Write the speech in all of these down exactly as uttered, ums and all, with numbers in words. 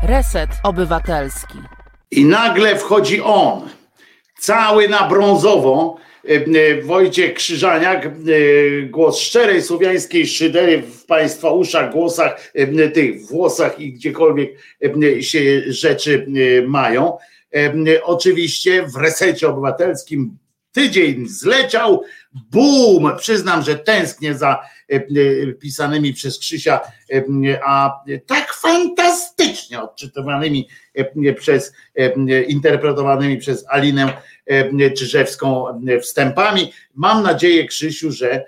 Reset Obywatelski. I nagle wchodzi on, cały na brązowo, Wojciech Krzyżaniak, głos szczerej słowiańskiej szydery w państwa uszach, głosach, tych włosach i gdziekolwiek się rzeczy mają. Oczywiście w Resecie Obywatelskim tydzień zleciał, boom, przyznam, że tęsknię za pisanymi przez Krzysia, a tak fantastycznie odczytywanymi przez, interpretowanymi przez Alinę Czyżewską wstępami. Mam nadzieję, Krzysiu, że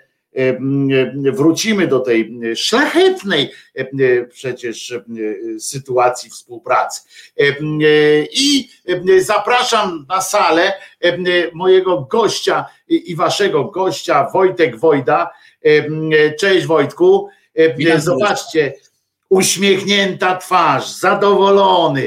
wrócimy do tej szlachetnej przecież sytuacji współpracy. I zapraszam na salę mojego gościa i waszego gościa, Wojtek Wojda. Cześć, Wojtku. Zobaczcie, uśmiechnięta twarz, zadowolony,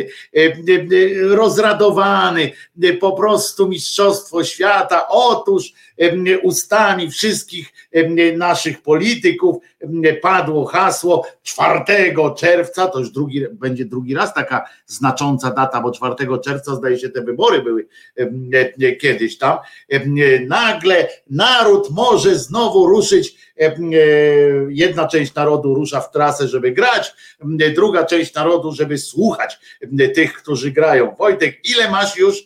rozradowany, po prostu mistrzostwo świata. Otóż ustami wszystkich naszych polityków padło hasło czwartego czerwca, to już drugi, będzie drugi raz taka znacząca data, bo czwartego czerwca zdaje się te wybory były kiedyś tam. Nagle naród może znowu ruszyć. Jedna część narodu rusza w trasę, żeby grać, druga część narodu, żeby słuchać tych, którzy grają. Wojtek, ile masz już,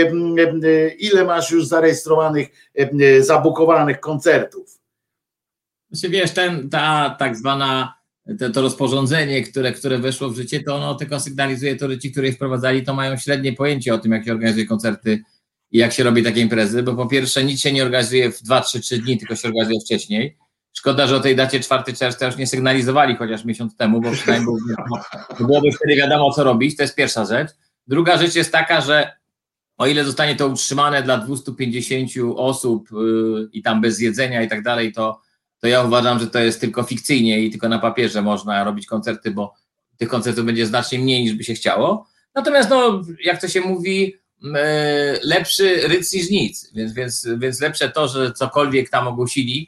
ile masz już zarejestrowanych, zabukowanych koncertów? Wiesz, ten, ta tak zwana, to, to rozporządzenie, które, które weszło w życie, to ono tylko sygnalizuje to, że ci, którzy je wprowadzali, to mają średnie pojęcie o tym, jak się organizuje koncerty i jak się robi takie imprezy, bo po pierwsze nic się nie organizuje w dwa, trzy, trzy dni, tylko się organizuje wcześniej. Szkoda, że o tej dacie czwartego czerwca już nie sygnalizowali chociaż miesiąc temu, bo przynajmniej byłoby wtedy wiadomo, co robić. To jest pierwsza rzecz. Druga rzecz jest taka, że o ile zostanie to utrzymane dla dwieście pięćdziesiąt osób yy, i tam bez jedzenia i tak dalej, to, to ja uważam, że to jest tylko fikcyjnie i tylko na papierze można robić koncerty, bo tych koncertów będzie znacznie mniej, niż by się chciało. Natomiast, no, jak to się mówi, yy, lepszy ryc niż nic, więc, więc, więc lepsze to, że cokolwiek tam ogłosili,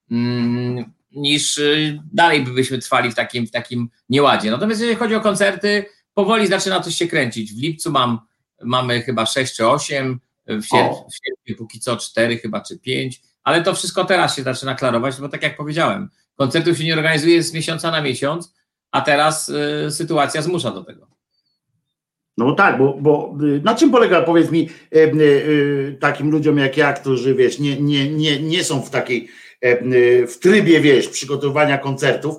niż dalej byśmy trwali w takim, w takim nieładzie. Natomiast jeżeli chodzi o koncerty, powoli zaczyna coś się kręcić. W lipcu mam, mamy chyba sześć czy osiem, w sierpniu, w sierpniu póki co cztery chyba czy pięć, ale to wszystko teraz się zaczyna klarować, bo tak jak powiedziałem, koncertów się nie organizuje z miesiąca na miesiąc, a teraz y, sytuacja zmusza do tego. No tak, bo, bo na czym polega, powiedz mi, y, y, takim ludziom jak ja, którzy wiesz, nie, nie, nie, nie są w takiej w trybie, wiesz, przygotowywania koncertów.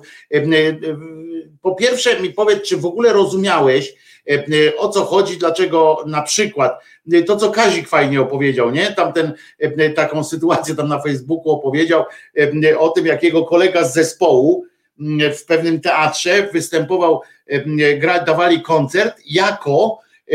Po pierwsze mi powiedz, czy w ogóle rozumiałeś, o co chodzi, dlaczego na przykład to, co Kazik fajnie opowiedział, nie? Tam ten, taką sytuację tam na Facebooku opowiedział o tym, jak jego kolega z zespołu w pewnym teatrze występował, dawali koncert jako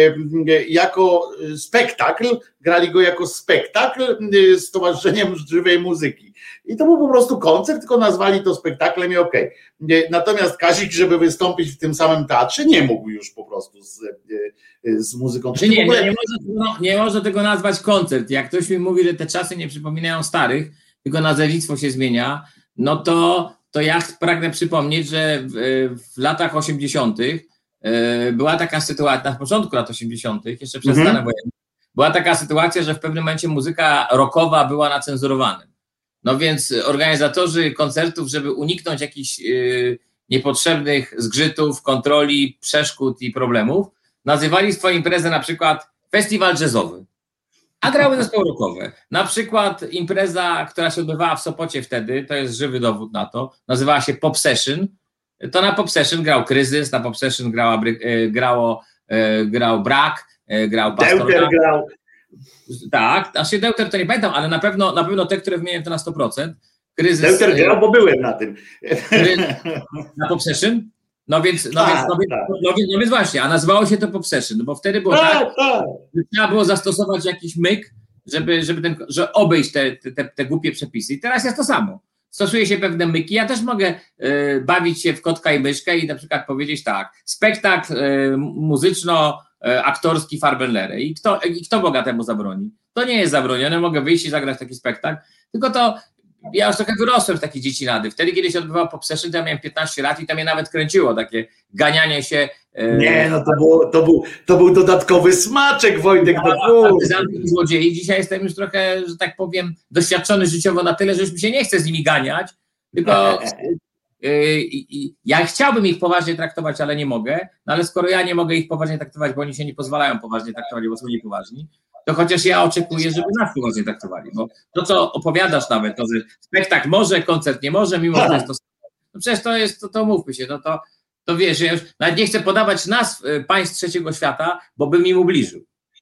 jako spektakl, grali go jako spektakl z Towarzyszeniem Żywej Muzyki. I to był po prostu koncert, tylko nazwali to spektaklem i okej. Okay. Natomiast Kazik, żeby wystąpić w tym samym teatrze, nie mógł już po prostu z, z muzyką. Czy nie, ogóle... nie, można, nie można tego nazwać koncert. Jak ktoś mi mówi, że te czasy nie przypominają starych, tylko nazewnictwo się zmienia, no to, to ja pragnę przypomnieć, że w, w latach osiemdziesiątych była taka sytuacja, na początku lat osiemdziesiątych, jeszcze przed stanem wojennym, była taka sytuacja, że w pewnym momencie muzyka rockowa była na cenzurowanym. No więc organizatorzy koncertów, żeby uniknąć jakichś yy, niepotrzebnych zgrzytów, kontroli, przeszkód i problemów, nazywali swoją imprezę na przykład festiwal jazzowy, a grały zespoły rockowe. Na przykład impreza, która się odbywała w Sopocie wtedy, to jest żywy dowód na to, nazywała się Pop Session. To na Pop Session grał Kryzys, na Pop Session grała, grało, grał Brak, grał Pastor. Deuter grał. Tak, znaczy Deuter to nie pamiętam, ale na pewno, na pewno te, które wymieniłem, to na sto procent. Kryzys, Deuter grał, bo byłem na tym. Na Pop Session? No więc, no, tak, więc, no, więc, tak. no, więc, no więc właśnie, a nazywało się to Pop Session, bo wtedy było tak, tak, tak. że trzeba było zastosować jakiś myk, żeby, żeby, ten, żeby obejść te, te, te głupie przepisy. I teraz jest to samo. Stosuje się pewne myki. Ja też mogę y, bawić się w kotka i myszkę i na przykład powiedzieć tak, spektakl y, muzyczno-aktorski Farbenlehre. I kto, I kto Boga temu zabroni? To nie jest zabronione, mogę wyjść i zagrać taki spektakl, tylko to ja już trochę wyrosłem z takiej dziecinady. Wtedy kiedyś się odbywał Pop Session, to ja miałem piętnaście lat i tam mnie nawet kręciło takie ganianie się. E... Nie, no to, było, to, był, to był dodatkowy smaczek, Wojtek. Partyzantów i złodziei. Dzisiaj jestem już trochę, że tak powiem, doświadczony życiowo na tyle, że już mi się nie chce z nimi ganiać, tylko yy, yy, ja chciałbym ich poważnie traktować, ale nie mogę, no ale skoro ja nie mogę ich poważnie traktować, bo oni się nie pozwalają poważnie traktować, bo są niepoważni, to chociaż ja oczekuję, żeby nas poważnie traktowali, bo to, co opowiadasz nawet, to, że spektakl może, koncert nie może, mimo że jest to... No przecież to jest, to, to mówmy się, no to, to wiesz, ja już nawet nie chcę podawać nazw państw trzeciego świata, bo bym im ubliżył.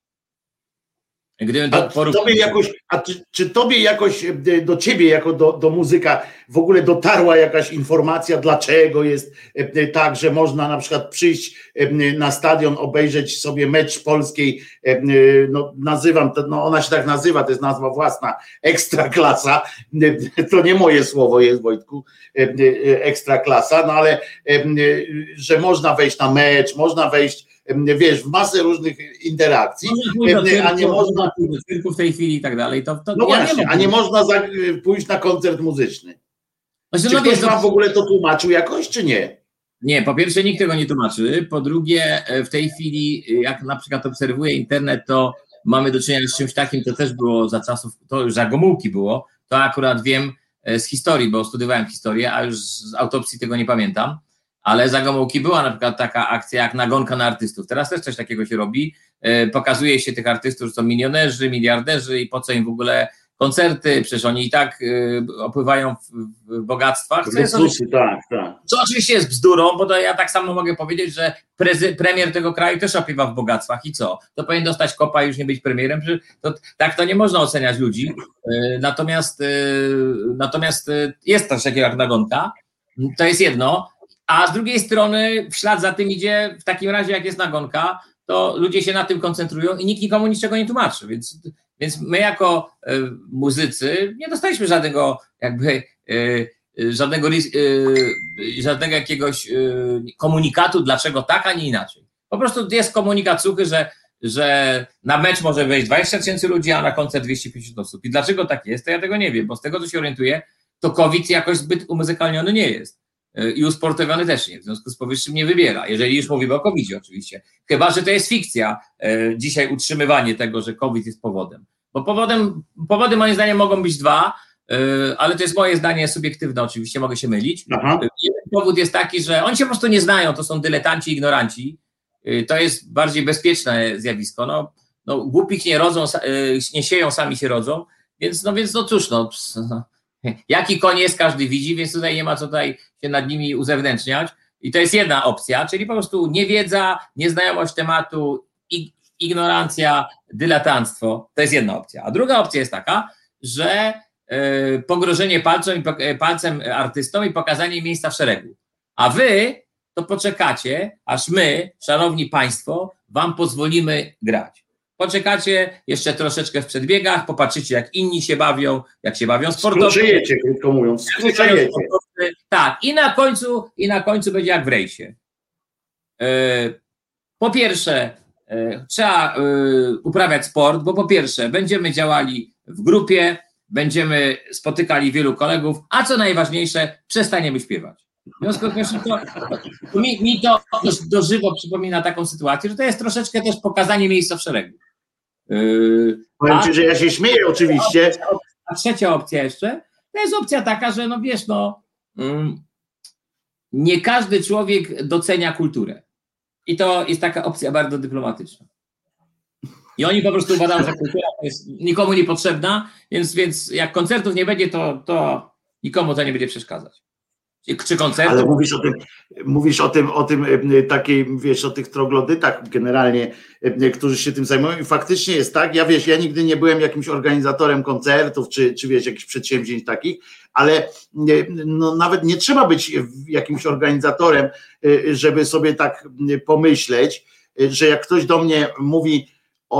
Gdybym to a tobie jakoś, a czy, czy tobie jakoś, do ciebie jako do, do muzyka w ogóle dotarła jakaś informacja, dlaczego jest tak, że można na przykład przyjść na stadion, obejrzeć sobie mecz polskiej, no nazywam to, no ona się tak nazywa, to jest nazwa własna, Ekstraklasa, to nie moje słowo jest, Wojtku, Ekstraklasa, no ale że można wejść na mecz, można wejść, wiesz, w masę różnych interakcji, cyrku, a nie można cyrku w tej chwili i tak dalej. To, to no ja właśnie, nie a nie można za, pójść na koncert muzyczny. Znaczy, czy no ktoś wiesz, wam w ogóle to tłumaczył jakoś, czy nie? Nie, po pierwsze nikt tego nie tłumaczy, po drugie w tej chwili, jak na przykład obserwuję internet, to mamy do czynienia z czymś takim, to też było za czasów, to już za Gomułki było, to akurat wiem z historii, bo studiowałem historię, a już z autopsji tego nie pamiętam. Ale za Gomułki była na przykład taka akcja jak nagonka na artystów. Teraz też coś takiego się robi. Pokazuje się tych artystów, że są milionerzy, miliarderzy i po co im w ogóle koncerty, przecież oni i tak opływają w bogactwach. Co, jest oczywiście, tak, tak. co oczywiście jest bzdurą, bo to ja tak samo mogę powiedzieć, że prezy, premier tego kraju też opływa w bogactwach i co? To powinien dostać kopa i już nie być premierem? To, tak to nie można oceniać ludzi. Natomiast, natomiast jest też takiego jak nagonka. To jest jedno. A z drugiej strony w ślad za tym idzie, w takim razie jak jest nagonka, to ludzie się na tym koncentrują i nikt nikomu niczego nie tłumaczy, więc, więc my jako y, muzycy nie dostaliśmy żadnego jakby y, żadnego, y, żadnego jakiegoś y, komunikatu, dlaczego tak, a nie inaczej. Po prostu jest komunikat suchy, że, że na mecz może wejść dwadzieścia tysięcy ludzi, a na koncert dwieście pięćdziesiąt osób. I dlaczego tak jest, to ja tego nie wiem, bo z tego, co się orientuję, to COVID jakoś zbyt umuzykalniony nie jest. I usportowiony też nie, w związku z powyższym nie wybiera, jeżeli już mówimy o kowidzie oczywiście, chyba że to jest fikcja, e, dzisiaj utrzymywanie tego, że COVID jest powodem, bo powodem, powody moim zdaniem mogą być dwa, e, ale to jest moje zdanie subiektywne oczywiście, mogę się mylić. Aha. Jeden powód jest taki, że oni się po prostu nie znają, to są dyletanci, ignoranci, e, to jest bardziej bezpieczne zjawisko, no, no głupich nie rodzą, e, nie sieją, sami się rodzą, więc no więc no cóż, no jaki koń jest, każdy widzi, więc tutaj nie ma co tutaj się nad nimi uzewnętrzniać. I to jest jedna opcja, czyli po prostu niewiedza, nieznajomość tematu, ignorancja, dyletanstwo. To jest jedna opcja. A druga opcja jest taka, że y, pogrożenie palcem, palcem artystom i pokazanie miejsca w szeregu. A wy to poczekacie, aż my, szanowni państwo, wam pozwolimy grać. Poczekacie jeszcze troszeczkę w przedbiegach, popatrzycie, jak inni się bawią, jak się bawią sportowcy. Skruczejecie, krótko mówiąc, skruczejecie. Tak, i na końcu, i na końcu będzie jak w rejsie. Po pierwsze, trzeba uprawiać sport, bo po pierwsze, będziemy działali w grupie, będziemy spotykali wielu kolegów, a co najważniejsze, przestaniemy śpiewać. W związku z tym, to, to mi, mi to do żywo przypomina taką sytuację, że to jest troszeczkę też pokazanie miejsca w szeregu. Yy, Powiem ci, że ja się śmieję oczywiście. A trzecia opcja jeszcze, to jest opcja taka, że no wiesz, no mm, nie każdy człowiek docenia kulturę. I to jest taka opcja bardzo dyplomatyczna. I oni po prostu uważają, że kultura jest nikomu niepotrzebna, więc, więc jak koncertów nie będzie, to, to nikomu to nie będzie przeszkadzać. Czy koncertów? Ale mówisz o tym, mówisz o tym, o tym takiej, wiesz, o tych troglodytach generalnie, którzy się tym zajmują i faktycznie jest tak, ja wiesz, ja nigdy nie byłem jakimś organizatorem koncertów, czy, czy wiesz, jakichś przedsięwzięć takich, ale no, nawet nie trzeba być jakimś organizatorem, żeby sobie tak pomyśleć, że jak ktoś do mnie mówi o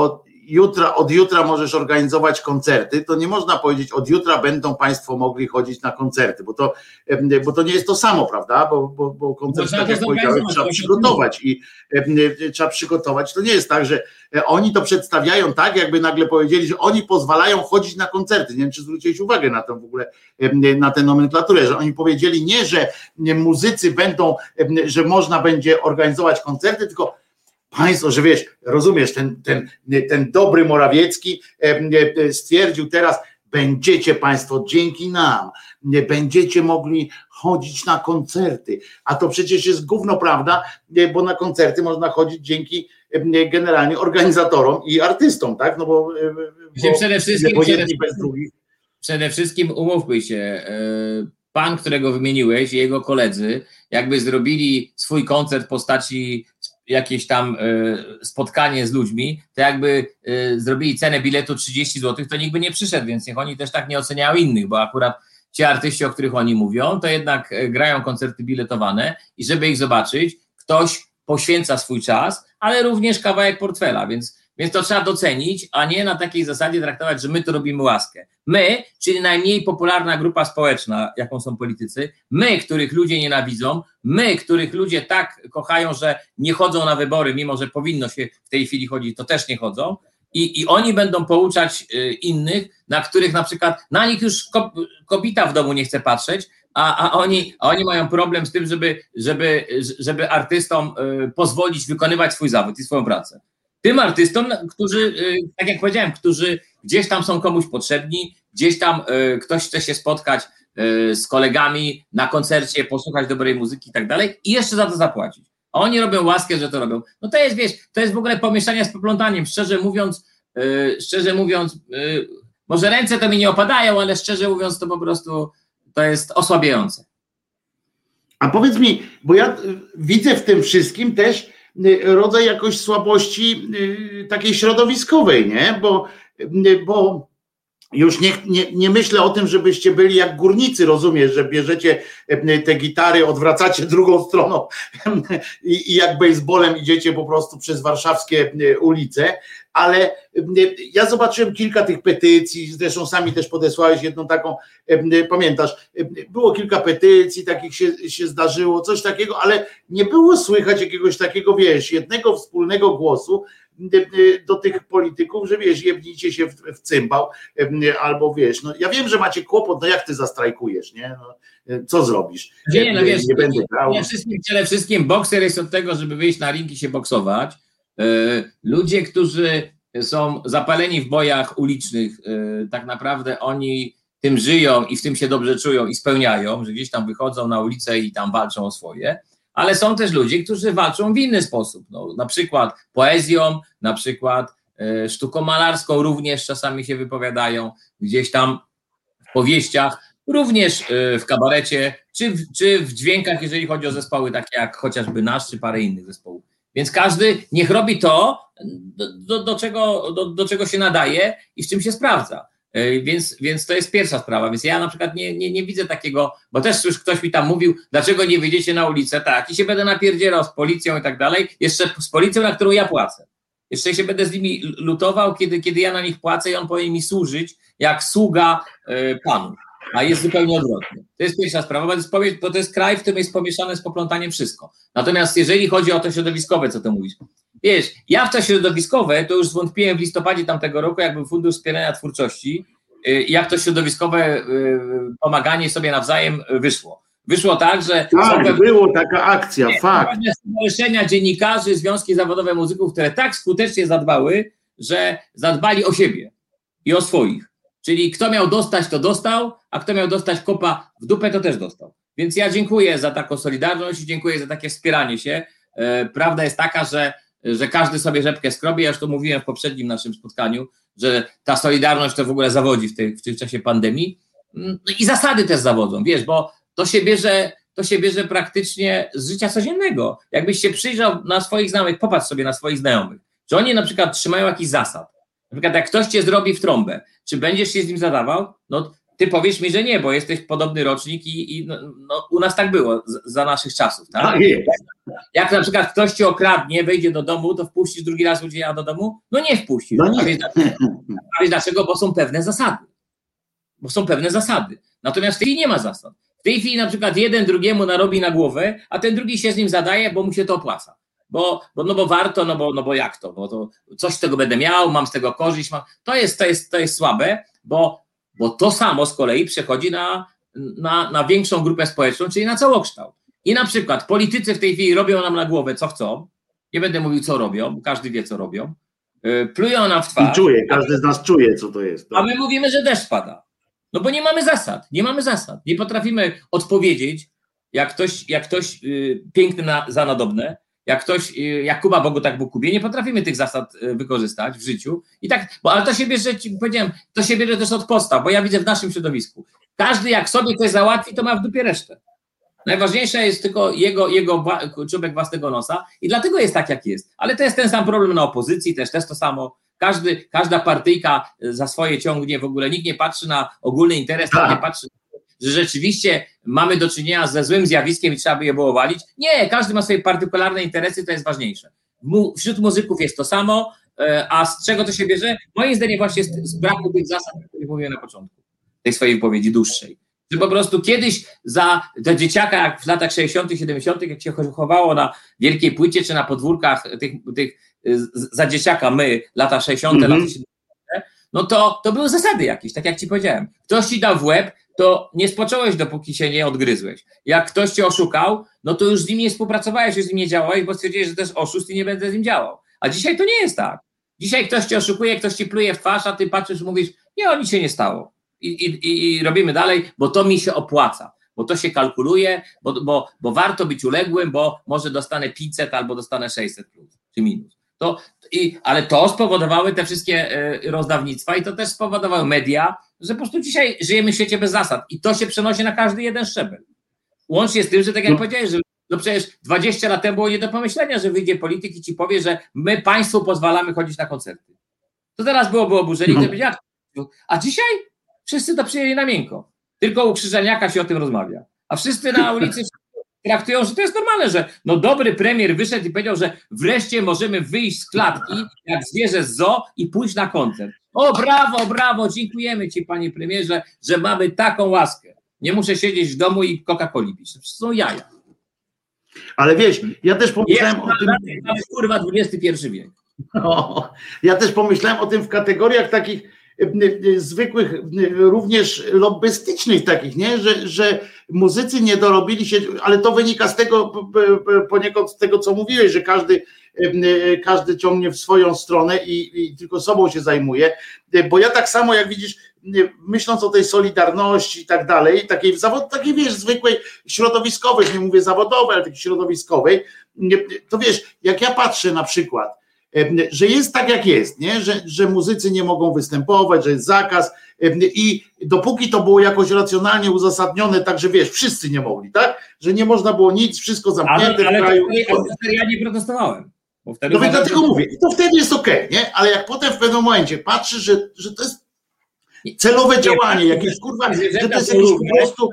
jutra, od jutra możesz organizować koncerty, to nie można powiedzieć, od jutra będą państwo mogli chodzić na koncerty, bo to, bo to nie jest to samo, prawda? Bo, bo, bo koncert, tak jak powiedziałem, trzeba przygotować i trzeba przygotować. To nie jest tak, że oni to przedstawiają tak, jakby nagle powiedzieli, że oni pozwalają chodzić na koncerty. Nie wiem, czy zwróciłeś uwagę na to w ogóle, na tę nomenklaturę, że oni powiedzieli nie, że muzycy będą, że można będzie organizować koncerty, tylko państwo, że wiesz, rozumiesz, ten, ten, ten dobry Morawiecki stwierdził teraz, będziecie państwo dzięki nam, będziecie mogli chodzić na koncerty, a to przecież jest gówno prawda, bo na koncerty można chodzić dzięki generalnie organizatorom i artystom, tak, no bo, bo przede wszystkim, bo przede, bez drugich. Przede wszystkim umówmy się, pan, którego wymieniłeś i jego koledzy, jakby zrobili swój koncert w postaci jakieś tam spotkanie z ludźmi, to jakby zrobili cenę biletu trzydzieści złotych, to nikt by nie przyszedł, więc niech oni też tak nie oceniają innych, bo akurat ci artyści, o których oni mówią, to jednak grają koncerty biletowane i żeby ich zobaczyć, ktoś poświęca swój czas, ale również kawałek portfela, więc Więc to trzeba docenić, a nie na takiej zasadzie traktować, że my to robimy łaskę. My, czyli najmniej popularna grupa społeczna, jaką są politycy, my, których ludzie nienawidzą, my, których ludzie tak kochają, że nie chodzą na wybory, mimo że powinno się w tej chwili chodzić, to też nie chodzą. I, i oni będą pouczać y, innych, na których na przykład, na nich już ko, kobieta w domu nie chce patrzeć, a, a, oni, a oni mają problem z tym, żeby, żeby, żeby artystom y, pozwolić wykonywać swój zawód i swoją pracę. Tym artystom, którzy, tak jak powiedziałem, którzy gdzieś tam są komuś potrzebni, gdzieś tam ktoś chce się spotkać z kolegami na koncercie, posłuchać dobrej muzyki i tak dalej i jeszcze za to zapłacić. A oni robią łaskę, że to robią. No to jest, wiesz, to jest w ogóle pomieszanie z poplątaniem. Szczerze mówiąc, szczerze mówiąc, może ręce to mi nie opadają, ale szczerze mówiąc to po prostu to jest osłabiające. A powiedz mi, bo ja widzę w tym wszystkim też rodzaj jakoś słabości takiej środowiskowej, nie? Bo, bo już nie, nie, nie myślę o tym, żebyście byli jak górnicy, rozumiesz, że bierzecie te gitary, odwracacie drugą stroną i, i jak baseballem idziecie po prostu przez warszawskie ulice, ale ja zobaczyłem kilka tych petycji, zresztą sami też podesłałeś jedną taką, pamiętasz, było kilka petycji, takich się, się zdarzyło, coś takiego, ale nie było słychać jakiegoś takiego, wiesz, jednego wspólnego głosu do tych polityków, że wiesz, jebnijcie się w, w cymbał, albo wiesz, no ja wiem, że macie kłopot, no jak ty zastrajkujesz, nie? No, co zrobisz? Nie, no wiesz, nie będę grał. Przede wszystkim, przede wszystkim bokser jest od tego, żeby wyjść na ring i się boksować. Ludzie, którzy są zapaleni w bojach ulicznych, tak naprawdę oni tym żyją i w tym się dobrze czują i spełniają, że gdzieś tam wychodzą na ulicę i tam walczą o swoje, ale są też ludzie, którzy walczą w inny sposób, no, na przykład poezją, na przykład sztuką malarską również czasami się wypowiadają, gdzieś tam w powieściach, również w kabarecie, czy w, czy w dźwiękach, jeżeli chodzi o zespoły takie jak chociażby nasz, czy parę innych zespołów. Więc każdy niech robi to, do, do, do, czego, do, do czego się nadaje i w czym się sprawdza. Więc, więc to jest pierwsza sprawa. Więc ja na przykład nie, nie, nie widzę takiego, bo też już ktoś mi tam mówił, dlaczego nie wyjdziecie na ulicę, tak, i się będę napierdzielał z policją i tak dalej, jeszcze z policją, na którą ja płacę. Jeszcze się będę z nimi lutował, kiedy, kiedy ja na nich płacę i on powinien mi służyć jak sługa y, panu. A jest zupełnie odwrotnie. To jest pierwsza sprawa, bo to jest, bo to jest kraj, w którym jest pomieszane z poplątaniem wszystko. Natomiast jeżeli chodzi o to środowiskowe, co ty mówisz, wiesz, ja w to środowiskowe to już zwątpiłem w listopadzie tamtego roku, jak był Fundusz Wspierania Twórczości, jak to środowiskowe pomaganie sobie nawzajem wyszło. Wyszło tak, że... Tak, są było taka akcja, nie, fakt. Stowarzyszenia dziennikarzy, związki zawodowe muzyków, które tak skutecznie zadbały, że zadbali o siebie i o swoich. Czyli kto miał dostać, to dostał, a kto miał dostać kopa w dupę, to też dostał. Więc ja dziękuję za taką solidarność i dziękuję za takie wspieranie się. Prawda jest taka, że, że każdy sobie rzepkę skrobi. Ja już to mówiłem w poprzednim naszym spotkaniu, że ta solidarność to w ogóle zawodzi w, tej, w tym czasie pandemii. I zasady też zawodzą, wiesz, bo to się bierze, to się bierze praktycznie z życia codziennego. Jakbyś się przyjrzał na swoich znajomych, popatrz sobie na swoich znajomych, czy oni na przykład trzymają jakichś zasad. Na przykład jak ktoś cię zrobi w trąbę, czy będziesz się z nim zadawał? No ty powiesz mi, że nie, bo jesteś podobny rocznik i, i no, no, u nas tak było z, za naszych czasów. Tak? jak na przykład ktoś cię okradnie, wejdzie do domu, to wpuścisz drugi raz złodzieja do domu? No nie wpuścisz. No nie. A, wiesz, a wiesz dlaczego? Bo są pewne zasady. Bo są pewne zasady. Natomiast w tej chwili nie ma zasad. W tej chwili na przykład jeden drugiemu narobi na głowę, a ten drugi się z nim zadaje, bo mu się to opłaca. Bo, bo, no bo warto, no bo, no bo jak to? Bo to coś z tego będę miał, mam z tego korzyść. Mam... To, jest, to, jest, to jest słabe, bo, bo to samo z kolei przechodzi na, na, na większą grupę społeczną, czyli na całokształt. I na przykład politycy w tej chwili robią nam na głowę co chcą. Nie będę mówił co robią, bo każdy wie co robią. Yy, plują nam w twarz. I czuje, każdy z nas czuje co to jest. Tak? A my mówimy, że deszcz pada. No bo nie mamy zasad, nie mamy zasad. Nie potrafimy odpowiedzieć, jak ktoś, jak ktoś yy, piękny na, za nadobne, jak ktoś, yy, jak Kuba Bogu tak Bóg Kubie, nie potrafimy tych zasad yy, wykorzystać w życiu. I tak, bo ale to się bierze, ci powiedziałem, to się bierze też od podstaw, bo ja widzę w naszym środowisku. Każdy jak sobie coś załatwi, to ma w dupie resztę. Najważniejsza jest tylko jego, jego czubek własnego nosa i dlatego jest tak, jak jest. Ale to jest ten sam problem na opozycji, też, też to samo. Każdy, każda partyjka za swoje ciągnie, w ogóle nikt nie patrzy na ogólny interes, nikt nie patrzy, że rzeczywiście mamy do czynienia ze złym zjawiskiem i trzeba by je było walić. Nie, każdy ma swoje partykularne interesy, to jest ważniejsze. Wśród muzyków jest to samo, a z czego to się bierze? Moim zdaniem właśnie z, z braku tych zasad, o których mówiłem na początku tej swojej wypowiedzi dłuższej. Że po prostu kiedyś za, za dzieciaka, jak w latach sześćdziesiątych, siedemdziesiątych, jak się chowało na wielkiej płycie czy na podwórkach tych, tych za dzieciaka my, lata sześćdziesiąte, mm-hmm. lata siedemdziesiąte, no to, to były zasady jakieś, tak jak ci powiedziałem. Ktoś ci dał w łeb, to nie spocząłeś, dopóki się nie odgryzłeś. Jak ktoś cię oszukał, no to już z nim nie współpracowałeś, już z nim nie działałeś, bo stwierdziłeś, że to jest oszust i nie będę z nim działał. A dzisiaj to nie jest tak. Dzisiaj ktoś cię oszukuje, ktoś ci pluje w twarz, a ty patrzysz i mówisz, nie, o nic się nie stało. I, i, i robimy dalej, bo to mi się opłaca, bo to się kalkuluje, bo, bo, bo warto być uległym, bo może dostanę pięćset albo dostanę sześćset plus, czy minus. To, i, ale to spowodowały te wszystkie y, rozdawnictwa i to też spowodowały media, że po prostu dzisiaj żyjemy w świecie bez zasad i to się przenosi na każdy jeden szczebel. Łącznie z tym, że tak jak no. powiedziałeś, że no przecież dwadzieścia lat temu było nie do pomyślenia, że wyjdzie polityk i ci powie, że my państwu pozwalamy chodzić na koncerty. To teraz byłoby oburzenie, no. jak, a dzisiaj wszyscy to przyjęli na miękko. Tylko u Krzyżaniaka się o tym rozmawia. A wszyscy na ulicy traktują, że to jest normalne, że no dobry premier wyszedł i powiedział, że wreszcie możemy wyjść z klatki, jak zwierzę z zoo i pójść na koncert. O brawo, brawo, dziękujemy ci panie premierze, że mamy taką łaskę. Nie muszę siedzieć w domu i Coca-Coli pić. To są jaja. Ale wiesz, ja też pomyślałem jest, o tym... Mamy kurwa dwudziesty pierwszy wiek. No, ja też pomyślałem o tym w kategoriach takich zwykłych, również lobbystycznych takich, nie? Że, że muzycy nie dorobili się, ale to wynika z tego poniekąd z tego, co mówiłeś, że każdy, każdy ciągnie w swoją stronę i, i tylko sobą się zajmuje, bo ja tak samo jak widzisz, myśląc o tej solidarności i tak dalej, takiej, zawod, takiej wiesz, zwykłej środowiskowej, nie mówię zawodowej, ale takiej środowiskowej, to wiesz, jak ja patrzę na przykład, że jest tak jak jest, nie? Że, że muzycy nie mogą występować, że jest zakaz i dopóki to było jakoś racjonalnie uzasadnione, tak że wiesz, wszyscy nie mogli, tak? Że nie można było nic, wszystko zamknięte ale, ale w kraju. To, wtedy ja nie protestowałem. Bo wtedy no więc uważam, dlatego że... mówię, i to wtedy jest okej, okay, nie? Ale jak potem w pewnym momencie patrzysz, że, że to jest celowe działanie, jakieś kurwa, że to jest jakieś po prostu...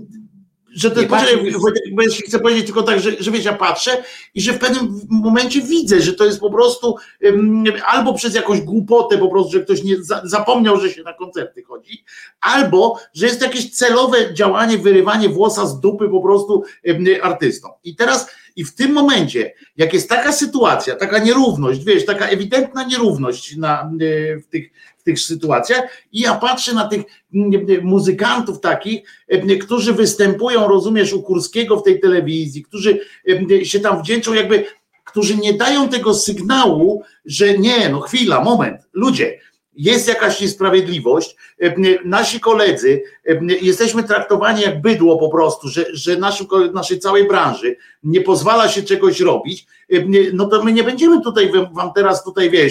Że to, poczekaj, bo ja chcę powiedzieć tylko tak, że, że wiesz, ja patrzę i że w pewnym momencie widzę, że to jest po prostu um, albo przez jakąś głupotę po prostu, że ktoś nie za, zapomniał, że się na koncerty chodzi, albo, że jest jakieś celowe działanie, wyrywanie włosa z dupy po prostu um, artystom. I teraz, i w tym momencie, jak jest taka sytuacja, taka nierówność, wiesz, taka ewidentna nierówność na, w tych w tych sytuacjach i ja patrzę na tych muzykantów takich, którzy występują, rozumiesz, u Kurskiego w tej telewizji, którzy się tam wdzięczą jakby, którzy nie dają tego sygnału, że nie, no chwila, moment, ludzie, jest jakaś niesprawiedliwość, nasi koledzy, jesteśmy traktowani jak bydło po prostu, że, że naszym, naszej całej branży nie pozwala się czegoś robić, no to my nie będziemy tutaj wam teraz tutaj, wiesz,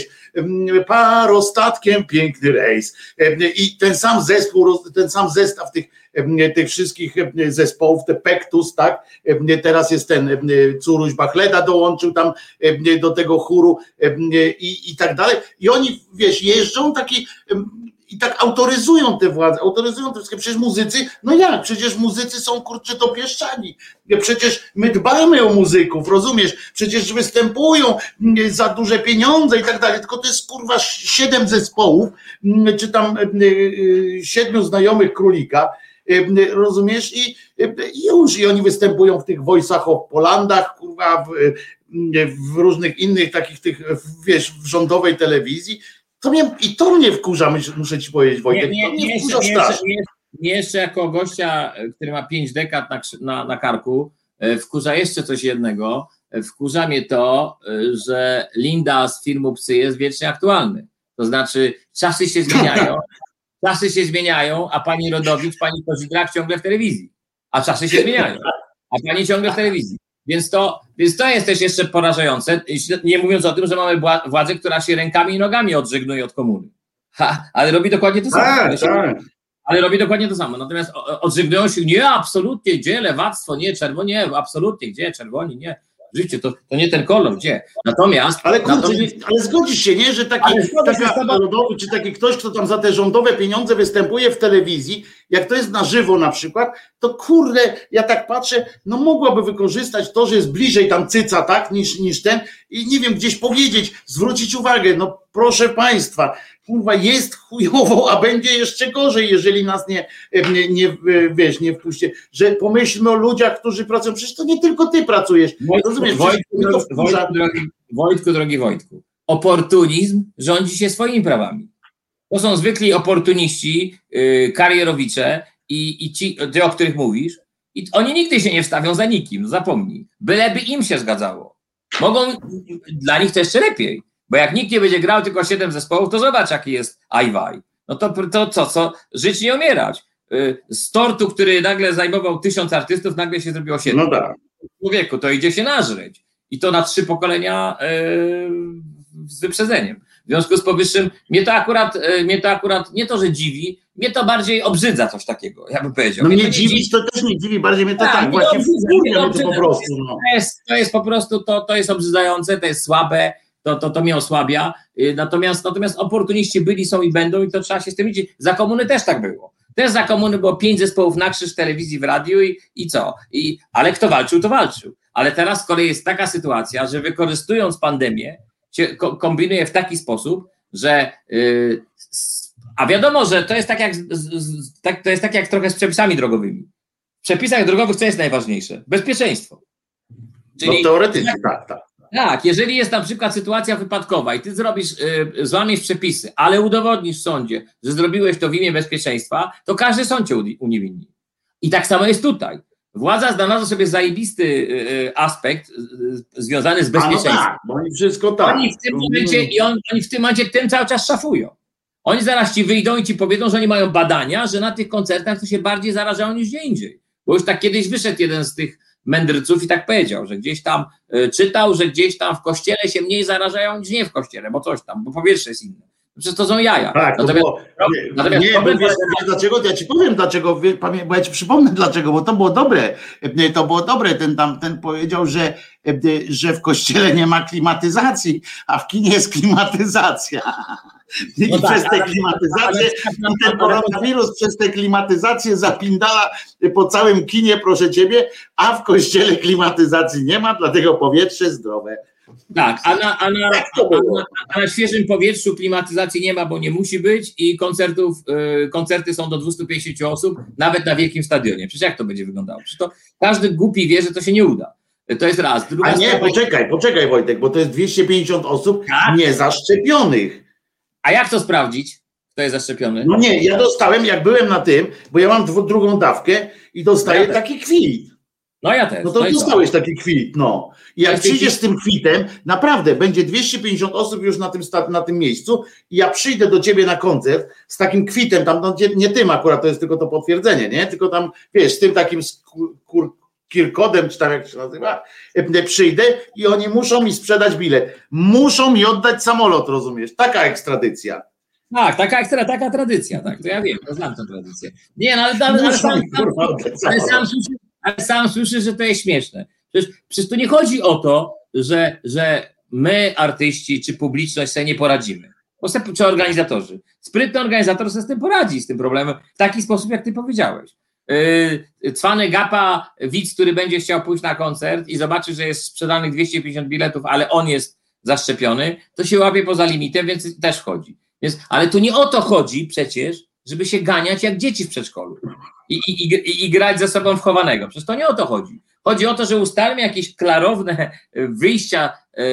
parostatkiem piękny rejs i ten sam zespół, ten sam zestaw tych, tych wszystkich zespołów, te Pektus, tak, teraz jest ten Curuś Bachleda dołączył tam do tego chóru i, i tak dalej i oni, wiesz, jeżdżą taki i tak autoryzują te władze, autoryzują te wszystkie, przecież muzycy, no jak, przecież muzycy są kurczę dopieszczani, przecież my dbamy o muzyków, rozumiesz, przecież występują za duże pieniądze i tak dalej, tylko to jest kurwa siedem zespołów, czy tam siedmiu znajomych królika, rozumiesz, i, i już, i oni występują w tych Voice'ach of Polandach, kurwa, w, w różnych innych takich tych, wiesz, w rządowej telewizji. To mnie, i to mnie wkurza, muszę ci powiedzieć, Wojtek, nie, nie, to mnie nie, wkurza nie, strasznie. Nie, nie, jeszcze jako gościa, który ma pięć dekad na, na, na karku, wkurza jeszcze coś jednego, wkurza mnie to, że Linda z filmu Psy jest wiecznie aktualny, to znaczy czasy się zmieniają, czasy się zmieniają, a pani Rodowicz, pani Kozidrak ciągle w telewizji, a czasy się zmieniają, a pani ciągle w telewizji. Więc to, więc to jest też jeszcze porażające, nie mówiąc o tym, że mamy władzę, która się rękami i nogami odżegnuje od komuny. Ha, ale robi dokładnie to samo. Tak, ale, się, tak. ale robi dokładnie to samo. Natomiast odżegnują się, nie, absolutnie, gdzie lewactwo, nie, czerwoni, nie, absolutnie, gdzie, czerwoni, nie. W życiu, to, to nie ten kolor, gdzie. Natomiast... Ale kurczę, natomiast, ale zgodzisz się, nie, że taki, taka narodowy, czy taki ktoś, kto tam za te rządowe pieniądze występuje w telewizji, jak to jest na żywo na przykład, to kurde, ja tak patrzę, no mogłaby wykorzystać to, że jest bliżej tam cyca, tak, niż, niż ten i nie wiem, gdzieś powiedzieć, zwrócić uwagę, no proszę państwa, kurwa, jest chujowo, a będzie jeszcze gorzej, jeżeli nas nie, nie, nie wiesz, nie wpuści, że pomyślmy o ludziach, którzy pracują, przecież to nie tylko ty pracujesz, Wojtku, rozumiesz, Wojtku, to Wojtku, drogi, Wojtku, drogi Wojtku, oportunizm rządzi się swoimi prawami. To są zwykli oportuniści, yy, karierowicze i, i ci, ty, o których mówisz, i oni nigdy się nie wstawią za nikim, zapomnij, byleby im się zgadzało. Mogą, dla nich to jeszcze lepiej. Bo jak nikt nie będzie grał tylko siedem zespołów, to zobacz, jaki jest ajwaj. No to, to co, co? Żyć nie umierać. Z tortu, który nagle zajmował tysiąc artystów, nagle się zrobiło siedem. No tak. Człowieku, to idzie się nażreć. I to na trzy pokolenia yy, z wyprzedzeniem. W związku z powyższym, mnie to akurat, yy, mnie to akurat nie to, że dziwi, mnie to bardziej obrzydza coś takiego, ja bym powiedział. No mnie, mnie dziwi, dziwi, to też nie dziwi, bardziej mnie to tak, tak właśnie wkurwia mnie to po prostu. No. To, jest, to jest po prostu, to, to jest obrzydzające, to jest słabe, To, to, to mnie osłabia, natomiast, natomiast oportuniści byli, są i będą i to trzeba się z tym liczyć. Za komuny też tak było. Też za komuny było pięć zespołów na krzyż w telewizji, w radiu i, i co? I, ale kto walczył, to walczył. Ale teraz z kolei jest taka sytuacja, że wykorzystując pandemię, się kombinuje w taki sposób, że yy, a wiadomo, że to jest tak jak, z, z, tak, to jest tak jak trochę z przepisami drogowymi. W przepisach drogowych co jest najważniejsze? Bezpieczeństwo. Czyli, no teoretycznie, tak, tak. Tak, jeżeli jest na przykład sytuacja wypadkowa i ty zrobisz, yy, złamiesz przepisy, ale udowodnisz w sądzie, że zrobiłeś to w imię bezpieczeństwa, to każdy sąd cię uniewinni. I tak samo jest tutaj. Władza znalazła sobie zajebisty yy, aspekt yy, związany z bezpieczeństwem. A no tak, bo oni wszystko tak. Oni w tym momencie, i on, oni w tym momencie tym cały czas szafują. Oni zaraz ci wyjdą i ci powiedzą, że oni mają badania, że na tych koncertach to się bardziej zarażają niż gdzie indziej. Bo już tak kiedyś wyszedł jeden z tych mędrców i tak powiedział, że gdzieś tam y, czytał, że gdzieś tam w kościele się mniej zarażają niż nie w kościele, bo coś tam, bo powietrze jest inne. Przecież to są jaja. Tak, natomiast, było, nie, natomiast nie bo wiesz, wiesz dlaczego, ja ci powiem dlaczego, bo ja ci przypomnę dlaczego, bo to było dobre, to było dobre, ten tam, ten powiedział, że, że w kościele nie ma klimatyzacji, a w kinie jest klimatyzacja. I no przez tak, tę klimatyzację, ale, i ten koronawirus przez tę klimatyzację zapindala po całym kinie, proszę ciebie, a w kościele klimatyzacji nie ma, dlatego powietrze zdrowe. Tak, a na, a, na, a, na, a na świeżym powietrzu klimatyzacji nie ma, bo nie musi być i koncertów, y, koncerty są do dwustu pięćdziesięciu osób, nawet na wielkim stadionie. Przecież jak to będzie wyglądało? Przecież to każdy głupi wie, że to się nie uda. To jest raz. Druga a nie, sprawa... poczekaj, poczekaj Wojtek, bo to jest dwieście pięćdziesiąt osób tak? niezaszczepionych. A jak to sprawdzić? Kto jest zaszczepiony? No nie, ja dostałem, jak byłem na tym, bo ja mam dwu, drugą dawkę i dostaję ja taki kwit. No ja też. No to no dostałeś taki kwit, no. I jak przyjdziesz z tym kwitem, naprawdę, będzie dwieście pięćdziesiąt osób już na tym, na tym miejscu i ja przyjdę do ciebie na koncert z takim kwitem, tam no, nie tym akurat, to jest tylko to potwierdzenie, nie? Tylko tam, wiesz, z tym takim kur, kirkodem, czy tam jak się nazywa, przyjdę i oni muszą mi sprzedać bilet. Muszą mi oddać samolot, rozumiesz? Taka ekstradycja. Tak, taka ekstra, taka tradycja, tak, to ja wiem, to znam tę tradycję. Nie, no ale, ale, ale, sam, ale, sam słyszę, ale sam słyszę, że to jest śmieszne. Przecież, przecież tu nie chodzi o to, że, że my, artyści czy publiczność sobie nie poradzimy. czy organizatorzy. Sprytny organizator sobie z tym poradzi, z tym problemem, w taki sposób, jak ty powiedziałeś. Yy, cwany gapa, widz, który będzie chciał pójść na koncert i zobaczy, że jest sprzedanych dwieście pięćdziesiąt biletów, ale on jest zaszczepiony, to się łapie poza limitem, więc też wchodzi. Więc, ale tu nie o to chodzi przecież, żeby się ganiać jak dzieci w przedszkolu i, i, i, i grać ze sobą w chowanego. Przecież to nie o to chodzi. Chodzi o to, że ustalmy jakieś klarowne wyjścia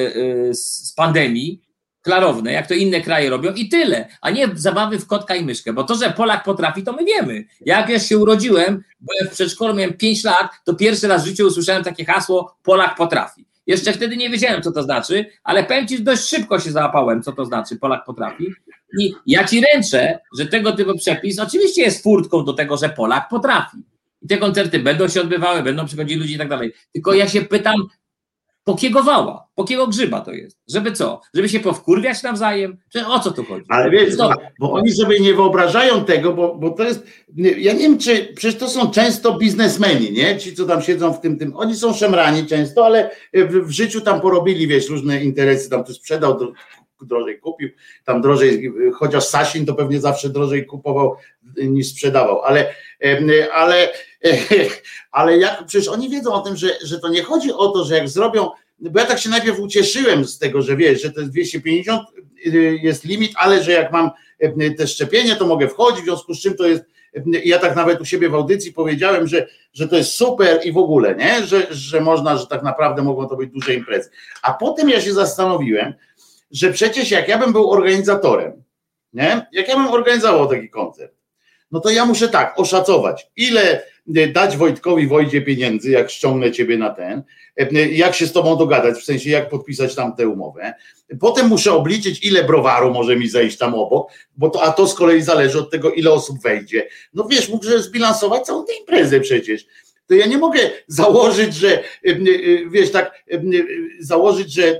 z pandemii, klarowne, jak to inne kraje robią i tyle, a nie zabawy w kotka i myszkę, bo to, że Polak potrafi, to my wiemy. Jak ja się urodziłem, byłem w przedszkolu, miałem pięć lat, to pierwszy raz w życiu usłyszałem takie hasło Polak potrafi. Jeszcze wtedy nie wiedziałem, co to znaczy, ale powiem ci, że dość szybko się załapałem, co to znaczy Polak potrafi. I ja ci ręczę, że tego typu przepis oczywiście jest furtką do tego, że Polak potrafi. I te koncerty będą się odbywały, będą przychodzili ludzie i tak dalej. Tylko ja się pytam, po kiego wała, po kiego grzyba to jest? Żeby co? Żeby się powkurwiać nawzajem? Czy o co tu chodzi? Ale wiesz, to... bo oni sobie nie wyobrażają tego, bo, bo to jest, ja nie wiem, czy, przecież to są często biznesmeni, nie? Ci, co tam siedzą w tym, tym, oni są szemrani często, ale w, w życiu tam porobili, wiesz, różne interesy, tam ktoś sprzedał, drożej kupił, tam drożej, chociaż Sasin to pewnie zawsze drożej kupował niż sprzedawał, ale, ale, ale jak, przecież oni wiedzą o tym, że, że to nie chodzi o to, że jak zrobią, bo ja tak się najpierw ucieszyłem z tego, że wiesz, że to jest dwieście pięćdziesiąt jest limit, ale że jak mam te szczepienie, to mogę wchodzić, w związku z czym to jest, ja tak nawet u siebie w audycji powiedziałem, że, że to jest super i w ogóle, nie, że, że można, że tak naprawdę mogą to być duże imprezy, a potem ja się zastanowiłem, że przecież jak ja bym był organizatorem, nie? Jak ja bym organizował taki koncert, no to ja muszę tak oszacować, ile dać Wojtkowi Wojdzie pieniędzy, jak ściągnę ciebie na ten, jak się z tobą dogadać, w sensie jak podpisać tam tę umowę. Potem muszę obliczyć, ile browaru może mi zejść tam obok, bo to, a to z kolei zależy od tego, ile osób wejdzie. No wiesz, muszę zbilansować całą tę imprezę przecież. To ja nie mogę założyć, że wiesz, tak założyć, że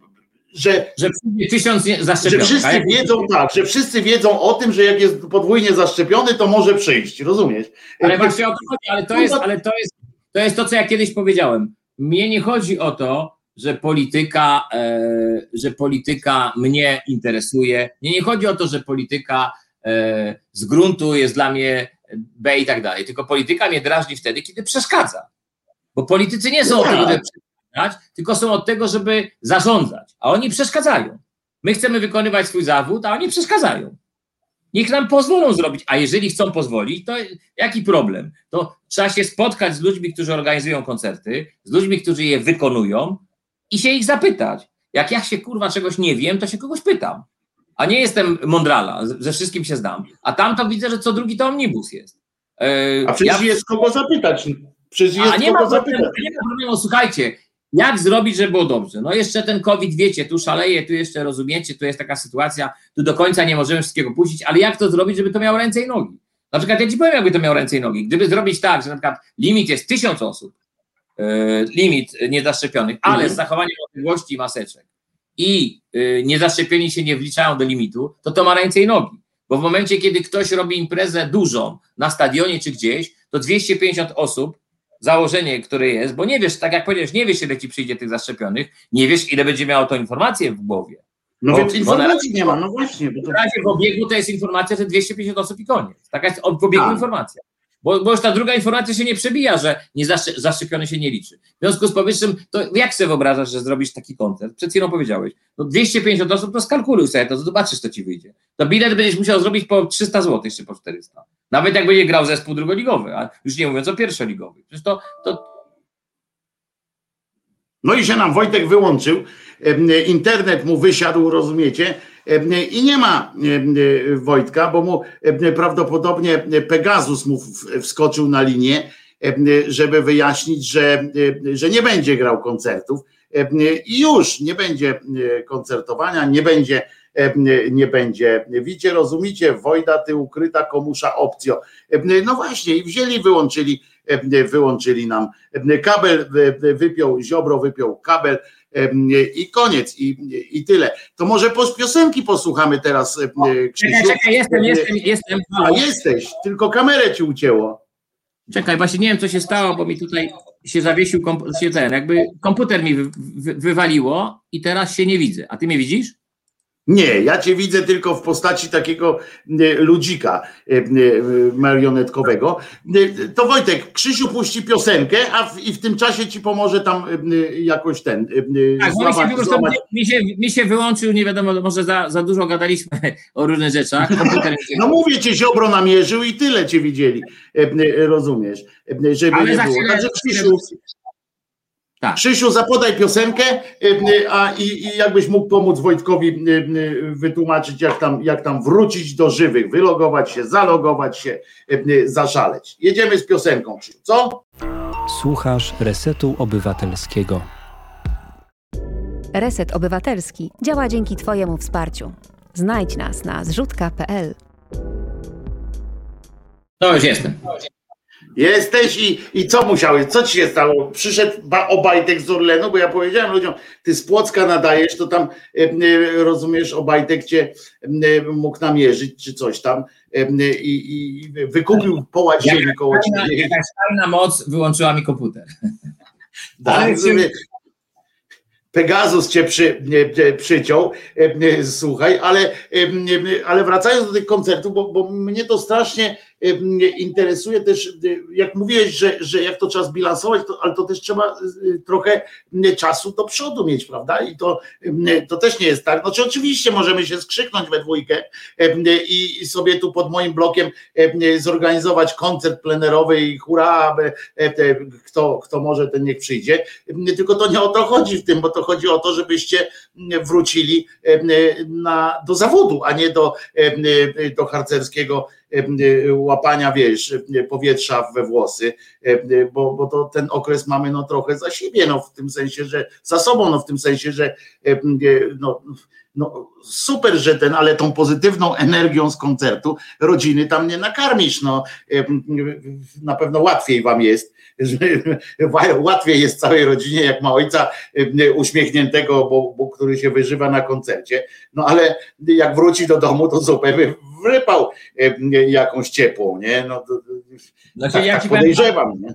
Że, że tysiąc zaszczepionych. Że wszyscy wiedzą, tak, że wszyscy wiedzą o tym, że jak jest podwójnie zaszczepiony, to może przyjść, rozumiesz? Ale właśnie o to chodzi, ale to jest, ale to jest, to jest to, co ja kiedyś powiedziałem. Mnie nie chodzi o to, że polityka, e, że polityka mnie interesuje. Mnie nie chodzi o to, że polityka e, z gruntu jest dla mnie B i tak dalej. Tylko polityka mnie drażni wtedy, kiedy przeszkadza. Bo politycy nie są od tego, żeby tylko są od tego, żeby zarządzać, a oni przeszkadzają. My chcemy wykonywać swój zawód, a oni przeszkadzają. Niech nam pozwolą zrobić, a jeżeli chcą pozwolić, to jaki problem? To trzeba się spotkać z ludźmi, którzy organizują koncerty, z ludźmi, którzy je wykonują i się ich zapytać. Jak ja się kurwa czegoś nie wiem, to się kogoś pytam, a nie jestem mądrala, ze wszystkim się znam. A tam to widzę, że co drugi to omnibus jest. Yy, a przecież ja... jest kogo zapytać. Przecież jest a nie ma, problemu, nie ma problemu, słuchajcie, jak zrobić, żeby było dobrze? No jeszcze ten COVID, wiecie, tu szaleje, tu jeszcze rozumiecie, tu jest taka sytuacja, tu do końca nie możemy wszystkiego puścić, ale jak to zrobić, żeby to miało ręce i nogi? Na przykład ja ci powiem, jakby to miało ręce i nogi. Gdyby zrobić tak, że na przykład limit jest tysiąc osób, yy, limit niezaszczepionych, ale mhm. z zachowaniem odległości i maseczek i yy, niezaszczepieni się nie wliczają do limitu, to to ma ręce i nogi. Bo w momencie, kiedy ktoś robi imprezę dużą na stadionie czy gdzieś, to dwieście pięćdziesiąt osób, założenie, które jest, bo nie wiesz, tak jak powiedziałeś, nie wiesz, ile ci przyjdzie tych zaszczepionych, nie wiesz, ile będzie miało to informację w głowie. No bo, więc informacji nie ma, no właśnie. Bo to... W razie w obiegu to jest informacja, że dwieście pięćdziesiąt osób i koniec. Taka jest w obiegu A. informacja. Bo, bo już ta druga informacja się nie przebija, że nie zaszczepiony się nie liczy. W związku z powyższym, to jak sobie wyobrażasz, że zrobisz taki koncert? Przed chwilą powiedziałeś, no dwieście pięćdziesiąt osób, to skalkuluj sobie to, zobaczysz, co ci wyjdzie. To bilet będziesz musiał zrobić po trzysta złotych czy po czterysta. Nawet jak będzie grał zespół drugoligowy, a już nie mówiąc o pierwszoligowy. Przecież to, to... No i się nam Wojtek wyłączył, internet mu wysiadł, rozumiecie, i nie ma Wojtka, bo mu prawdopodobnie Pegasus mu wskoczył na linię, żeby wyjaśnić, że, że nie będzie grał koncertów i już nie będzie koncertowania, nie będzie nie będzie. Widzicie, rozumiecie, Wojda, ty ukryta komusza opcjo. No właśnie, i wzięli, wyłączyli, wyłączyli nam kabel, wypiął Ziobro, wypiął kabel i koniec, i, i tyle. To może po piosenki posłuchamy teraz, Krzysiu. Czekaj, czekaj, jestem, jestem, jestem. A jesteś, tylko kamerę ci ucięło. Czekaj, właśnie nie wiem, co się stało, bo mi tutaj się zawiesił, się ten, jakby komputer mi wy, wy, wywaliło i teraz się nie widzę. A ty mnie widzisz? Nie, ja cię widzę tylko w postaci takiego ludzika marionetkowego. To Wojtek, Krzysiu puści piosenkę, a w, i w tym czasie ci pomoże tam jakoś ten tak, złamać, mi, się złamać... mi, się, mi się wyłączył, nie wiadomo, może za, za dużo gadaliśmy o różnych rzeczach. No mówię ci, Ziobro namierzył i tyle cię widzieli, rozumiesz, żeby ale nie było. Także Krzysiu, tak. Krzysiu, zapodaj piosenkę, a i, i jakbyś mógł pomóc Wojtkowi wytłumaczyć, jak tam, jak tam wrócić do żywych, wylogować się, zalogować się, zaszaleć. Jedziemy z piosenką, Krzysiu, co? Słuchasz Resetu Obywatelskiego. Reset Obywatelski działa dzięki Twojemu wsparciu. Znajdź nas na zrzutka kropka pe el. No już jestem. Jesteś i, i co musiałeś? Co ci się stało? Przyszedł Obajtek z Orlenu, bo ja powiedziałem ludziom, ty z Płocka nadajesz, to tam e, rozumiesz, Obajtek cię e, mógł namierzyć, czy coś tam e, i, i wykupił połać ziemi koło ciebie. Jakaś tajna moc wyłączyła mi komputer. Tak, Pegasus cię przy, przyciął, słuchaj, ale, ale wracając do tych koncertów, bo, bo mnie to strasznie interesuje też, jak mówiłeś, że, że jak to trzeba zbilansować, to, ale to też trzeba trochę czasu do przodu mieć, prawda? I to, to też nie jest tak. Znaczy oczywiście możemy się skrzyknąć we dwójkę i sobie tu pod moim blokiem zorganizować koncert plenerowy i hurra, kto, kto może, ten niech przyjdzie. Tylko to nie o to chodzi w tym, bo to chodzi o to, żebyście wrócili na, do zawodu, a nie do, do harcerskiego łapania, wiesz, powietrza we włosy, bo, bo to ten okres mamy no trochę za siebie, no w tym sensie, że za sobą, no w tym sensie, że no, no super, że ten, ale tą pozytywną energią z koncertu rodziny tam nie nakarmisz, no na pewno łatwiej wam jest, łatwiej jest całej rodzinie, jak ma ojca uśmiechniętego, bo, bo który się wyżywa na koncercie, no ale jak wróci do domu, to zupę by wrypał jakąś ciepłą, nie? No to, znaczy, tak, ja tak podejrzewam, nie?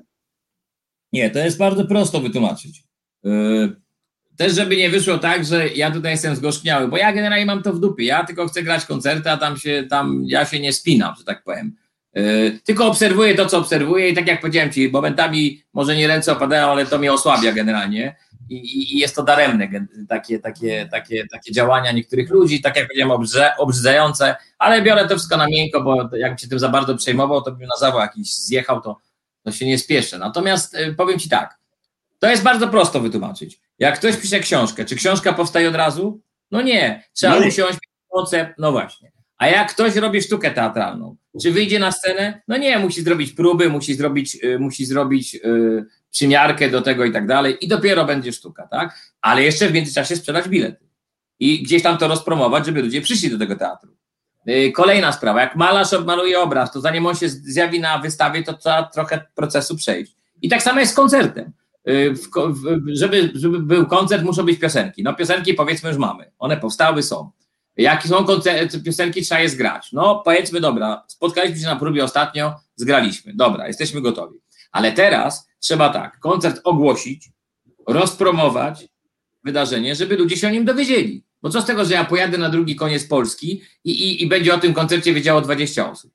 Nie, to jest bardzo prosto wytłumaczyć. Yy, też żeby nie wyszło tak, że ja tutaj jestem zgorzkniały, bo ja generalnie mam to w dupie, ja tylko chcę grać koncerty, a tam się, tam ja się nie spinam, że tak powiem. Yy, tylko obserwuję to, co obserwuję i tak jak powiedziałem ci, momentami może nie ręce opadają, ale to mnie osłabia generalnie i, i, i jest to daremne takie, takie, takie, takie działania niektórych ludzi, tak jak powiedziałem, obrze, obrzydzające, ale biorę to wszystko na miękko, bo jakbym się tym za bardzo przejmował, to bym na zawał jakiś zjechał, to, to się nie spieszę. Natomiast yy, powiem ci tak, to jest bardzo prosto wytłumaczyć. Jak ktoś pisze książkę, czy książka powstaje od razu? No nie, trzeba no usiąść, koncept, no właśnie. A jak ktoś robi sztukę teatralną, czy wyjdzie na scenę? No nie, musi zrobić próby, musi zrobić, y, musi zrobić y, przymiarkę do tego i tak dalej i dopiero będzie sztuka, tak? Ale jeszcze w międzyczasie sprzedać bilety i gdzieś tam to rozpromować, żeby ludzie przyszli do tego teatru. Y, kolejna sprawa, jak malarz maluje obraz, to zanim on się zjawi na wystawie, to trzeba trochę procesu przejść. I tak samo jest z koncertem. Y, w, w, żeby, żeby był koncert, muszą być piosenki. No piosenki powiedzmy już mamy, one powstały, są. Jakie są koncerty, piosenki, trzeba je zgrać. No powiedzmy, dobra, spotkaliśmy się na próbie ostatnio, zgraliśmy, dobra, jesteśmy gotowi. Ale teraz trzeba tak, koncert ogłosić, rozpromować wydarzenie, żeby ludzie się o nim dowiedzieli. Bo co z tego, że ja pojadę na drugi koniec Polski i, i, i będzie o tym koncercie wiedziało dwadzieścia osób.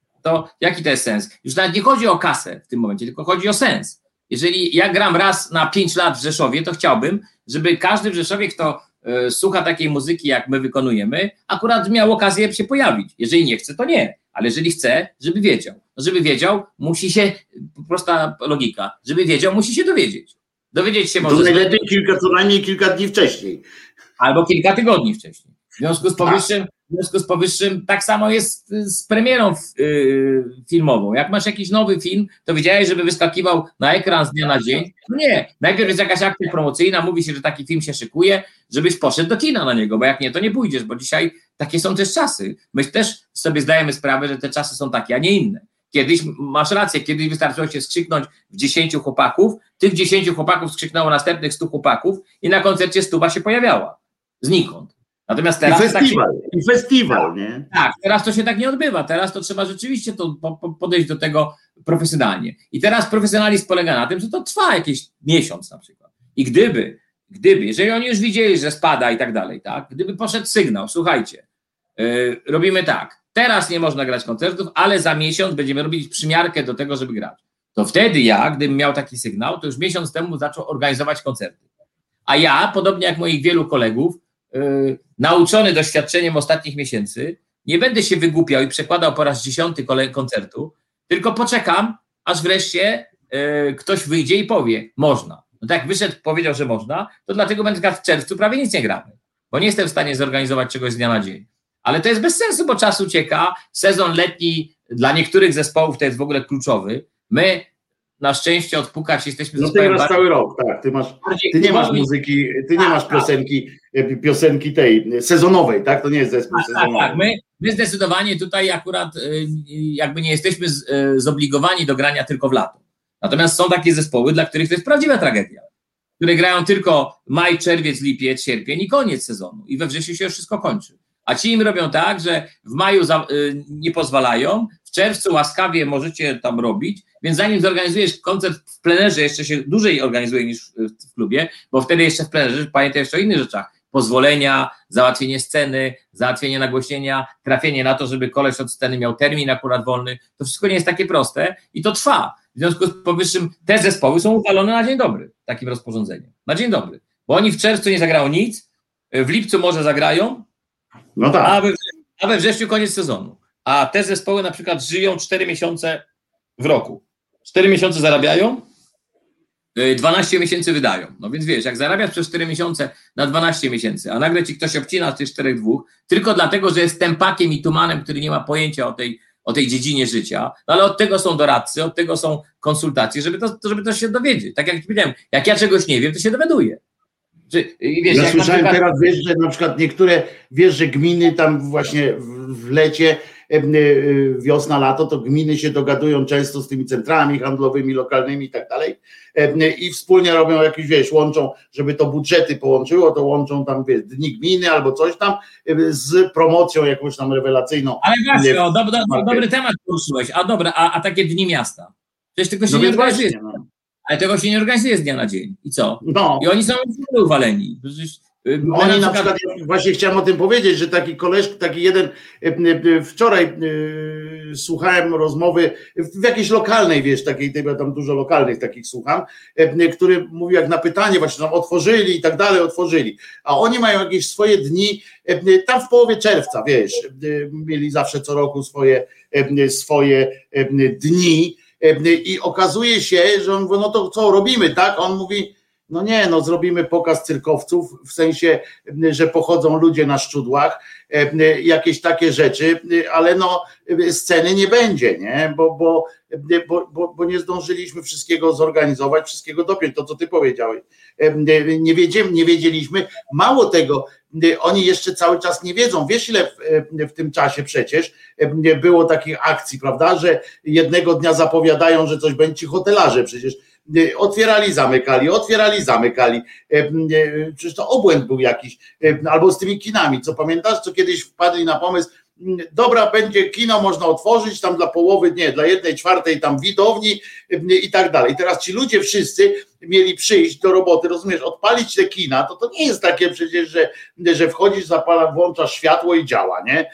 To jaki to jest sens? Już nawet nie chodzi o kasę w tym momencie, tylko chodzi o sens. Jeżeli ja gram raz na pięć lat w Rzeszowie, to chciałbym, żeby każdy w Rzeszowie, kto y, słucha takiej muzyki, jak my wykonujemy, akurat miał okazję się pojawić. Jeżeli nie chce, to nie. Ale jeżeli chce, żeby wiedział. No, żeby wiedział, musi się, prosta logika, żeby wiedział, musi się dowiedzieć. Dowiedzieć się może... To najlepiej kilka, co najmniej kilka dni wcześniej. Albo kilka tygodni wcześniej. W związku z powyższym, w związku z powyższym tak samo jest z premierą yy, filmową. Jak masz jakiś nowy film, to wiedziałeś, żeby wyskakiwał na ekran z dnia na dzień? No nie. Najpierw jest jakaś akcja promocyjna, mówi się, że taki film się szykuje, żebyś poszedł do kina na niego, bo jak nie, to nie pójdziesz, bo dzisiaj takie są też czasy. My też sobie zdajemy sprawę, że te czasy są takie, a nie inne. Kiedyś, masz rację, kiedyś wystarczyło się skrzyknąć w dziesięciu chłopaków, tych dziesięciu chłopaków skrzyknęło następnych stu chłopaków i na koncercie stuba się pojawiała. Znikąd. Natomiast teraz... I festiwal, tak się, i festiwal, nie? Tak, teraz to się tak nie odbywa. Teraz to trzeba rzeczywiście to podejść do tego profesjonalnie. I teraz profesjonalizm polega na tym, że to trwa jakiś miesiąc na przykład. I gdyby gdyby, jeżeli oni już widzieli, że spada i tak dalej, tak, gdyby poszedł sygnał, słuchajcie, yy, robimy tak, teraz nie można grać koncertów, ale za miesiąc będziemy robić przymiarkę do tego, żeby grać. To wtedy ja, gdybym miał taki sygnał, to już miesiąc temu zaczął organizować koncerty. A ja, podobnie jak moich wielu kolegów, yy, nauczony doświadczeniem ostatnich miesięcy, nie będę się wygłupiał i przekładał po raz dziesiąty kolej koncertu, tylko poczekam, aż wreszcie yy, ktoś wyjdzie i powie, można. No tak jak wyszedł, powiedział, że można, to dlatego będę w czerwcu prawie nic nie gramy, bo nie jestem w stanie zorganizować czegoś z dnia na dzień. Ale to jest bez sensu, bo czas ucieka, sezon letni dla niektórych zespołów to jest w ogóle kluczowy. My na szczęście odpukać jesteśmy... No ty masz cały rok, tak, ty, masz, ty nie masz muzyki, ty nie masz piosenki, piosenki tej sezonowej, tak, to nie jest zespół tak, sezonowy. Tak, tak, my, my zdecydowanie tutaj akurat jakby nie jesteśmy z, zobligowani do grania tylko w lato. Natomiast są takie zespoły, dla których to jest prawdziwa tragedia, które grają tylko maj, czerwiec, lipiec, sierpień i koniec sezonu i we wrześniu się już wszystko kończy. A ci im robią tak, że w maju za, y, nie pozwalają, w czerwcu łaskawie możecie tam robić, więc zanim zorganizujesz koncert w plenerze, jeszcze się dłużej organizuje niż w, w klubie, bo wtedy jeszcze w plenerze pamiętaj jeszcze o innych rzeczach. Pozwolenia, załatwienie sceny, załatwienie nagłośnienia, trafienie na to, żeby koleś od sceny miał termin akurat wolny. To wszystko nie jest takie proste i to trwa. W związku z powyższym te zespoły są uchwalone na dzień dobry takim rozporządzeniem. Na dzień dobry. Bo oni w czerwcu nie zagrają nic, w lipcu może zagrają, no tak. a, we, a we wrześniu koniec sezonu. A te zespoły na przykład żyją cztery miesiące w roku. cztery miesiące zarabiają, dwanaście miesięcy wydają. No więc wiesz, jak zarabiasz przez cztery miesiące na dwanaście miesięcy, a nagle ci ktoś obcina z tych czterech dwóch, tylko dlatego, że jest tępakiem i tumanem, który nie ma pojęcia o tej, o tej dziedzinie życia, no ale od tego są doradcy, od tego są konsultacje, żeby to, żeby to się dowiedzieć. Tak jak ci powiedziałem, jak ja czegoś nie wiem, to się dowiaduję. Że, wiesz, ja jak słyszałem przykład... teraz, wiesz, że na przykład niektóre, wiesz, że gminy tam właśnie w, w lecie, wiosna, lato, to gminy się dogadują często z tymi centrami handlowymi, lokalnymi i tak dalej i wspólnie robią jakieś, wiesz, łączą, żeby to budżety połączyło, to łączą tam, wiesz, dni gminy albo coś tam z promocją jakąś tam rewelacyjną. Ale właśnie, o, do, do, dobry temat poruszyłeś, a dobra, a, a takie dni miasta? Przecież tego się no nie organizuje. Właśnie, no. Ale tego się nie organizuje z dnia na dzień. I co? No. I oni są już uwaleni. Przecież Oni na przykład, właśnie chciałem o tym powiedzieć, że taki koleż, taki jeden, wczoraj yy, słuchałem rozmowy w jakiejś lokalnej, wiesz, takiej, ja tam dużo lokalnych takich słucham, yy, który mówił jak na pytanie, właśnie tam otworzyli i tak dalej, otworzyli, a oni mają jakieś swoje dni, yy, tam w połowie czerwca, wiesz, yy, mieli zawsze co roku swoje, yy, swoje yy, dni yy, i okazuje się, że on mówi, no to co robimy, tak? On mówi, no nie, no zrobimy pokaz cyrkowców, w sensie, że pochodzą ludzie na szczudłach, jakieś takie rzeczy, ale no sceny nie będzie, nie? Bo, bo, bo, bo, bo nie zdążyliśmy wszystkiego zorganizować, wszystkiego dopiąć, to co ty powiedziałeś. Nie, wiedzieli, nie wiedzieliśmy, mało tego, oni jeszcze cały czas nie wiedzą, wiesz ile w, w tym czasie przecież było takich akcji, prawda, że jednego dnia zapowiadają, że coś będzie, ci hotelarze przecież otwierali, zamykali, otwierali, zamykali. Przecież to obłęd był jakiś. Albo z tymi kinami, co pamiętasz, co kiedyś wpadli na pomysł, dobra, będzie kino, można otworzyć tam dla połowy, nie, dla jednej czwartej tam widowni i tak dalej. I teraz ci ludzie wszyscy mieli przyjść do roboty, rozumiesz, odpalić te kina, to to nie jest takie przecież, że, że wchodzisz, zapala, włączasz światło i działa, nie?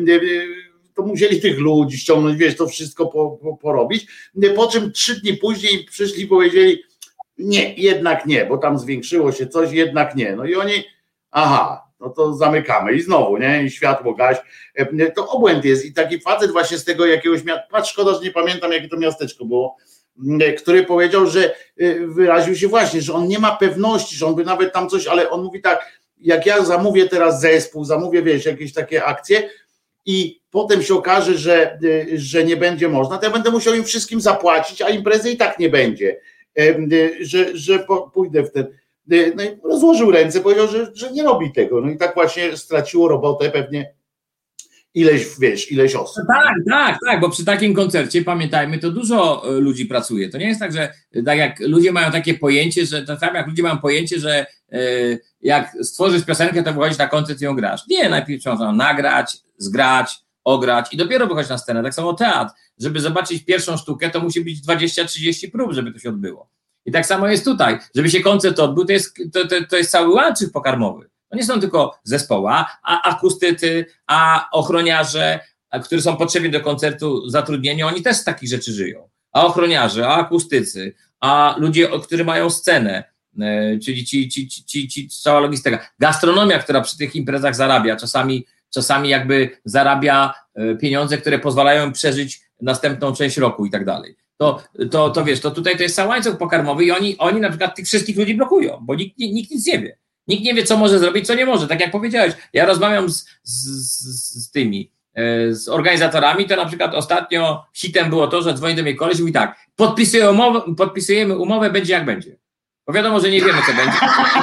To musieli tych ludzi ściągnąć, wiesz, to wszystko po, po, porobić, po czym trzy dni później przyszli i powiedzieli, nie, jednak nie, bo tam zwiększyło się coś, jednak nie, no i oni, aha, no to zamykamy i znowu, nie, i światło gaś, to obłęd jest i taki facet właśnie z tego jakiegoś miasta, patrz, szkoda, że nie pamiętam, jakie to miasteczko było, który powiedział, że wyraził się właśnie, że on nie ma pewności, że on by nawet tam coś, ale on mówi tak, jak ja zamówię teraz zespół, zamówię, wiesz, jakieś takie akcje, i potem się okaże, że, że nie będzie można, to ja będę musiał im wszystkim zapłacić, a imprezy i tak nie będzie, że, że pójdę w ten, no i rozłożył ręce, powiedział, że, że nie robi tego, no i tak właśnie straciło robotę pewnie ileś, wiesz, ileś osób. No tak, tak, tak, bo przy takim koncercie, pamiętajmy, to dużo ludzi pracuje, to nie jest tak, że tak jak ludzie mają takie pojęcie, że to tak jak ludzie mają pojęcie, że jak stworzysz piosenkę, to wychodzisz na koncert i ją grasz. Nie, najpierw trzeba nagrać, zgrać, ograć i dopiero wychodzić na scenę. Tak samo teatr. Żeby zobaczyć pierwszą sztukę, to musi być dwadzieścia trzydzieści prób, żeby to się odbyło. I tak samo jest tutaj. Żeby się koncert odbył, to jest, to, to, to jest cały łańcuch pokarmowy. To nie są tylko zespoły, a akustycy, a ochroniarze, a, którzy są potrzebni do koncertu zatrudnieni, oni też z takich rzeczy żyją. A ochroniarze, a akustycy, a ludzie, którzy mają scenę, e, czyli ci, ci, ci, ci, ci, cała logistyka. Gastronomia, która przy tych imprezach zarabia, czasami, czasami jakby zarabia e, pieniądze, które pozwalają im przeżyć następną część roku i tak dalej. To, to, to wiesz, to tutaj to jest cały łańcuch pokarmowy i oni, oni na przykład tych wszystkich ludzi blokują, bo nikt, nikt nic nie wie. Nikt nie wie, co może zrobić, co nie może. Tak jak powiedziałeś, ja rozmawiam z, z, z, z tymi, z organizatorami, to na przykład ostatnio hitem było to, że dzwoni do mnie koleś i mówi tak, podpisuję umowę, podpisujemy umowę, będzie jak będzie. Bo wiadomo, że nie wiemy, co będzie.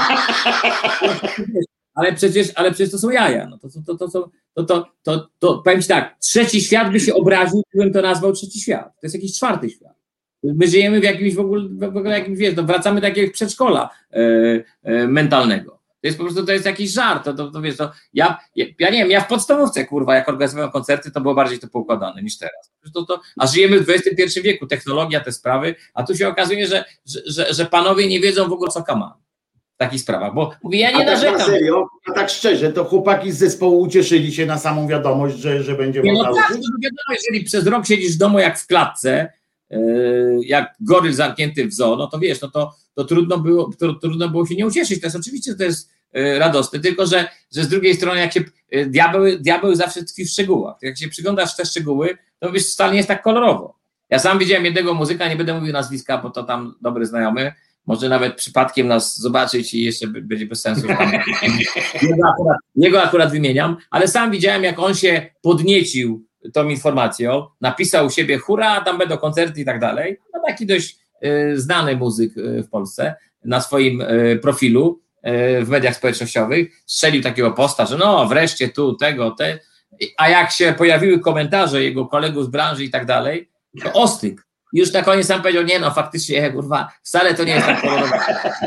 Ale przecież, ale przecież to są jaja. No to, to, to, to, to, to, to, to powiem ci tak, trzeci świat by się obraził, gdybym to nazwał trzeci świat. To jest jakiś czwarty świat. My żyjemy w jakimś w ogóle, w ogóle jakimś, wiesz, no wracamy do jakiegoś przedszkola e, e, mentalnego. To jest po prostu, to jest jakiś żart, to, to, to wiesz, to ja, ja, ja nie wiem, ja w podstawówce, kurwa, jak organizowałem koncerty, to było bardziej to poukładane niż teraz. To, to, a żyjemy w dwudziestym pierwszym wieku, technologia, te sprawy, a tu się okazuje, że, że, że, że panowie nie wiedzą w ogóle, co kaman w takich sprawach, bo mówię, ja nie a narzekam. Tak na serio, a tak szczerze, to chłopaki z zespołu ucieszyli się na samą wiadomość, że, że będzie nie, można no tak, no wiadomo, jeżeli przez rok siedzisz w domu jak w klatce, jak goryl zamknięty w zoo, no to wiesz, no to, to, trudno było, to trudno było się nie ucieszyć. To jest oczywiście, to jest radosne, tylko że, że z drugiej strony, jak się diabeł, diabeł zawsze tkwi w szczegółach. Jak się przyglądasz w te szczegóły, to wiesz, wcale nie jest tak kolorowo. Ja sam widziałem jednego muzyka, nie będę mówił nazwiska, bo to tam dobry znajomy, może nawet przypadkiem nas zobaczyć i jeszcze będzie bez sensu. Tam. Jego, akurat, jego akurat wymieniam, ale sam widziałem, jak on się podniecił tą informacją, napisał u siebie hurra, tam będą koncerty i tak dalej. No taki dość y, znany muzyk y, w Polsce na swoim y, profilu y, w mediach społecznościowych strzelił takiego posta, że no wreszcie tu, tego, te, a jak się pojawiły komentarze jego kolegów z branży i tak dalej, to ostygł. I już na koniec sam powiedział, nie no, faktycznie, kurwa, wcale to nie jest tak kolorowe.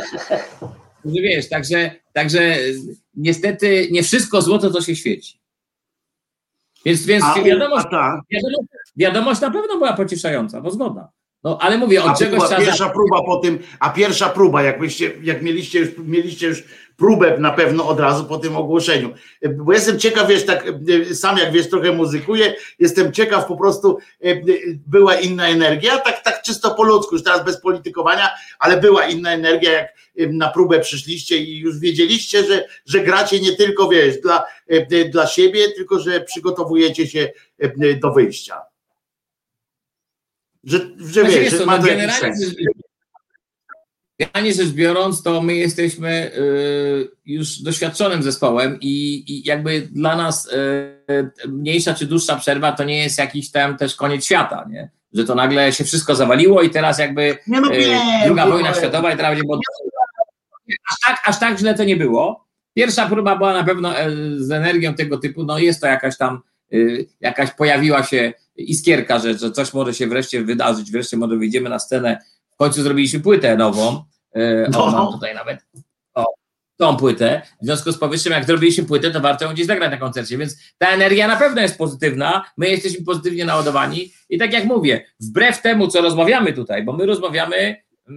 Wiesz, także, także niestety nie wszystko złoto to się świeci. Więc, więc a, wiadomość, a ta. wiadomość, wiadomość na pewno była pocieszająca, bo zgoda. No, ale mówię, od a czegoś trzeba... Pierwsza próba po tym, a pierwsza próba, jak, byście, jak mieliście, już, mieliście już próbę na pewno od razu po tym ogłoszeniu. Bo jestem ciekaw, wiesz, tak sam jak wiesz, trochę muzykuję, jestem ciekaw po prostu, była inna energia, tak, tak czysto po ludzku, już teraz bez politykowania, ale była inna energia, jak na próbę przyszliście i już wiedzieliście, że, że gracie nie tylko, wiesz, dla, dla siebie, tylko że przygotowujecie się do wyjścia. Że, że znaczy, wiesz, że co, ma no, to generalnie, rzecz, generalnie rzecz biorąc, to my jesteśmy y, już doświadczonym zespołem i, i jakby dla nas y, mniejsza czy dłuższa przerwa to nie jest jakiś tam też koniec świata, nie? Że to nagle się wszystko zawaliło i teraz jakby nie, no, nie, y, druga nie, wojna nie. światowa i teraz będzie... Bo... Aż, tak, aż tak źle to nie było. Pierwsza próba była na pewno z energią tego typu, no jest to jakaś tam, y, jakaś pojawiła się iskierka, że, że coś może się wreszcie wydarzyć, wreszcie może wyjdziemy na scenę. W końcu zrobiliśmy płytę nową, yy, no. o, mam tutaj nawet o, tą płytę, w związku z powyższym, jak zrobiliśmy płytę, to warto ją gdzieś zagrać na koncercie, więc ta energia na pewno jest pozytywna, my jesteśmy pozytywnie naładowani i tak jak mówię, wbrew temu, co rozmawiamy tutaj, bo my rozmawiamy,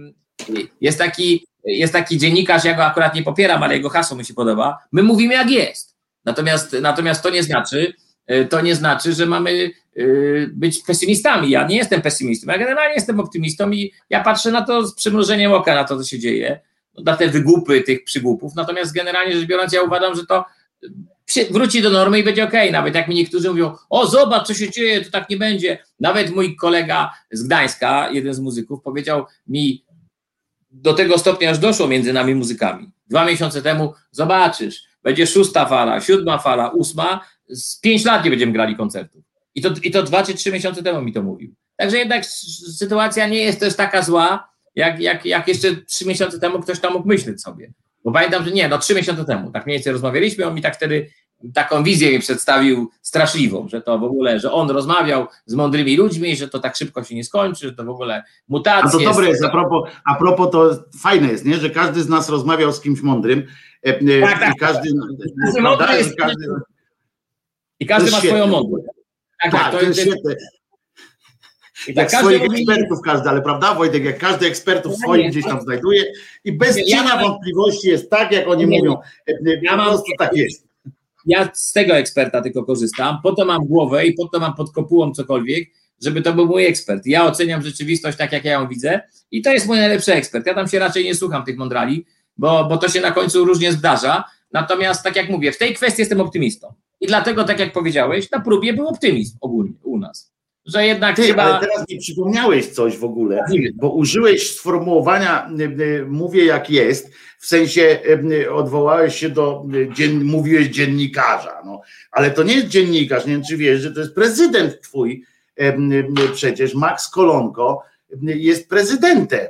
jest taki, jest taki dziennikarz, ja go akurat nie popieram, ale jego hasło mi się podoba, my mówimy jak jest, natomiast, natomiast to nie znaczy, to nie znaczy, że mamy być pesymistami. Ja nie jestem pesymistą, ja generalnie jestem optymistą i ja patrzę na to z przymrużeniem oka, na to, co się dzieje, na te wygłupy tych przygłupów, natomiast generalnie rzecz biorąc, ja uważam, że to wróci do normy i będzie okej, nawet jak mi niektórzy mówią, o zobacz, co się dzieje, to tak nie będzie. Nawet mój kolega z Gdańska, jeden z muzyków, powiedział mi, do tego stopnia już doszło między nami muzykami. Dwa miesiące temu, zobaczysz, będzie szósta fala, siódma fala, ósma, z pięć lat nie będziemy grali koncertów. I to, i to dwa czy trzy miesiące temu mi to mówił. Także jednak sytuacja nie jest też taka zła, jak, jak, jak jeszcze trzy miesiące temu ktoś tam mógł myśleć sobie. Bo pamiętam, że nie, no trzy miesiące temu, tak mniej więcej rozmawialiśmy, on mi tak wtedy taką wizję mi przedstawił straszliwą, że to w ogóle, że on rozmawiał z mądrymi ludźmi, że to tak szybko się nie skończy, że to w ogóle mutacje. A to dobre jest, a propos, a propos to fajne jest, nie? Że każdy z nas rozmawiał z kimś mądrym tak, tak, i każdy... każdy mądry jest, każdy, I każdy ma świetne. swoją mądrość. Tak, tak, tak, to, to jest jest, świetne. Jak swoich ekspertów każdy, ale prawda Wojtek, jak każdy ekspertów ja swoich nie, gdzieś tam znajduje i bez ja cienia mam, wątpliwości jest tak, jak oni nie, mówią, ja po prostu mam, tak jest. Ja z tego eksperta tylko korzystam, po to mam głowę i po to mam pod kopułą cokolwiek, żeby to był mój ekspert. Ja oceniam rzeczywistość tak, jak ja ją widzę i to jest mój najlepszy ekspert. Ja tam się raczej nie słucham tych mądrali, bo, bo to się na końcu różnie zdarza. Natomiast tak jak mówię, w tej kwestii jestem optymistą. I dlatego, tak jak powiedziałeś, na próbie był optymizm ogólnie u nas. Że jednak Ty, chyba... ale teraz mi przypomniałeś coś w ogóle, bo użyłeś sformułowania, mówię jak jest, w sensie odwołałeś się do, dzien, mówiłeś dziennikarza, no, ale to nie jest dziennikarz, nie wiem czy wiesz, że to jest prezydent twój, przecież Max Kolonko jest prezydentem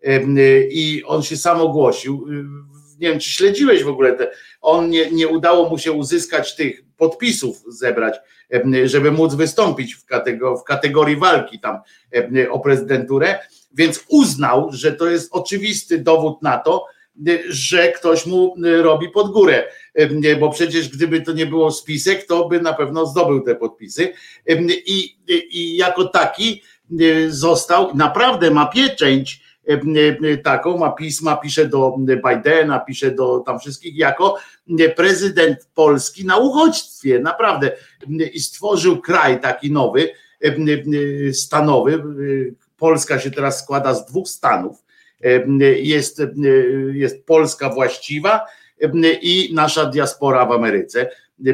i on się sam ogłosił, nie wiem czy śledziłeś w ogóle, te, on nie, nie udało mu się uzyskać tych podpisów zebrać, żeby móc wystąpić w kategorii, w kategorii walki tam o prezydenturę, więc uznał, że to jest oczywisty dowód na to, że ktoś mu robi pod górę, bo przecież gdyby to nie było spisek, to by na pewno zdobył te podpisy i, i jako taki został, naprawdę ma pieczęć taką, ma pisma, pisze do Bidena, pisze do tam wszystkich jako prezydent Polski na uchodźstwie, naprawdę, i stworzył kraj taki nowy, stanowy. Polska się teraz składa z dwóch stanów, jest, jest Polska właściwa i nasza diaspora w Ameryce.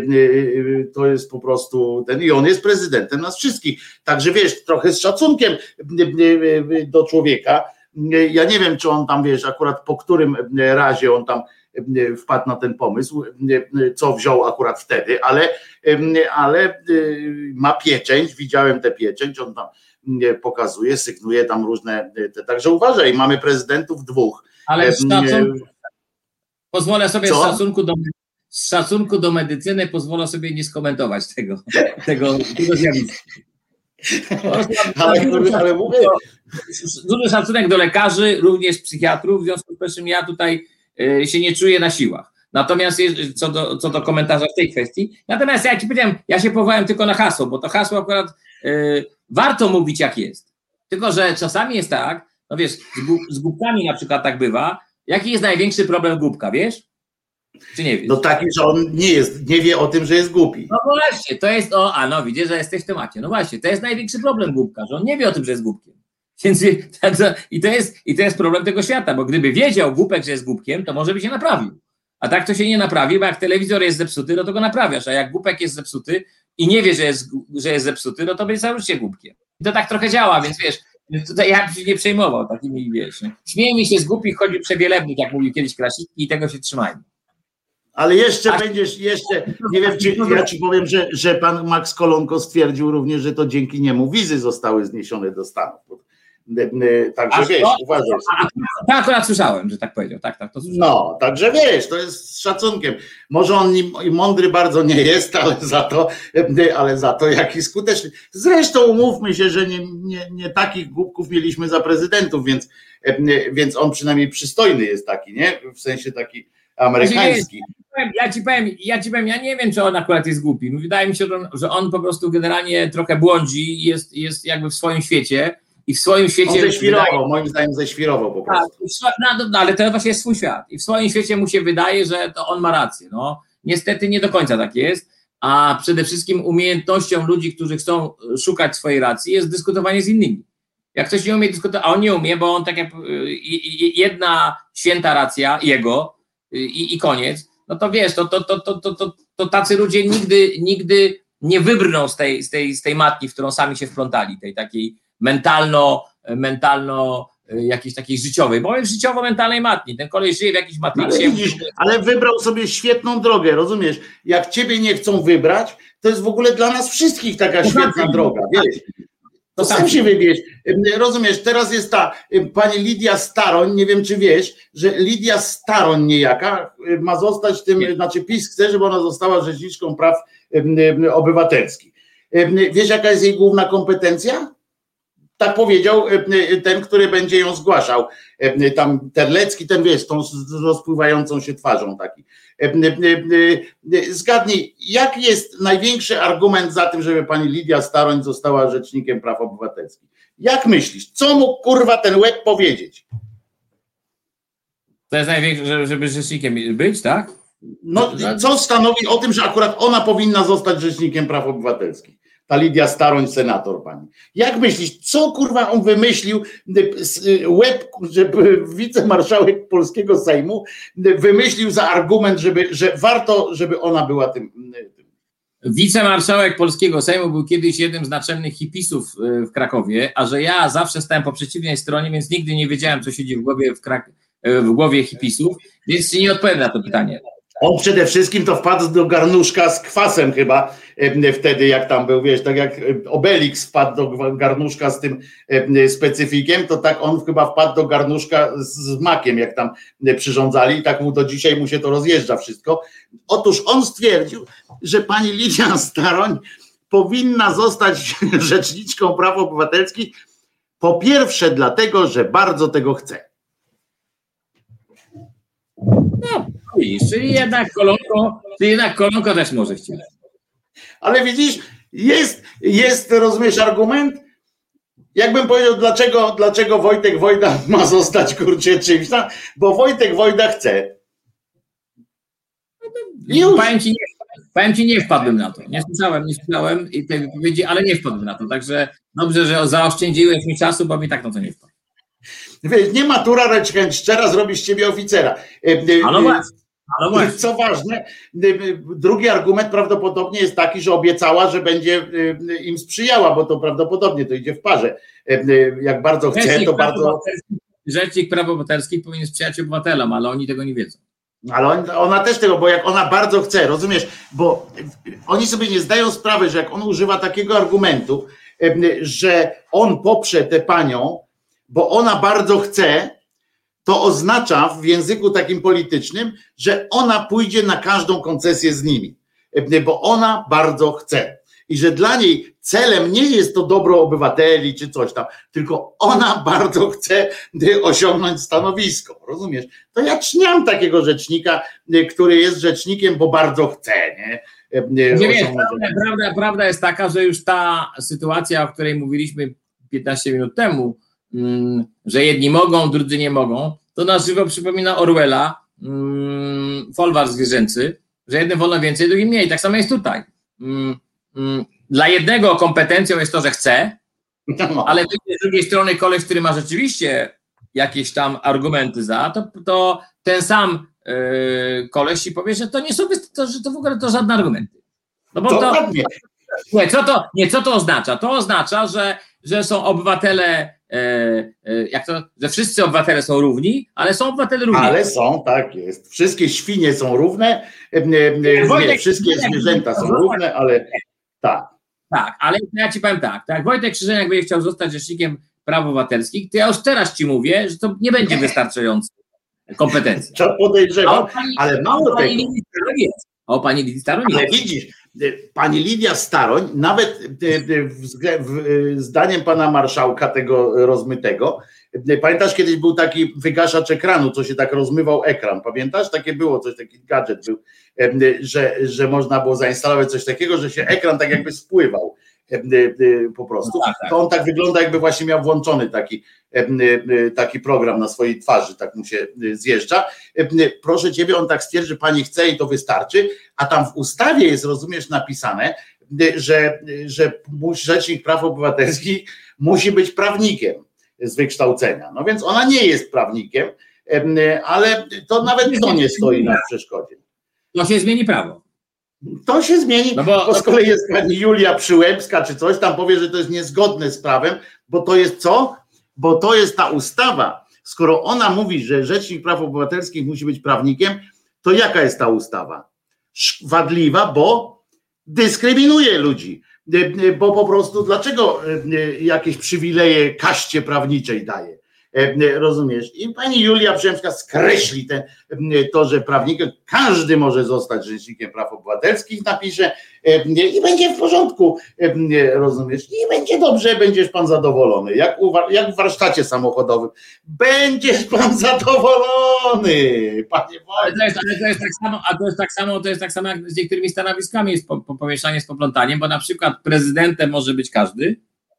To jest po prostu ten, i on jest prezydentem nas wszystkich, także wiesz, trochę z szacunkiem do człowieka. Ja nie wiem, czy on tam, wiesz, akurat po którym razie on tam wpadł na ten pomysł, co wziął akurat wtedy, ale, ale ma pieczęć, widziałem tę pieczęć, on tam pokazuje, sygnuje tam różne, także uważaj, mamy prezydentów dwóch. Ale z szacunku, pozwolę sobie z szacunku, do, z szacunku do medycyny, pozwolę sobie nie skomentować tego, tego, tego zjawiska. Ale, ale mówię, duży szacunek do lekarzy, również psychiatrów, w związku z czym ja tutaj y, się nie czuję na siłach. Natomiast co do, co do komentarza w tej kwestii, natomiast jak ci powiedziałem, ja się powołałem tylko na hasło, bo to hasło akurat y, warto mówić jak jest. Tylko że czasami jest tak, no wiesz, z, z głupkami na przykład tak bywa. Jaki jest największy problem głupka, wiesz? Czy nie wiesz? No taki, że on nie jest, nie wie o tym, że jest głupi. No właśnie, to jest, o, a no widzisz, że jesteś w temacie. No właśnie, to jest największy problem głupka, że on nie wie o tym, że jest głupkiem. Więc i to jest, i to jest problem tego świata, bo gdyby wiedział głupek, że jest głupkiem, to może by się naprawił. A tak to się nie naprawi, bo jak telewizor jest zepsuty, no to go naprawiasz, a jak głupek jest zepsuty i nie wie, że jest, że jest zepsuty, no to będzie cały życie głupkiem. I to tak trochę działa, więc wiesz, tutaj ja bym się nie przejmował takimi, wiesz, śmiejmy się z głupich, chodzi przewielebnych, jak mówił kiedyś Krasicki, i tego się trzymajmy. Ale jeszcze A... będziesz, jeszcze, nie wiem, czy ja ci powiem, że, że pan Max Kolonko stwierdził również, że to dzięki niemu wizy zostały zniesione do Stanów. Także A wiesz, to, uważaj. Tak akurat słyszałem, że tak powiedział. Tak, tak, to no, także wiesz, to jest z szacunkiem. Może on i mądry bardzo nie jest, ale za to, ale za to jaki skuteczny. Zresztą umówmy się, że nie, nie, nie takich głupków mieliśmy za prezydentów, więc, więc on przynajmniej przystojny jest taki, nie? W sensie taki amerykański. Ja ci powiem, ja ci powiem, ja nie wiem, czy on akurat jest głupi. Wydaje mi się, że on po prostu generalnie trochę błądzi i jest, jest jakby w swoim świecie. I w swoim świecie... On ześwirował, wydaje, moim zdaniem ześwirował po prostu. Tak, no, no, ale to właśnie jest swój świat. I w swoim świecie mu się wydaje, że to on ma rację. No, niestety nie do końca tak jest, a przede wszystkim umiejętnością ludzi, którzy chcą szukać swojej racji, jest dyskutowanie z innymi. Jak ktoś nie umie dyskutować, a on nie umie, bo on tak jak jedna święta racja jego i, i koniec, no to wiesz, to, to, to, to, to, to, to tacy ludzie nigdy, nigdy nie wybrną z tej, z, tej, z tej matki, w którą sami się wplątali, tej takiej mentalno, mentalno jakiejś takiej życiowej, bo jest życiowo-mentalnej matni. Ten koleś żyje w jakiejś matrixie. Ale, ale wybrał sobie świetną drogę, rozumiesz? Jak ciebie nie chcą wybrać, to jest w ogóle dla nas wszystkich taka to świetna sam droga, wiesz? To sam się wybierz. Rozumiesz, teraz jest ta pani Lidia Staroń, nie wiem czy wiesz, że Lidia Staroń niejaka ma zostać tym, nie. Znaczy PiS chce, żeby ona została rzeczniczką praw obywatelskich. Wiesz jaka jest jej główna kompetencja? Tak powiedział ten, który będzie ją zgłaszał. Tam Terlecki, ten wiesz, tą rozpływającą się twarzą taki. Zgadnij, jaki jest największy argument za tym, żeby pani Lidia Staroń została rzecznikiem praw obywatelskich? Jak myślisz, co mógł kurwa ten łeb powiedzieć? To jest największe, żeby rzecznikiem być, tak? No, co stanowi o tym, że akurat ona powinna zostać rzecznikiem praw obywatelskich? Ta Lidia Staroń, senator pani. Jak myślisz, co kurwa on wymyślił, łeb, że wicemarszałek polskiego Sejmu wymyślił za argument, żeby, że warto, żeby ona była tym... Wicemarszałek polskiego Sejmu był kiedyś jednym z naczelnych hipisów w Krakowie, a że ja zawsze stałem po przeciwnej stronie, więc nigdy nie wiedziałem, co siedzi w głowie, w Krak- w głowie hipisów, więc nie odpowiem na to pytanie. On przede wszystkim to wpadł do garnuszka z kwasem chyba e, wtedy, jak tam był, wiesz, tak jak Obelix wpadł do garnuszka z tym e, specyfikiem, to tak on chyba wpadł do garnuszka z, z makiem, jak tam przyrządzali i tak mu do dzisiaj mu się to rozjeżdża wszystko. Otóż on stwierdził, że pani Lidia Staroń powinna zostać rzeczniczką praw obywatelskich po pierwsze dlatego, że bardzo tego chce. No, czyli jednak kolonko, czyli jednak kolonko też może chcieć. Ale widzisz, jest, jest, rozumiesz, argument? Jakbym powiedział, dlaczego, dlaczego Wojtek Wojda ma zostać, kurczę, czymś tam, bo Wojtek Wojda chce. Już. Powiem ci, nie, powiem ci, nie wpadłem na to. Nie słyszałem, nie słyszałem i tej wypowiedzi, ale nie wpadłem na to. Także dobrze, że zaoszczędziłeś mi czasu, bo mi tak na to nie wpadł. Wiesz, nie matura, lecz chęć szczera zrobi z ciebie oficera. Ale właśnie, ale właśnie. Co ważne, drugi argument prawdopodobnie jest taki, że obiecała, że będzie im sprzyjała, bo to prawdopodobnie to idzie w parze. Jak bardzo chce, Rzecznik to bardzo... Rzecznik Praw Obywatelskich powinien sprzyjać obywatelom, ale oni tego nie wiedzą. Ale on, ona też tego, bo jak ona bardzo chce, rozumiesz, bo oni sobie nie zdają sprawy, że jak on używa takiego argumentu, że on poprze tę panią, bo ona bardzo chce, to oznacza w języku takim politycznym, że ona pójdzie na każdą koncesję z nimi, bo ona bardzo chce. I że dla niej celem nie jest to dobro obywateli czy coś tam, tylko ona bardzo chce osiągnąć stanowisko, rozumiesz? To ja czniam takiego rzecznika, który jest rzecznikiem, bo bardzo chce, nie? Nie wiesz, prawda, prawda, prawda jest taka, że już ta sytuacja, o której mówiliśmy piętnaście minut temu, mm, że jedni mogą, drudzy nie mogą, to na żywo przypomina Orwella, mm, folwark zwierzęcy, że jednym wolno więcej, drugim mniej. Tak samo jest tutaj. Mm, mm, dla jednego kompetencją jest to, że chce, ale z drugiej strony koleś, który ma rzeczywiście jakieś tam argumenty za, to, to ten sam yy, koleś ci powie, że to nie są, to, że to w ogóle to żadne argumenty. No bo to, nie, co to, nie, co to oznacza? To oznacza, że, że są obywatele, e, e, jak to, że wszyscy obywatele są równi, ale są obywatele równi. Ale są, tak jest. Wszystkie świnie są równe, e, e, Wojtek, nie, wszystkie zwierzęta są równe, ale tak. Tak, ale ja ci powiem tak, tak, Wojtek Krzyżaniak będzie chciał zostać rzecznikiem praw obywatelskich, to ja już teraz ci mówię, że to nie będzie wystarczające kompetencja. Trzeba podejrzewać, ale mało tego. O pani Lidii Staroń. Ale widzisz, pani Lidia Staroń, nawet zdaniem pana marszałka tego rozmytego, pamiętasz, kiedyś był taki wygaszacz ekranu, co się tak rozmywał ekran, pamiętasz? Takie było, coś, taki gadżet był, że, że można było zainstalować coś takiego, że się ekran tak jakby spływał po prostu. To on tak wygląda, jakby właśnie miał włączony taki, taki program na swojej twarzy, tak mu się zjeżdża. Proszę ciebie, on tak stwierdzi, że pani chce i to wystarczy, a tam w ustawie jest, rozumiesz, napisane, że, że rzecznik praw obywatelskich musi być prawnikiem z wykształcenia. No więc ona nie jest prawnikiem, ale to nawet to nie stoi na przeszkodzie. To się zmieni prawo. To się zmieni, no bo, bo z kolei jest pani Julia Przyłębska czy coś, tam powie, że to jest niezgodne z prawem, bo to jest co? Bo to jest ta ustawa. Skoro ona mówi, że Rzecznik Praw Obywatelskich musi być prawnikiem, to jaka jest ta ustawa? Wadliwa, bo dyskryminuje ludzi. Bo po prostu dlaczego jakieś przywileje kaście prawniczej daje? Rozumiesz? I pani Julia Przyłębska skreśli te, to, że prawnikiem, każdy może zostać rzecznikiem praw obywatelskich, napisze i będzie w porządku, rozumiesz? I będzie dobrze, będziesz pan zadowolony. Jak, u, jak w warsztacie samochodowym. Będziesz pan zadowolony, panie Wojtek. Ale, ale to jest tak samo, a to jest tak samo, to jest tak samo jak z niektórymi stanowiskami jest po, po, pomieszanie z poplątaniem, bo na przykład prezydentem może być każdy,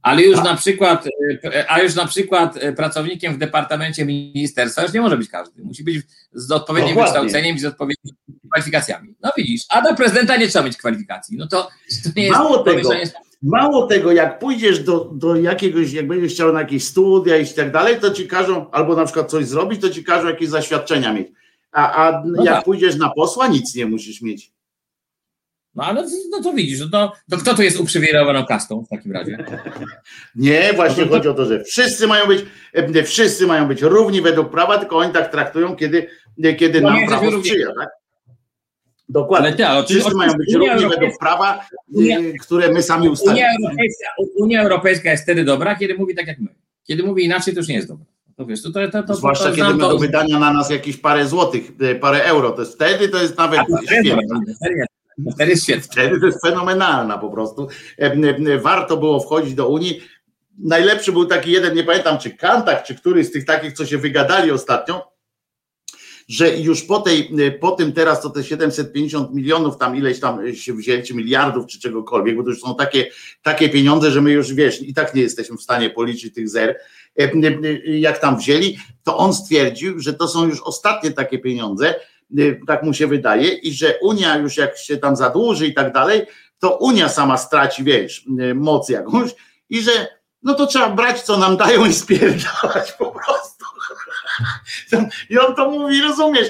Ale już na przykład, a już na przykład pracownikiem w departamencie ministerstwa już nie może być każdy. Musi być z odpowiednim Dokładnie. wykształceniem i z odpowiednimi kwalifikacjami. No widzisz, a do prezydenta nie trzeba mieć kwalifikacji. No to, to nie jest... Mało tego, pomyślenie... mało tego, jak pójdziesz do, do jakiegoś, jak będziesz chciał na jakieś studia i tak dalej, to ci każą, albo na przykład coś zrobić, to ci każą jakieś zaświadczenia mieć. A, a No jak tak. pójdziesz na posła, nic nie musisz mieć. No ale no to widzisz, no to, to kto tu jest uprzywilejowaną kastą w takim razie? Nie, właśnie No to- chodzi o to, że wszyscy mają być, e, wszyscy mają być równi według prawa, tylko oni tak traktują, kiedy, kiedy No nie nam jesteśmy prawo równi. sprzyja, tak? Dokładnie. Ale ty, ale oczywiście- Wszyscy mają być Unia równi Europejska- według prawa, e, Unia- które my sami ustalimy. Unia Europejska, Unia Europejska jest wtedy dobra, kiedy mówi tak jak my. Kiedy mówi inaczej, to już nie jest dobra. To wiesz, to, to, to, to, Zwłaszcza to, kiedy znam ma do to- wydania na nas jakieś parę złotych, e, parę euro, to jest wtedy to jest nawet A, to wtedy, świetne. wtedy, wtedy jest świetne. Wtedy to jest fenomenalna po prostu. E, e, Warto było wchodzić do Unii. Najlepszy był taki jeden, nie pamiętam czy Kantak, czy któryś z tych takich, co się wygadali ostatnio, że już po, tej, po tym teraz to te siedemset pięćdziesiąt milionów tam ileś tam się wzięli, czy miliardów, czy czegokolwiek, bo to już są takie, takie pieniądze, że my już wiesz, i tak nie jesteśmy w stanie policzyć tych zer, jak tam wzięli, to on stwierdził, że to są już ostatnie takie pieniądze, tak mu się wydaje, i że Unia już jak się tam zadłuży i tak dalej, to Unia sama straci, wiesz, moc jakąś i że no to trzeba brać, co nam dają i spierdalać po prostu. I on to mówi, rozumiesz,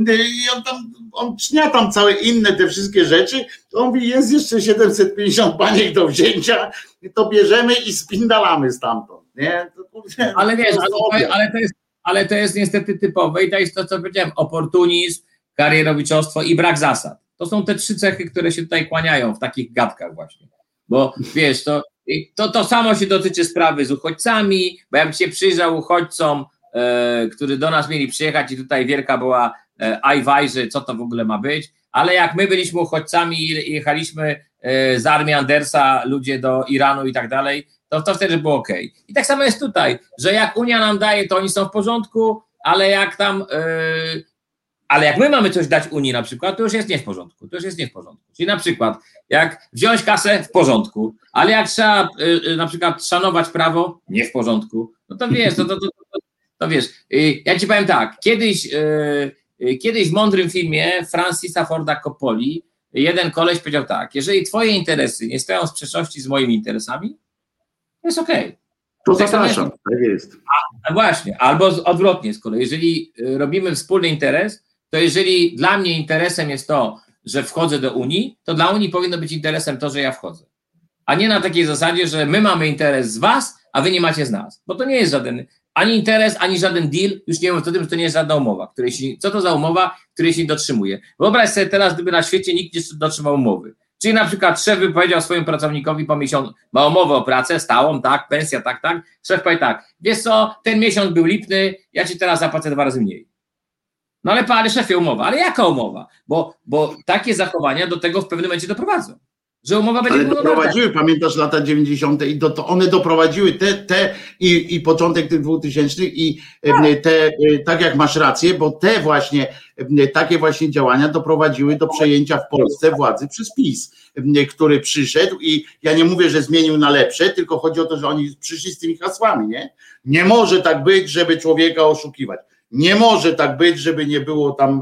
i on tam, on cznia tam całe inne te wszystkie rzeczy, to on mówi, jest jeszcze siedemset pięćdziesiąt baniek do wzięcia, to bierzemy i spindalamy stamtąd, nie? To, kurczę, Ale wiesz, to ale, ale, to jest, ale to jest niestety typowe i to jest to, co powiedziałem, oportunizm, karierowiczostwo i brak zasad. To są te trzy cechy, które się tutaj kłaniają w takich gadkach właśnie, bo wiesz, to, to, to samo się dotyczy sprawy z uchodźcami, bo ja bym się przyjrzał uchodźcom, e, którzy do nas mieli przyjechać i tutaj wielka była e, ajwaj, że co to w ogóle ma być, ale jak my byliśmy uchodźcami i jechaliśmy e, z armii Andersa, ludzie do Iranu i tak dalej, to, to wtedy było okej. I tak samo jest tutaj, że jak Unia nam daje, to oni są w porządku, ale jak tam, yy, ale jak my mamy coś dać Unii na przykład, to już jest nie w porządku, to już jest nie w porządku. Czyli na przykład, jak wziąć kasę, w porządku, ale jak trzeba yy, na przykład szanować prawo, nie w porządku, no to wiesz, to, to, to, to, to wiesz, yy, ja ci powiem tak, kiedyś, yy, yy, kiedyś w mądrym filmie Francisa Forda Coppoli jeden koleś powiedział tak, jeżeli twoje interesy nie stoją w sprzeczności z moimi interesami, to jest okej. Okay. To zapraszam, tak jest. A właśnie, albo odwrotnie z kolei, jeżeli robimy wspólny interes, to jeżeli dla mnie interesem jest to, że wchodzę do Unii, to dla Unii powinno być interesem to, że ja wchodzę. A nie na takiej zasadzie, że my mamy interes z was, a wy nie macie z nas. Bo to nie jest żaden ani interes, ani żaden deal, już nie mówiąc o tym, że to nie jest żadna umowa. Której się, co to za umowa, której się nie dotrzymuje? Wyobraź sobie teraz, gdyby na świecie nikt nie dotrzymał umowy. Czyli na przykład szef by powiedział swojemu pracownikowi po miesiącu, ma umowę o pracę stałą, tak, pensja, tak, tak. Szef powie tak, wiesz co, ten miesiąc był lipny, ja ci teraz zapłacę dwa razy mniej. No ale panie szefie, umowa, ale jaka umowa? Bo, bo takie zachowania do tego w pewnym momencie doprowadzą. Że umowa będzie Ale doprowadziły, pamiętasz, lata dziewięćdziesiąte i do, to one doprowadziły te, te i, i początek tych dwutysięcznych i tak. te, tak jak masz rację, bo te właśnie, takie właśnie działania doprowadziły do przejęcia w Polsce władzy przez PiS, który przyszedł i ja nie mówię, że zmienił na lepsze, tylko chodzi o to, że oni przyszli z tymi hasłami, nie? Nie może tak być, żeby człowieka oszukiwać. Nie może tak być, żeby nie było tam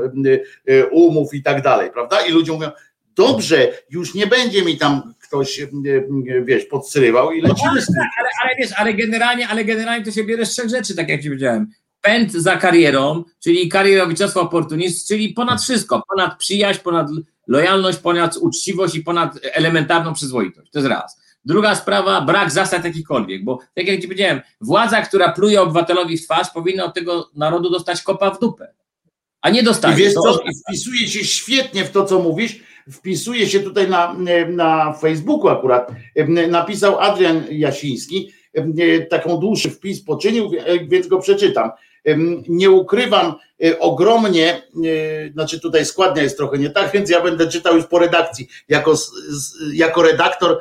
umów i tak dalej, prawda? I ludzie mówią, dobrze, już nie będzie mi tam ktoś, wiesz, podsyrywał i lecimy z tym. Ale, ale wiesz, ale generalnie, ale generalnie to się bierze z trzech rzeczy, tak jak ci powiedziałem. Pęd za karierą, czyli karierowiczostwo, oportunizm, czyli ponad wszystko, ponad przyjaźń, ponad lojalność, ponad uczciwość i ponad elementarną przyzwoitość. To jest raz. Druga sprawa, brak zasad jakichkolwiek, bo tak jak ci powiedziałem, władza, która pluje obywatelowi w twarz, powinna od tego narodu dostać kopa w dupę, a nie dostać. I wiesz to... co, wpisuje się świetnie w to, co mówisz, wpisuje się tutaj na, na Facebooku akurat, napisał Adrian Jasiński, taką dłuższy wpis poczynił, więc go przeczytam. Nie ukrywam, ogromnie, znaczy tutaj składnia jest trochę nie tak, więc ja będę czytał już po redakcji, jako, jako redaktor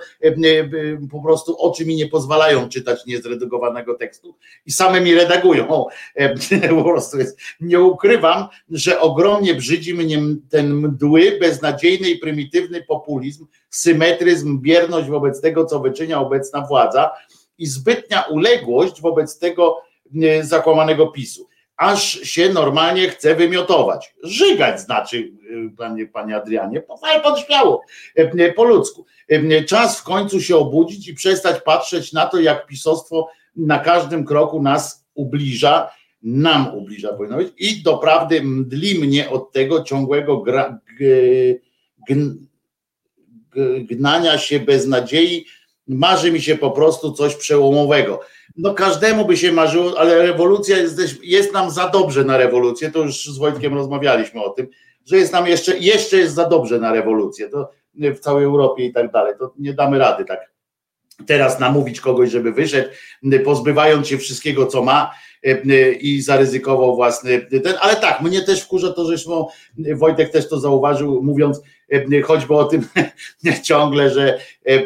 po prostu oczy mi nie pozwalają czytać niezredagowanego tekstu i same mi redagują. O, po prostu jest. Nie ukrywam, że ogromnie brzydzi mnie ten mdły, beznadziejny i prymitywny populizm, symetryzm, bierność wobec tego, co wyczynia obecna władza, i zbytnia uległość wobec tego zakłamanego PiSu. Aż się normalnie chce wymiotować. Żygać znaczy, panie, panie Adrianie, ale pan śmiało, po ludzku. Czas w końcu się obudzić i przestać patrzeć na to, jak pisostwo na każdym kroku nas ubliża, nam ubliża powinno być i doprawdy mdli mnie od tego ciągłego gra, g, g, g, gnania się bez nadziei. Marzy mi się po prostu coś przełomowego. No każdemu by się marzyło, ale rewolucja jest, jest nam za dobrze na rewolucję, to już z Wojtkiem rozmawialiśmy o tym, że jest nam jeszcze, jeszcze jest za dobrze na rewolucję, to w całej Europie i tak dalej, to nie damy rady tak teraz namówić kogoś, żeby wyszedł, pozbywając się wszystkiego, co ma i zaryzykował własny ten, ale tak, mnie też wkurza to, zresztą Wojtek też to zauważył, mówiąc choćby o tym ciągle, że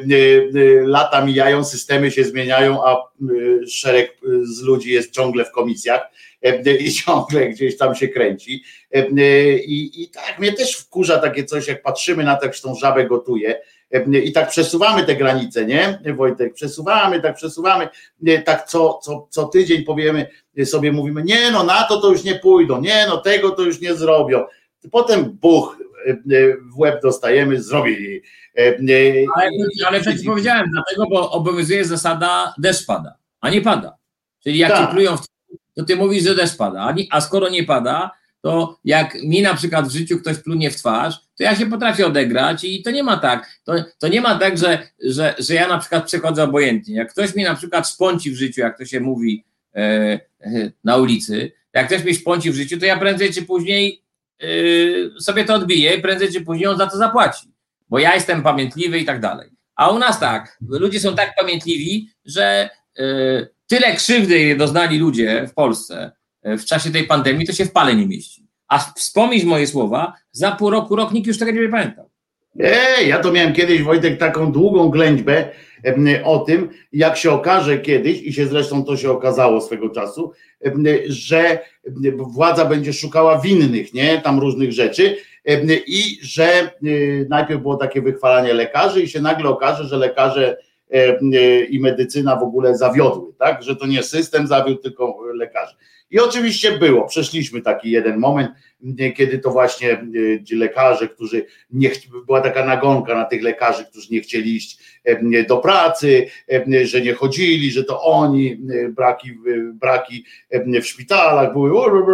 lata mijają, systemy się zmieniają, a szereg z ludzi jest ciągle w komisjach i ciągle gdzieś tam się kręci. I, i tak, mnie też wkurza takie coś, jak patrzymy na to, jak się tą żabę gotuje i tak przesuwamy te granice, nie, Wojtek? Przesuwamy, tak przesuwamy, tak co, co, co tydzień powiemy sobie, mówimy, nie no, na to to już nie pójdą, nie no, tego to już nie zrobią. Potem buch, w łeb dostajemy, zrobili. Ale, ale to ci powiedziałem, dlatego, bo obowiązuje zasada deszcz pada, a nie pada. Czyli jak tak. Ci plują w to ty mówisz, że deszcz pada, a, nie, a skoro nie pada, to jak mi na przykład w życiu ktoś plunie w twarz, to ja się potrafię odegrać i to nie ma tak, to, to nie ma tak, że, że, że ja na przykład przechodzę obojętnie. Jak ktoś mi na przykład szponci w życiu, jak to się mówi e, e, na ulicy, jak ktoś mi szponci w życiu, to ja prędzej czy później e, sobie to odbiję i prędzej czy później on za to zapłaci, bo ja jestem pamiętliwy i tak dalej. A u nas tak, ludzie są tak pamiętliwi, że e, tyle krzywdy doznali ludzie w Polsce w czasie tej pandemii, to się w pale nie mieści. A wspomnieć moje słowa, za pół roku, rok nikt już tego nie pamiętał. Ej, ja to miałem kiedyś, Wojtek, taką długą ględźbę o tym, jak się okaże kiedyś, i się zresztą to się okazało swego czasu, że władza będzie szukała winnych, nie, tam różnych rzeczy, i że najpierw było takie wychwalanie lekarzy i się nagle okaże, że lekarze i medycyna w ogóle zawiodły, tak, że to nie system zawiódł, tylko lekarze. I oczywiście było, przeszliśmy taki jeden moment, kiedy to właśnie ci lekarze, którzy nie chcieli, była taka nagonka na tych lekarzy, którzy nie chcieli iść do pracy, że nie chodzili, że to oni, braki, braki w szpitalach były.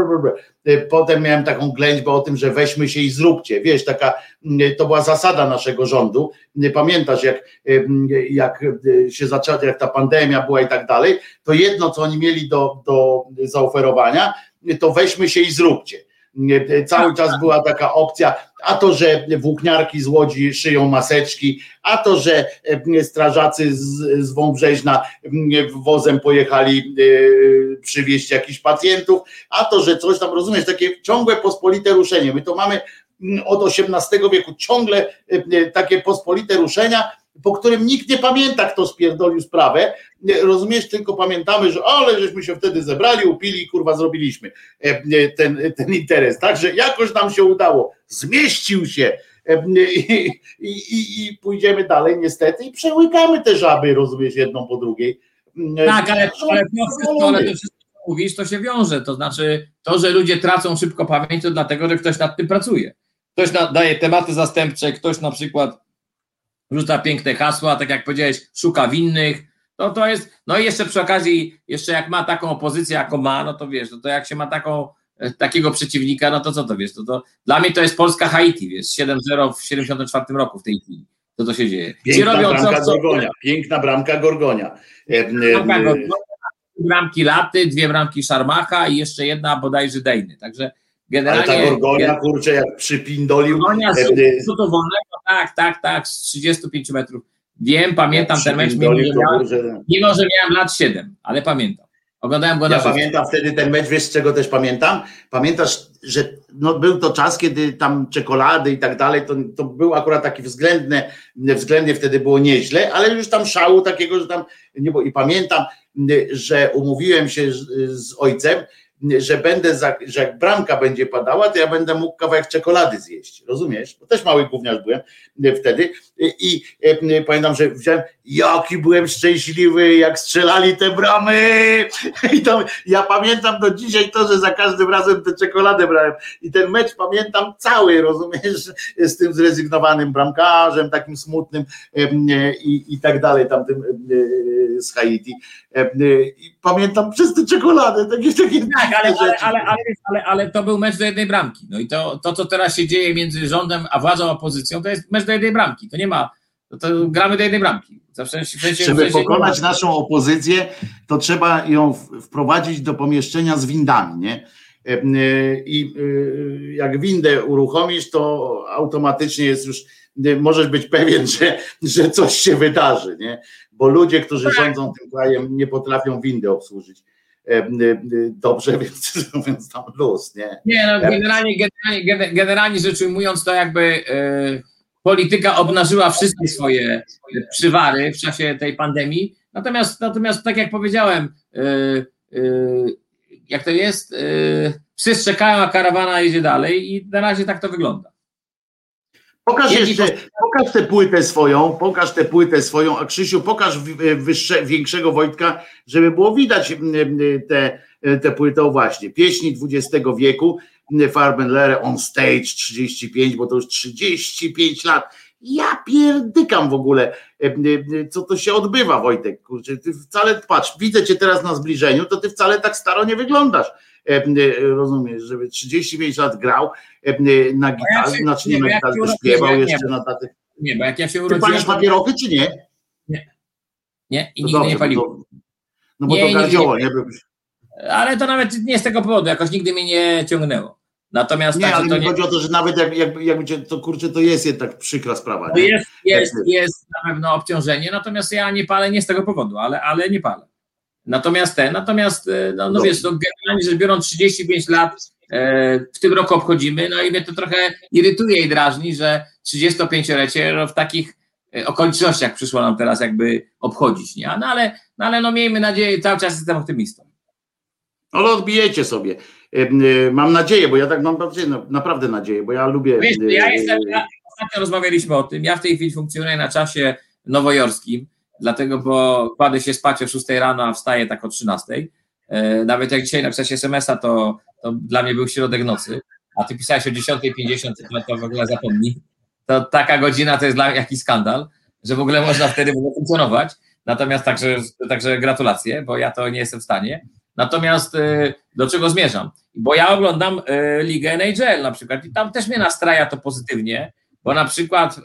Potem miałem taką ględźbę o tym, że weźmy się i zróbcie. Wiesz, taka, to była zasada naszego rządu. Pamiętasz, jak, jak się zaczęła, jak ta pandemia była i tak dalej, to jedno, co oni mieli do, do zaoferowania, to weźmy się i zróbcie. Cały czas była taka opcja, a to, że włókniarki z Łodzi szyją maseczki, a to, że strażacy z, z Wąbrzeźna wozem pojechali przywieźć jakichś pacjentów, a to, że coś tam, rozumiesz, takie ciągłe pospolite ruszenie. My to mamy od osiemnastego wieku ciągle takie pospolite ruszenia, po którym nikt nie pamięta, kto spierdolił sprawę, rozumiesz, tylko pamiętamy, że ale żeśmy się wtedy zebrali, upili i kurwa zrobiliśmy ten, ten interes, także jakoś nam się udało, zmieścił się i, i, i pójdziemy dalej niestety i przełykamy te żaby, rozumiesz, jedną po drugiej. Tak, ale, ale, to, ale to wszystko mówisz, to się wiąże, to znaczy to, że ludzie tracą szybko pamięć, to dlatego, że ktoś nad tym pracuje. Ktoś na, daje tematy zastępcze, ktoś na przykład rzuca piękne hasła, tak jak powiedziałeś, szuka winnych, to to jest, no i jeszcze przy okazji, jeszcze jak ma taką opozycję, jaką ma, no to wiesz, no to jak się ma taką, takiego przeciwnika, no to co to wiesz, to, to dla mnie to jest Polska Haiti, wiesz, siedem zero w siedemdziesiątym czwartym roku w tej chwili, to to się dzieje. Piękna robią bramka co, co, Gorgonia, piękna bramka Gorgonia. Bramka Gorgonia, dwie bramki Laty, dwie bramki Szarmacha i jeszcze jedna bodajże Dejny, także generalnie... Ale ta Gorgonia, kurczę, jak przypindolił... Gorgonia z rzutu wolnego, tak, tak, tak, z trzydziestu pięciu metrów. Wiem, pamiętam ten mecz, mimo że, miałem, mimo że miałem lat siedem, ale pamiętam. Oglądałem go na Ja pamiętam wtedy ten mecz, wiesz z czego też pamiętam? Pamiętasz, że no był to czas, kiedy tam czekolady i tak dalej, to, to był akurat taki względny, względnie wtedy było nieźle, ale już tam szału takiego, że tam nie było. I pamiętam, że umówiłem się z, z ojcem, że będę, za, że jak bramka będzie padała, to ja będę mógł kawałek czekolady zjeść, rozumiesz? Bo też mały gówniarz byłem wtedy i e, pamiętam, że wziąłem, jaki byłem szczęśliwy, jak strzelali te bramy i to, ja pamiętam do dzisiaj to, że za każdym razem tę czekoladę brałem i ten mecz pamiętam cały, rozumiesz, z tym zrezygnowanym bramkarzem, takim smutnym e, i, i tak dalej, tamtym e, z Haiti. E, i pamiętam przez tę czekoladę, takie, takie tak, ale, ale, ale, ale, ale, ale to był mecz do jednej bramki. No i to, to, co teraz się dzieje między rządem a władzą, opozycją, to jest mecz do jednej bramki. To nie ma, to, to gramy do jednej bramki. W sensie, w sensie, Żeby w sensie pokonać naszą opozycję, to trzeba ją wprowadzić do pomieszczenia z windami, nie? I jak windę uruchomisz, to automatycznie jest już, możesz być pewien, że, że coś się wydarzy, nie? Bo ludzie, którzy rządzą tym krajem, nie potrafią windy obsłużyć dobrze, więc, więc tam luz, nie? Nie, no generalnie, generalnie, generalnie rzecz ujmując, to jakby yy, polityka obnażyła wszystkie swoje przywary w czasie tej pandemii, natomiast, natomiast tak jak powiedziałem, yy, yy, jak to jest, yy, wszyscy czekają, a karawana jedzie dalej i na razie tak to wygląda. Pokaż jeszcze, pokaż tę płytę swoją, pokaż tę płytę swoją, a Krzysiu, pokaż wyższe, większego Wojtka, żeby było widać tę te, płytę, właśnie, pieśni dwudziestego wieku, Farbenlehre on stage trzydzieści pięć, bo to już trzydzieści pięć lat. Ja pierdykam w ogóle, co to się odbywa, Wojtek, kurczę, ty wcale, patrz, widzę cię teraz na zbliżeniu, to ty wcale tak staro nie wyglądasz. Rozumiesz, żeby trzydzieści pięć lat grał na gitarze, znaczy nie na gitarze, to śpiewał jeszcze na taty. Nie, bo jak ja się urodziłem... Ty palisz papierochy, czy nie? Nie. Nie, i to nigdy dobrze, nie paliłem. To, no bo nie, to gardzioło, nie? nie? Ale to nawet nie z tego powodu, jakoś nigdy mnie nie ciągnęło. Natomiast nie, tak, ale to mi nie... chodzi o to, że nawet jak, jak, jakby to kurczę, to jest jednak przykra sprawa. Nie? Jest, jest, jest na pewno obciążenie, natomiast ja nie palę nie z tego powodu, ale, ale nie palę. Natomiast te, natomiast, no, no wiesz, no, generalnie rzecz biorąc trzydzieści pięć lat e, w tym roku obchodzimy, no i mnie to trochę irytuje i drażni, że trzydziestopięciolecie no, w takich okolicznościach przyszło nam teraz jakby obchodzić, nie? No ale, no, ale no miejmy nadzieję, cały czas jestem optymistą. Ale odbijecie sobie. Mam nadzieję, bo ja tak mam no, naprawdę nadzieję, bo ja lubię... Wiesz, ja jestem, ja, ostatnio rozmawialiśmy o tym, ja w tej chwili funkcjonuję na czasie nowojorskim, dlatego, bo kładę się spać o szóstej rano, a wstaję tak o trzynastej. Nawet jak dzisiaj napisałeś es em es a, to, to dla mnie był środek nocy, a ty pisałeś o dziesiątej pięćdziesiąt, to, to w ogóle zapomnij. To taka godzina to jest dla mnie jakiś skandal, że w ogóle można wtedy w ogóle funkcjonować. Natomiast także, także gratulacje, bo ja to nie jestem w stanie. Natomiast do czego zmierzam? Bo ja oglądam Ligę en ha el na przykład i tam też mnie nastraja to pozytywnie, bo na przykład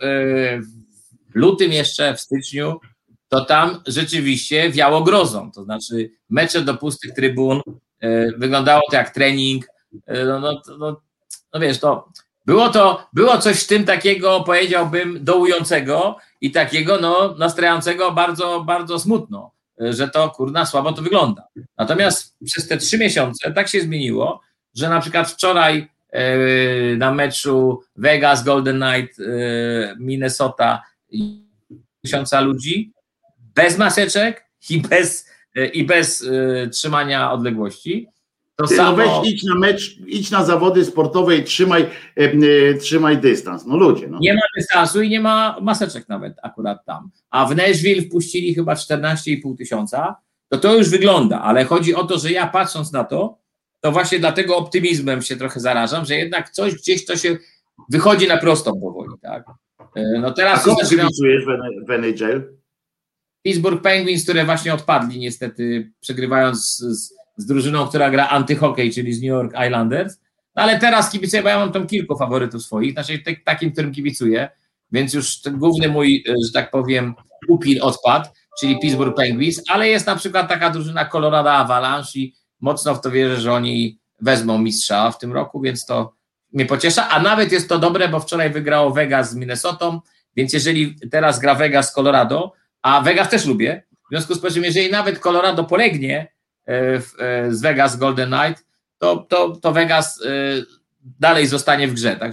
w lutym jeszcze, w styczniu, to tam rzeczywiście wiało grozą, to znaczy mecze do pustych trybun, wyglądało to jak trening, no, no, no, no wiesz, to było to, było coś w tym takiego, powiedziałbym, dołującego i takiego, no, nastrajającego bardzo, bardzo smutno, że to, kurna, słabo to wygląda. Natomiast przez te trzy miesiące tak się zmieniło, że na przykład wczoraj yy, na meczu Vegas Golden Knight yy, Minnesota tysiąca ludzi bez maseczek i bez, yy, i bez yy, trzymania odległości. To Ty, samo... No weź idź na mecz, idź na zawody sportowe i trzymaj, e, e, trzymaj dystans. No ludzie. No. Nie ma dystansu i nie ma maseczek nawet akurat tam. A w Nashville wpuścili chyba czternaście i pół tysiąca. To to już wygląda, ale chodzi o to, że ja patrząc na to, to właśnie dlatego optymizmem się trochę zarażam, że jednak coś gdzieś to się wychodzi na prostą powoli. Tak? No teraz... A kogo kibicujesz w en ha el? Pittsburgh Penguins, które właśnie odpadli niestety, przegrywając z, z drużyną, która gra antyhokej, czyli z New York Islanders. No ale teraz kibicuję, bo ja mam tam kilku faworytów swoich, znaczy te, takim, którym kibicuję, więc już ten główny mój, że tak powiem, upil odpadł, czyli Pittsburgh Penguins, ale jest na przykład taka drużyna Colorado Avalanche i mocno w to wierzę, że oni wezmą mistrza w tym roku, więc to mnie pociesza, a nawet jest to dobre, bo wczoraj wygrało Vegas z Minnesotą, więc jeżeli teraz gra Vegas z Colorado, a Vegas też lubię, w związku z tym, jeżeli nawet Colorado polegnie w, z Vegas Golden Knight, to, to, to Vegas dalej zostanie w grze, także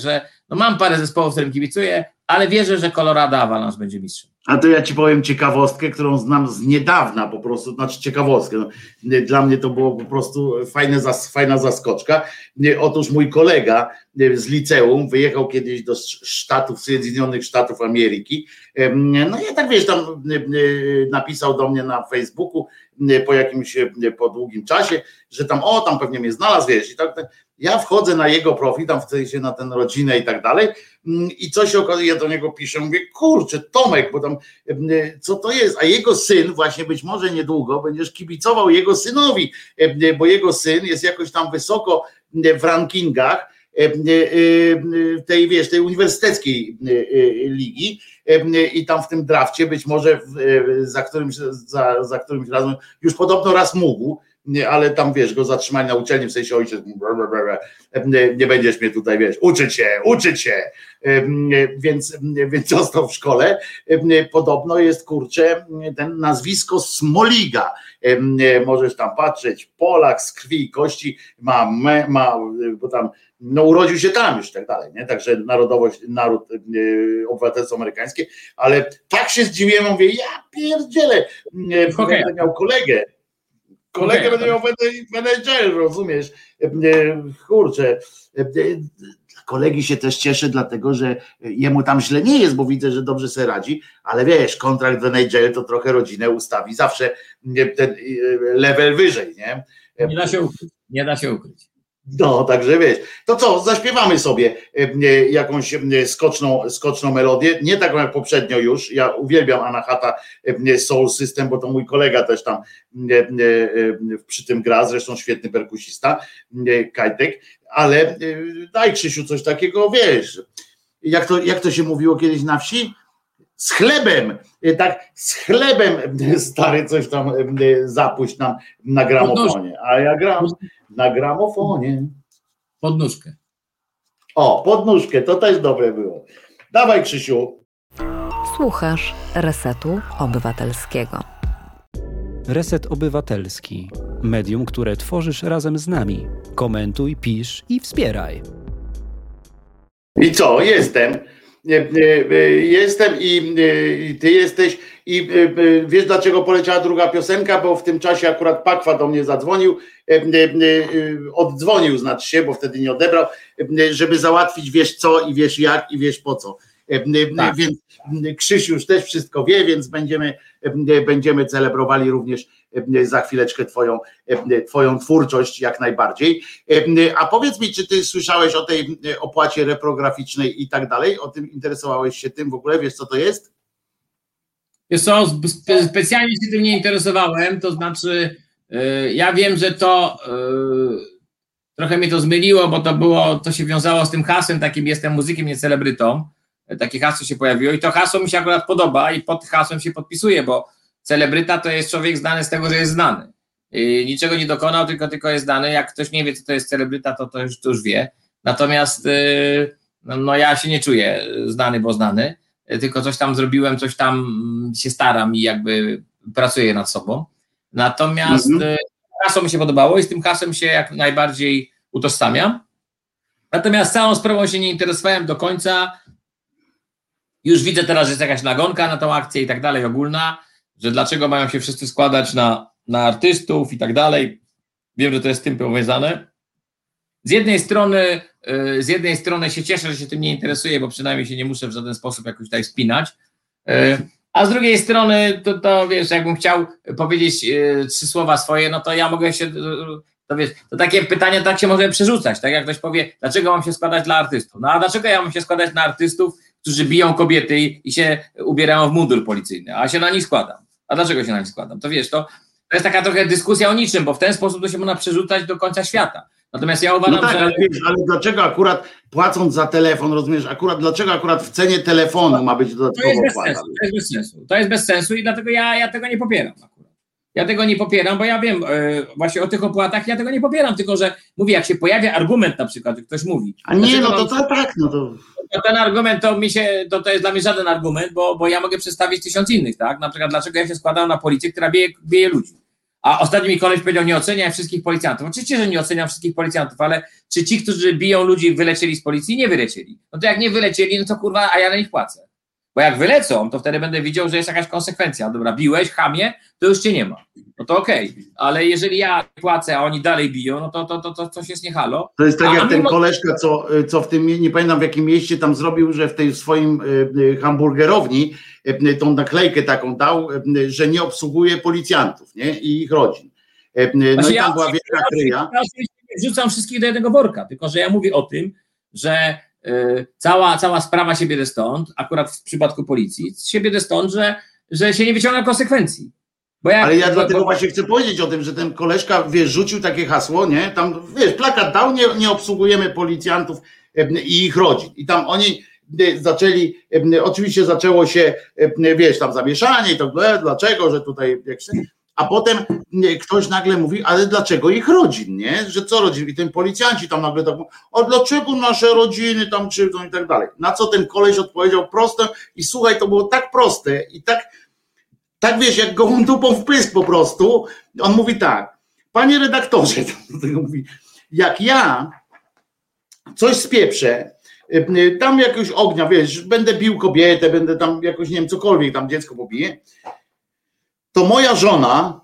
No mam parę zespołów, którym kibicuję, ale wierzę, że Colorado Avalanche będzie mistrzem. A to ja ci powiem ciekawostkę, którą znam z niedawna po prostu, znaczy ciekawostkę. No, dla mnie to było po prostu fajne, fajna zaskoczka. Otóż mój kolega z liceum wyjechał kiedyś do Stanów, Zjednoczonych Stanów Ameryki. No i tak wiesz, tam napisał do mnie na Facebooku po jakimś, po długim czasie, że tam, o, tam pewnie mnie znalazł, wiesz, i tak, ja wchodzę na jego profil, tam w sensie na tę rodzinę i tak dalej, i co się okazuje, ja do niego piszę, mówię, kurczę, Tomek, bo tam, co to jest, a jego syn właśnie być może niedługo będziesz kibicował jego synowi, bo jego syn jest jakoś tam wysoko w rankingach tej, wiesz, tej uniwersyteckiej ligi i tam w tym drafcie być może za którymś, za, za którymś razem, już podobno raz mógł, ale tam wiesz, go zatrzymali na uczelni, w sensie ojciec, nie będziesz mnie tutaj, wiesz, uczyć się, uczyć się, więc, więc został w szkole. Podobno jest, kurczę, ten nazwisko Smoliga, możesz tam patrzeć, Polak z krwi i kości, ma, ma bo tam, no urodził się tam już i tak dalej, nie? Także narodowość, naród, obywatelstwo amerykańskie, ale tak się zdziwiłem, mówię, ja pierdzielę, okay. Będę miał kolegę, Kolegę okay, będę miał w N H L, rozumiesz? Kurczę, kolegi się też cieszę, dlatego że jemu tam źle nie jest, bo widzę, że dobrze sobie radzi, ale wiesz, kontrakt w N H L to trochę rodzinę ustawi zawsze ten level wyżej, nie? Nie da się ukryć, nie da się ukryć. No, także wiesz, to co, zaśpiewamy sobie jakąś skoczną, skoczną melodię, nie taką jak poprzednio już, ja uwielbiam Anahata Soul System, bo to mój kolega też tam przy tym gra, zresztą świetny perkusista, Kajtek, ale daj Krzysiu coś takiego, wiesz, jak to, jak to się mówiło kiedyś na wsi? Z chlebem, tak, z chlebem, stary, coś tam zapuść nam na gramofonie, a ja gram na gramofonie. Podnóżkę. O, podnóżkę, to też dobre było. Dawaj, Krzysiu. Słuchasz Resetu Obywatelskiego. Reset Obywatelski. Medium, które tworzysz razem z nami. Komentuj, pisz i wspieraj. I co, jestem. Jestem i ty jesteś i wiesz dlaczego poleciała druga piosenka, bo w tym czasie akurat Pakwa do mnie zadzwonił, oddzwonił znaczy się, bo wtedy nie odebrał, żeby załatwić wiesz co i wiesz jak i wiesz po co. Tak. Więc Krzyś już też wszystko wie, więc będziemy, będziemy celebrowali również za chwileczkę twoją, twoją twórczość jak najbardziej. A powiedz mi, czy ty słyszałeś o tej opłacie reprograficznej i tak dalej? O tym interesowałeś się tym w ogóle? Wiesz co to jest? Wiesz co, spe- specjalnie się tym nie interesowałem, to znaczy yy, ja wiem, że to yy, trochę mnie to zmyliło, bo to było, to się wiązało z tym hasłem takim jestem muzykiem, nie celebrytą. Takie hasło się pojawiło i to hasło mi się akurat podoba i pod hasłem się podpisuję, bo celebryta to jest człowiek znany z tego, że jest znany. I niczego nie dokonał, tylko, tylko jest znany. Jak ktoś nie wie, co to jest celebryta, to, to, już, to już wie. Natomiast yy, no, no ja się nie czuję znany, bo znany, tylko coś tam zrobiłem, coś tam się staram i jakby pracuję nad sobą. Natomiast mm-hmm. yy, hasło mi się podobało i z tym hasłem się jak najbardziej utożsamiam. Natomiast całą sprawą się nie interesowałem do końca. Już widzę teraz, że jest jakaś nagonka na tą akcję i tak dalej, ogólna, że dlaczego mają się wszyscy składać na, na artystów i tak dalej. Wiem, że to jest z tym powiązane. Z jednej strony, yy, z jednej strony się cieszę, że się tym nie interesuję, bo przynajmniej się nie muszę w żaden sposób jakoś tutaj spinać. Yy, a z drugiej strony, to, to wiesz, jakbym chciał powiedzieć yy, trzy słowa swoje, no to ja mogę się, yy, to wiesz, to takie pytania tak się może przerzucać, tak jak ktoś powie, dlaczego mam się składać dla artystów? No a dlaczego ja mam się składać na artystów, którzy biją kobiety i się ubierają w mundur policyjny, a się na nich składam. A dlaczego się na nich składam? To wiesz, to, to jest taka trochę dyskusja o niczym, bo w ten sposób to się można przerzucać do końca świata. Natomiast ja uważam, no tak, że... Ale, wiesz, ale dlaczego akurat płacąc za telefon, rozumiesz, akurat dlaczego akurat w cenie telefonu ma być dodatkowo to jest płata? Bez sensu, to jest bez sensu. To jest bez sensu i dlatego ja, ja tego nie popieram akurat. Ja tego nie popieram, bo ja wiem yy, właśnie o tych opłatach, ja tego nie popieram, tylko że mówię, jak się pojawia argument na przykład, że ktoś mówi... A nie, no to, mam... to tak, no to... To ten argument to mi się, to, to jest dla mnie żaden argument, bo, bo ja mogę przedstawić tysiąc innych, tak? Na przykład dlaczego ja się składam na policję, która bije, bije ludzi. A ostatnio mi koleś powiedział, nie oceniam wszystkich policjantów. Oczywiście, że nie oceniam wszystkich policjantów, ale czy ci, którzy biją ludzi, wylecieli z policji? Nie wylecieli. No to jak nie wylecieli, no to kurwa, a ja na nich płacę. Bo jak wylecą, to wtedy będę widział, że jest jakaś konsekwencja. Dobra, biłeś, chamie, to już cię nie ma. No to okej. Okay. Ale jeżeli ja płacę, a oni dalej biją, no to, to, to, to coś jest nie halo. To jest tak a jak ten mimo... koleżka, co, co w tym, nie pamiętam w jakim mieście tam zrobił, że w tej swoim y, hamburgerowni y, tą naklejkę taką dał, y, że nie obsługuje policjantów, nie? I ich rodzin. Y, no znaczy i tam ja, była wielka kryja. Ja wrzucam wszystkich do jednego worka, tylko że ja mówię o tym, że y, cała, cała sprawa się bierze stąd, akurat w przypadku policji, się bierze stąd, że, że się nie wyciąga konsekwencji. Bo jak, Ale ja bo, dlatego bo... właśnie chcę powiedzieć o tym, że ten koleżka, wiesz, rzucił takie hasło, nie? Tam, wiesz, plakat dał, nie, nie obsługujemy policjantów i ich rodzin. I tam oni zaczęli, oczywiście zaczęło się, wiesz, tam zamieszanie i to, dlaczego, że tutaj, jak się... A potem ktoś nagle mówi, ale dlaczego ich rodzin, nie? Że co rodzin? I ten policjanci tam nagle tak mówią, a dlaczego nasze rodziny tam krzywdzą i tak dalej. Na co ten koleś odpowiedział prosto i słuchaj, to było tak proste i tak, tak wiesz, jak gołą dupą w pysk po prostu. On mówi tak, panie redaktorze, mówi, jak ja coś spieprzę, tam jakiegoś ognia, wiesz, będę bił kobietę, będę tam jakoś, nie wiem, cokolwiek tam dziecko pobije, to moja żona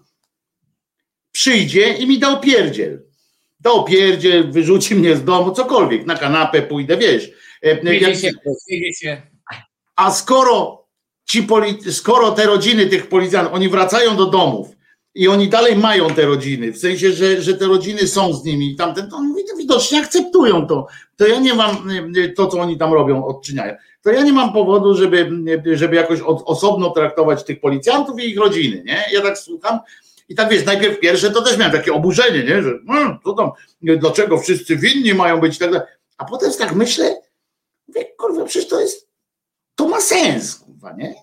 przyjdzie i mi da opierdziel. Da opierdziel, wyrzuci mnie z domu, cokolwiek, na kanapę pójdę, wiesz. Jak... się, się. A skoro ci poli... skoro te rodziny tych policjantów, oni wracają do domów i oni dalej mają te rodziny, w sensie, że, że te rodziny są z nimi i tamten, to oni widocznie akceptują to. To ja nie mam, to co oni tam robią, odczyniają. To ja nie mam powodu, żeby, żeby jakoś od, osobno traktować tych policjantów i ich rodziny, nie? Ja tak słucham i tak wiesz, najpierw pierwsze to też miałem takie oburzenie, nie? Że no, co tam, dlaczego wszyscy winni mają być i tak dalej. A potem tak myślę, mówię, kurwa, przecież to jest, to ma sens, kurwa, nie?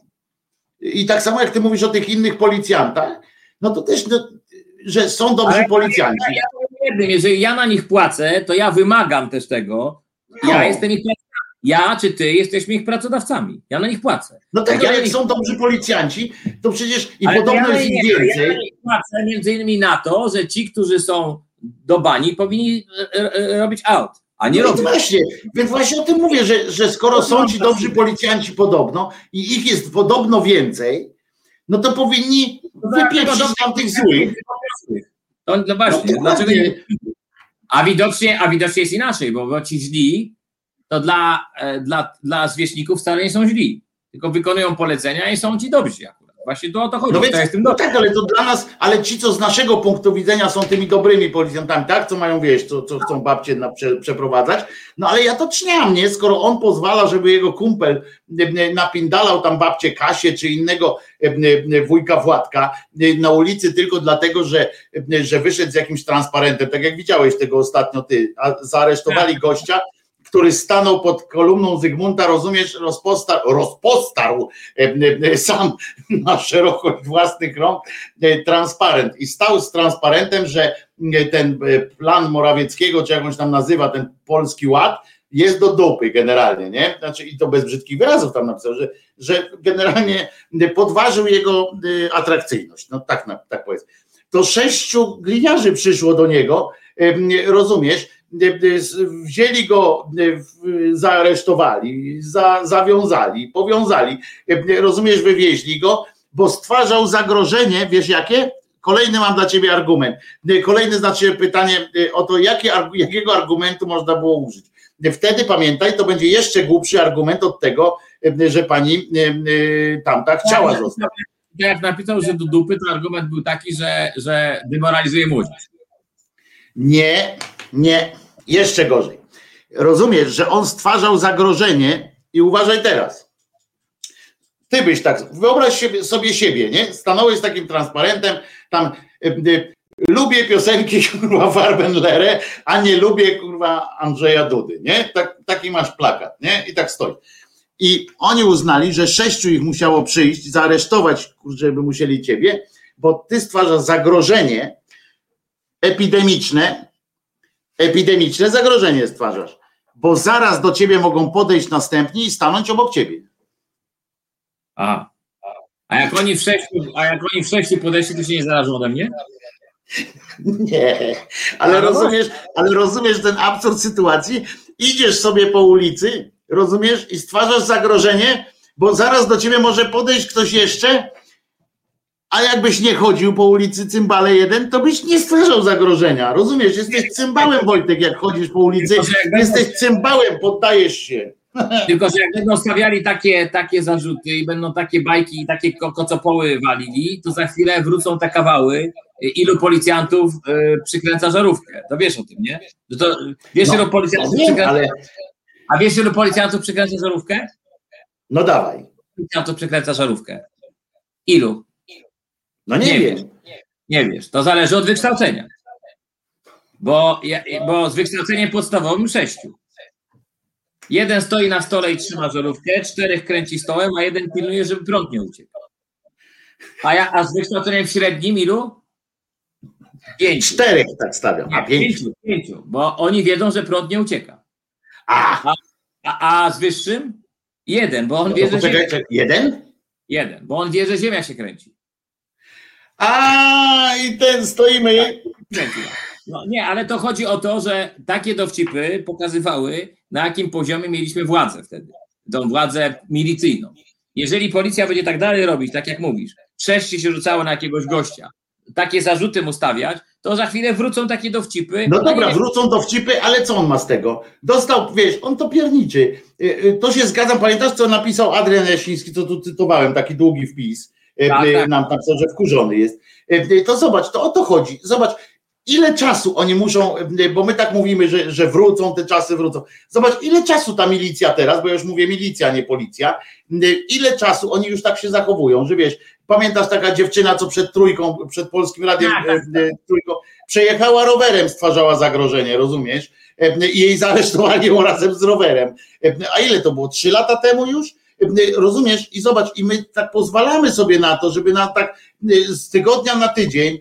I tak samo jak ty mówisz o tych innych policjantach, no to też, no, że są dobrzy ale policjanci. Ja, ja, ja jednym, jeżeli ja na nich płacę, to ja wymagam też tego, no. Ja jestem ich Ja czy ty jesteśmy ich pracodawcami. Ja na nich płacę. No tak, jak, ale jak nich... są dobrzy policjanci, to przecież i ale podobno ja jest ich więcej. Ja na nich płacę między innymi na to, że ci, którzy są do bani, powinni robić out, a nie no robić. Właśnie, więc właśnie o tym mówię, że, że skoro są ci dobrzy policjanci podobno i ich jest podobno więcej, no to powinni wypieprzyć tam tych złych. To, no właśnie, no dlaczego nie? A widocznie, a widocznie jest inaczej, bo ci źli to dla, dla, dla zwierzchników wcale nie są źli, tylko wykonują polecenia i są ci dobrzy akurat. Właśnie to o to chodzi. No, więc, to jest tym no tak, ale to dla nas, ale ci, co z naszego punktu widzenia są tymi dobrymi policjantami, tak, co mają, wiesz, co, co chcą babcie na, prze, przeprowadzać, no ale ja to czniam, nie? Skoro on pozwala, żeby jego kumpel napindalał tam babcię Kasię, czy innego wujka Władka na ulicy tylko dlatego, że, że wyszedł z jakimś transparentem, tak jak widziałeś tego ostatnio ty, a zaaresztowali gościa, który stanął pod kolumną Zygmunta, rozumiesz, rozpostarł, rozpostarł e, e, sam na szerokość własnych rąk e, transparent i stał z transparentem, że e, ten plan Morawieckiego, czy jak on się tam nazywa, ten Polski Ład, jest do dupy generalnie, nie? Znaczy i to bez brzydkich wyrazów tam napisał, że, że generalnie podważył jego e, atrakcyjność, no tak, tak powiedz. To sześciu gliniarzy przyszło do niego, e, rozumiesz, wzięli go, zaaresztowali, za, zawiązali, powiązali, rozumiesz, wywieźli go, bo stwarzał zagrożenie, wiesz jakie? Kolejny mam dla ciebie argument. Kolejne znaczy pytanie o to, jakie, jakiego argumentu można było użyć. Wtedy pamiętaj, to będzie jeszcze głupszy argument od tego, że pani tamta chciała zostać. Jak napisał, że do dupy, to argument był taki, że, że demoralizuje młodzież. Nie, nie, jeszcze gorzej. Rozumiesz, że on stwarzał zagrożenie i uważaj teraz. Ty byś tak, wyobraź sobie, sobie siebie, nie? Stanąłeś z takim transparentem, tam y, y, lubię piosenki kurwa Farbenlere, a nie lubię kurwa Andrzeja Dudy, nie? Tak, taki masz plakat, nie? I tak stoi. I oni uznali, że sześciu ich musiało przyjść, zaaresztować, żeby musieli ciebie, bo ty stwarzasz zagrożenie epidemiczne, epidemiczne zagrożenie stwarzasz, bo zaraz do ciebie mogą podejść następni i stanąć obok ciebie. Aha. A jak oni w sześciu, a jak oni w sześciu podeszli, to się nie zarażą ode mnie? Nie, ale rozumiesz, ale rozumiesz ten absurd sytuacji? Idziesz sobie po ulicy, rozumiesz, i stwarzasz zagrożenie, bo zaraz do ciebie może podejść ktoś jeszcze, a jakbyś nie chodził po ulicy cymbale jeden, to byś nie stwarzał zagrożenia. Rozumiesz? Jesteś cymbałem, Wojtek, jak chodzisz po ulicy. Jesteś cymbałem, poddajesz się. Tylko, że jak będą stawiali takie, takie zarzuty i będą takie bajki i takie kocopoły walili, to za chwilę wrócą te kawały, ilu policjantów y, przykręca żarówkę. To wiesz o tym, nie? Że to, wiesz, no, ilu policjantów nie, przykręca... ale... A wiesz, ilu policjantów przykręca żarówkę? No dawaj. Policjantów przykręca żarówkę. Ilu? No nie, nie wiem. Wiesz. Nie wiesz. To zależy od wykształcenia. Bo, bo z wykształceniem podstawowym sześciu. Jeden stoi na stole i trzyma żarówkę, czterech kręci stołem, a jeden pilnuje, żeby prąd nie uciekł. A, ja, a z wykształceniem średnim ilu? Pięciu. Czterech tak stawiam. A pięciu. Pięciu, pięciu, bo oni wiedzą, że prąd nie ucieka. A, a, a z wyższym? Jeden, bo on no wie, że poczekaj, ziemia... Jeden? Jeden, bo on wie, że ziemia się kręci. A i ten stoimy. No nie, ale to chodzi o to, że takie dowcipy pokazywały, na jakim poziomie mieliśmy władzę wtedy. Tą władzę milicyjną. Jeżeli policja będzie tak dalej robić, tak jak mówisz, trzeszcie się rzucało na jakiegoś gościa, takie zarzuty mu stawiać, to za chwilę wrócą takie dowcipy. No dobra, nie... wrócą dowcipy, ale co on ma z tego? Dostał, wiesz, on to pierniczy. To się zgadzam, pamiętasz, co napisał Adrian Jasiński, co tu cytowałem, taki długi wpis. Tak, tak. Nam napisał, że wkurzony jest. To zobacz, to o to chodzi. Zobacz, ile czasu oni muszą, bo my tak mówimy, że, że wrócą, te czasy wrócą. Zobacz, ile czasu ta milicja teraz, bo ja już mówię milicja, nie policja, ile czasu oni już tak się zachowują, że wiesz, pamiętasz taka dziewczyna, co przed trójką, przed Polskim Radiem trójką, przejechała rowerem, stwarzała zagrożenie, rozumiesz? I jej zaresztowali ją razem z rowerem. A ile to było? Trzy lata temu już? Rozumiesz? I zobacz, i my tak pozwalamy sobie na to, żeby na tak z tygodnia na tydzień,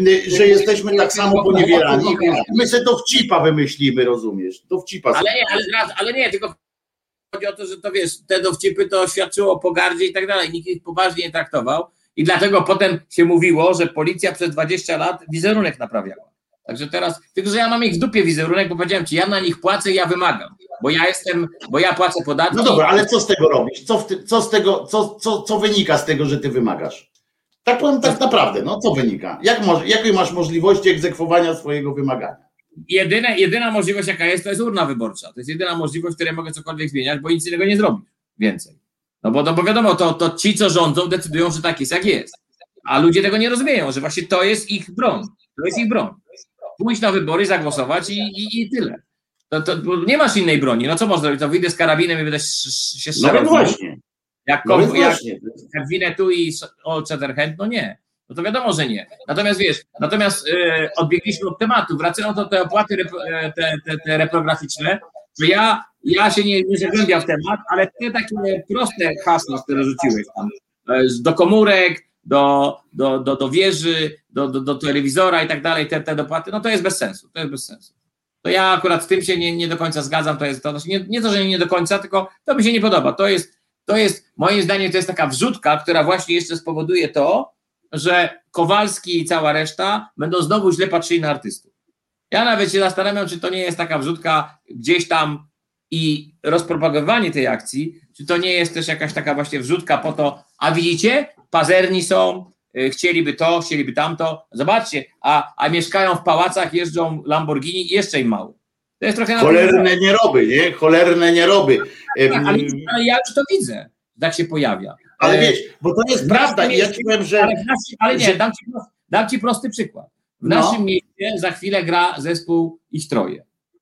że jesteśmy tak samo poniewierani. My sobie dowcipa wymyślimy, rozumiesz? Dowcipa sobie. Ale nie, ale, ale nie, tylko chodzi o to, że to wiesz, te dowcipy to świadczyło o pogardzie i tak dalej. Nikt ich poważnie nie traktował i dlatego potem się mówiło, że policja przez dwadzieścia lat wizerunek naprawiała. Także teraz, tylko że ja mam ich w dupie wizerunek, bo powiedziałem ci, ja na nich płacę i ja wymagam, bo ja jestem, bo ja płacę podatki. No dobra, ale co z tego robisz? Co, w ty, co z tego, co, co, co wynika z tego, że ty wymagasz? Tak powiem, tak naprawdę, no co wynika? Jak może, jakie masz możliwości egzekwowania swojego wymagania? Jedyne, jedyna możliwość, jaka jest, to jest urna wyborcza. To jest jedyna możliwość, w której mogę cokolwiek zmieniać, bo nic innego nie zrobić więcej. No bo, no bo wiadomo, to, to ci, co rządzą, decydują, że tak jest, jak jest. A ludzie tego nie rozumieją, że właśnie to jest ich broń. To jest ich broń. Pójść na wybory, zagłosować i, i, i tyle. To, to, nie masz innej broni. No co można zrobić? To wyjdę z karabinem i będę się strzelał. No właśnie. Jak, no jak, właśnie. jak Winnetou i Old Shatterhand, no nie. No to wiadomo, że nie. Natomiast wiesz, natomiast e, odbiegliśmy od tematu. Wracając do te opłaty rep, te, te, te reprograficzne, że ja, ja się nie, nie zagłębiam w temat, ale te takie proste hasła, które rzuciłeś tam, e, do komórek, do, do, do, do wieży, do, do, do telewizora i tak dalej, te, te dopłaty, no to jest bez sensu, to jest bez sensu. To ja akurat z tym się nie, nie do końca zgadzam, to jest to, nie, nie to, że nie do końca, tylko to mi się nie podoba. To jest, to jest, moim zdaniem, to jest taka wrzutka, która właśnie jeszcze spowoduje to, że Kowalski i cała reszta będą znowu źle patrzyli na artystów. Ja nawet się zastanawiam, czy to nie jest taka wrzutka gdzieś tam i rozpropagowanie tej akcji, czy to nie jest też jakaś taka właśnie wrzutka po to, a widzicie, pazerni są, y, chcieliby to, chcieliby tamto, zobaczcie, a, a mieszkają w pałacach, jeżdżą Lamborghini i jeszcze im mało. To jest trochę... Cholerne nieroby, nie? Cholerne nieroby. Tak, ale, ale ja już to widzę, tak się pojawia. Ale wiesz, bo to jest prawda i ja ci powiem, że... Ale, naszym, ale nie, że... dam, ci, dam ci prosty przykład. W naszym no. mieście za chwilę gra zespół Ich Troje.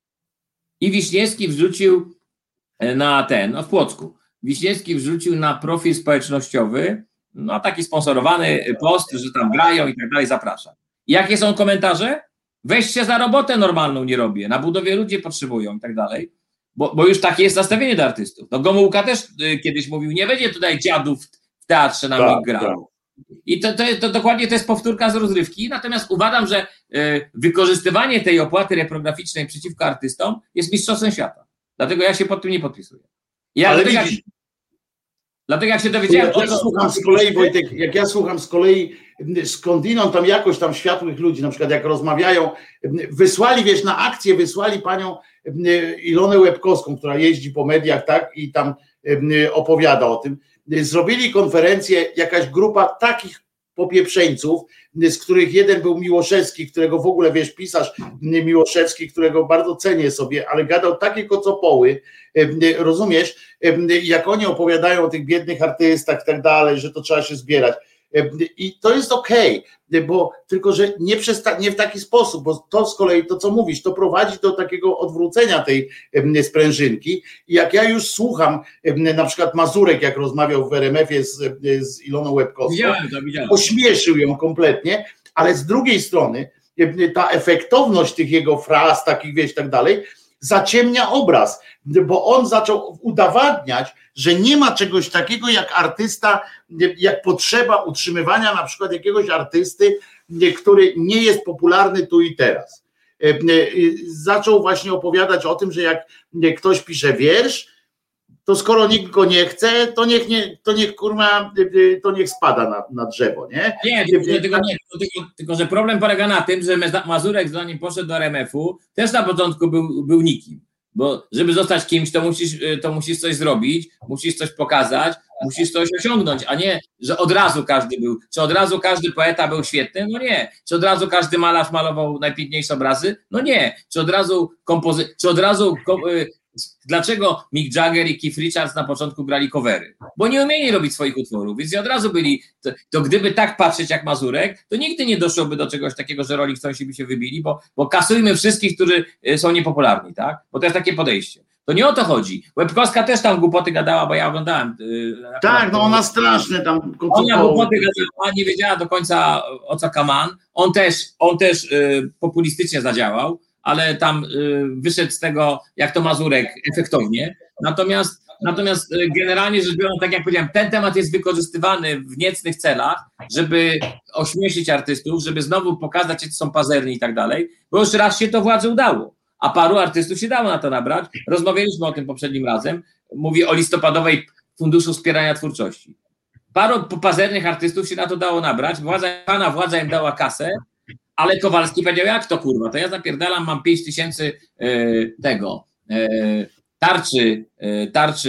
I Wiśniewski wrzucił na ten, no w Płocku, Wiśniewski wrzucił na profil społecznościowy, no taki sponsorowany post, że tam grają i tak dalej, zapraszam. I jakie są komentarze? Weź się za robotę normalną nie robię, na budowie ludzie potrzebują i tak dalej, bo, bo już takie jest nastawienie do artystów. No Gomułka też y, kiedyś mówił, nie będzie tutaj dziadów w teatrze na tak, grał. Tak. I to, to, to dokładnie to jest powtórka z rozrywki, natomiast uważam, że y, wykorzystywanie tej opłaty reprograficznej przeciwko artystom jest mistrzostwem świata. Dlatego ja się pod tym nie podpisuję. Ja Ale dlatego, widzisz, jak, dlatego jak się dowiedziałem... Jak ja słucham z kolei, Wojtek, jak ja słucham z kolei skądinąd tam jakoś tam światłych ludzi, na przykład jak rozmawiają, wysłali, wiesz, na akcję wysłali panią Ilonę Łebkowską, która jeździ po mediach, tak, i tam opowiada o tym. Zrobili konferencję, jakaś grupa takich popieprzeńców, z których jeden był Miłoszewski, którego w ogóle, wiesz, pisarz Miłoszewski, którego bardzo cenię sobie, ale gadał takie kocopoły, rozumiesz, jak oni opowiadają o tych biednych artystach i tak dalej, że to trzeba się zbierać. I to jest okej, okay, bo tylko, że nie, przesta- nie w taki sposób, bo to z kolei to, co mówisz, to prowadzi do takiego odwrócenia tej sprężynki. I jak ja już słucham, na przykład Mazurek, jak rozmawiał w R M F-ie z, z Iloną Łebkowską, widziałem to, widziałem. Ośmieszył ją kompletnie, ale z drugiej strony ta efektowność tych jego fraz, takich, wieś, tak dalej, zaciemnia obraz, bo on zaczął udowadniać, że nie ma czegoś takiego jak artysta, jak potrzeba utrzymywania na przykład jakiegoś artysty, który nie jest popularny tu i teraz. Zaczął właśnie opowiadać o tym, że jak ktoś pisze wiersz, to skoro nikt go nie chce, to niech, nie, to niech kurwa, to niech spada na, na drzewo, nie? Nie, tylko, tylko, nie tylko, tylko, że problem polega na tym, że Mazurek, zanim poszedł do R M F-u, też na początku był, był nikim, bo żeby zostać kimś, to musisz, to musisz coś zrobić, musisz coś pokazać, musisz coś osiągnąć, a nie, że od razu każdy był, czy od razu każdy poeta był świetny? No nie. Czy od razu każdy malarz malował najpiękniejsze obrazy? No nie. Czy od razu kompozy... czy od razu... Dlaczego Mick Jagger i Keith Richards na początku grali covery? Bo nie umieli robić swoich utworów, więc od razu byli, to, to gdyby tak patrzeć jak Mazurek, to nigdy nie doszłoby do czegoś takiego, że Rolling Stonesi by się wybili, bo, bo kasujmy wszystkich, którzy są niepopularni, tak? Bo to jest takie podejście. To nie o to chodzi. Łebkowska też tam głupoty gadała, bo ja oglądałem. Yy, tak, no ona straszne tam. Ona głupoty gadała, nie wiedziała do końca o co kaman. On też, on też yy, populistycznie zadziałał, ale tam y, wyszedł z tego, jak to Mazurek, efektownie. Natomiast, natomiast y, generalnie rzecz biorąc, tak jak powiedziałem, ten temat jest wykorzystywany w niecnych celach, żeby ośmieszyć artystów, żeby znowu pokazać, że są pazerni i tak dalej, bo już raz się to władzy udało, a paru artystów się dało na to nabrać. Rozmawialiśmy o tym poprzednim razem. Mówię o listopadowej Funduszu Wspierania Twórczości. Paru pazernych artystów się na to dało nabrać, władza, pana władza im dała kasę, ale Kowalski powiedział, jak to kurwa, to ja zapierdalam, mam pięć tysięcy y, tego, y, tarczy, y, tarczy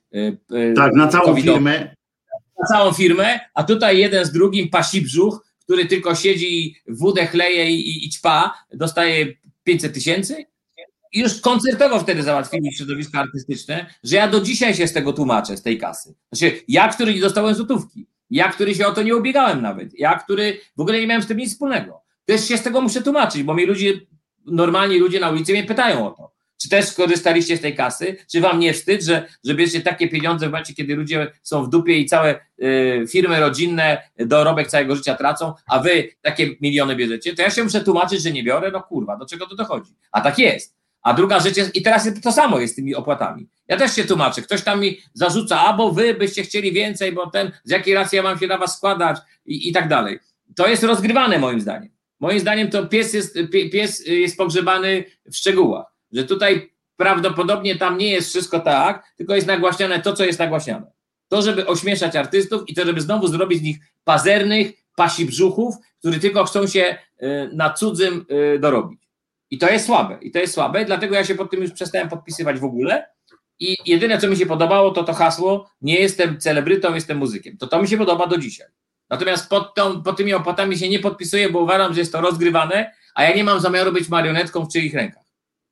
y, tak, na całą covidowej, firmę. Na całą firmę, a tutaj jeden z drugim pasi brzuch, który tylko siedzi, wódę chleje i, i ćpa, dostaje pięćset tysięcy. I już koncertowo wtedy załatwili środowisko artystyczne, że ja do dzisiaj się z tego tłumaczę, z tej kasy. Znaczy, ja, który nie dostałem złotówki, ja, który się o to nie ubiegałem nawet, ja, który w ogóle nie miałem z tym nic wspólnego. Też się z tego muszę tłumaczyć, bo mi ludzie, normalni ludzie na ulicy mnie pytają o to. Czy też skorzystaliście z tej kasy? Czy wam nie wstyd, że, że bierzecie takie pieniądze w momencie, kiedy ludzie są w dupie i całe y, firmy rodzinne dorobek całego życia tracą, a wy takie miliony bierzecie? To ja się muszę tłumaczyć, że nie biorę? No kurwa, do czego to dochodzi? A tak jest. A druga rzecz jest, i teraz to samo jest z tymi opłatami. Ja też się tłumaczę. Ktoś tam mi zarzuca, a bo wy byście chcieli więcej, bo ten, z jakiej racji ja mam się na was składać i, i tak dalej. To jest rozgrywane moim zdaniem. Moim zdaniem to pies jest, pies jest pogrzebany w szczegółach, że tutaj prawdopodobnie tam nie jest wszystko tak, tylko jest nagłaśniane to, co jest nagłaśniane. To, żeby ośmieszać artystów i to, żeby znowu zrobić z nich pazernych pasibrzuchów, którzy tylko chcą się na cudzym dorobić. I to jest słabe. I to jest słabe, dlatego ja się pod tym już przestałem podpisywać w ogóle i jedyne, co mi się podobało, to to hasło, nie jestem celebrytą, jestem muzykiem. To to mi się podoba do dzisiaj. Natomiast pod, tą, pod tymi opłatami się nie podpisuję, bo uważam, że jest to rozgrywane, a ja nie mam zamiaru być marionetką w czyich rękach.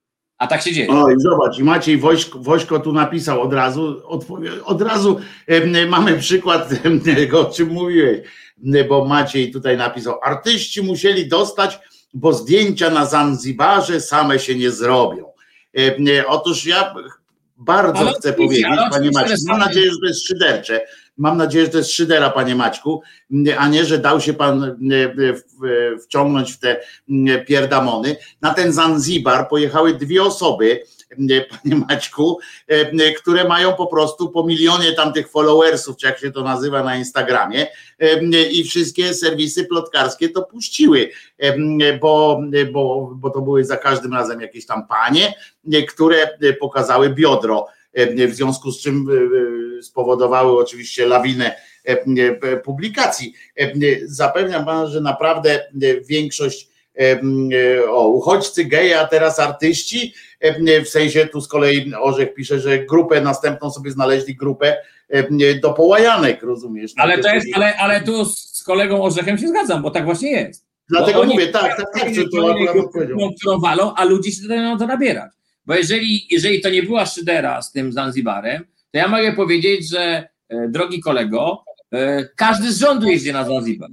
A tak się dzieje. O i zobacz, i Maciej Wośko, Wośko tu napisał od razu, od, od razu e, mamy przykład tego, o czym mówiłeś, bo Maciej tutaj napisał, artyści musieli dostać, bo zdjęcia na Zanzibarze same się nie zrobią. E, otóż ja bardzo ale chcę powiedzieć, panie Maciej, mam nadzieję, że to jest szydercze, mam nadzieję, że to jest szydera, panie Maćku, a nie, że dał się pan wciągnąć w te pierdamony. Na ten Zanzibar pojechały dwie osoby, panie Maćku, które mają po prostu po milionie tamtych followersów, czy jak się to nazywa na Instagramie, i wszystkie serwisy plotkarskie to puściły, bo, bo, bo to były za każdym razem jakieś tam panie, które pokazały biodro, w związku z czym spowodowały oczywiście lawinę publikacji. Zapewniam pana, że naprawdę większość o uchodźcy, geje, a teraz artyści, w sensie tu z kolei Orzech pisze, że grupę następną sobie znaleźli grupę do połajanek, rozumiesz? Ale to jest, ale, ale tu z kolegą Orzechem się zgadzam, bo tak właśnie jest. Dlatego mówię, tak, tak, tak, że to akurat powiedział. Którą walą, a ludzie się będą to nabierać. Bo jeżeli, jeżeli to nie była Szydera z tym Zanzibarem, to ja mogę powiedzieć, że e, drogi kolego, e, każdy z rządu jeździ na Zanzibar.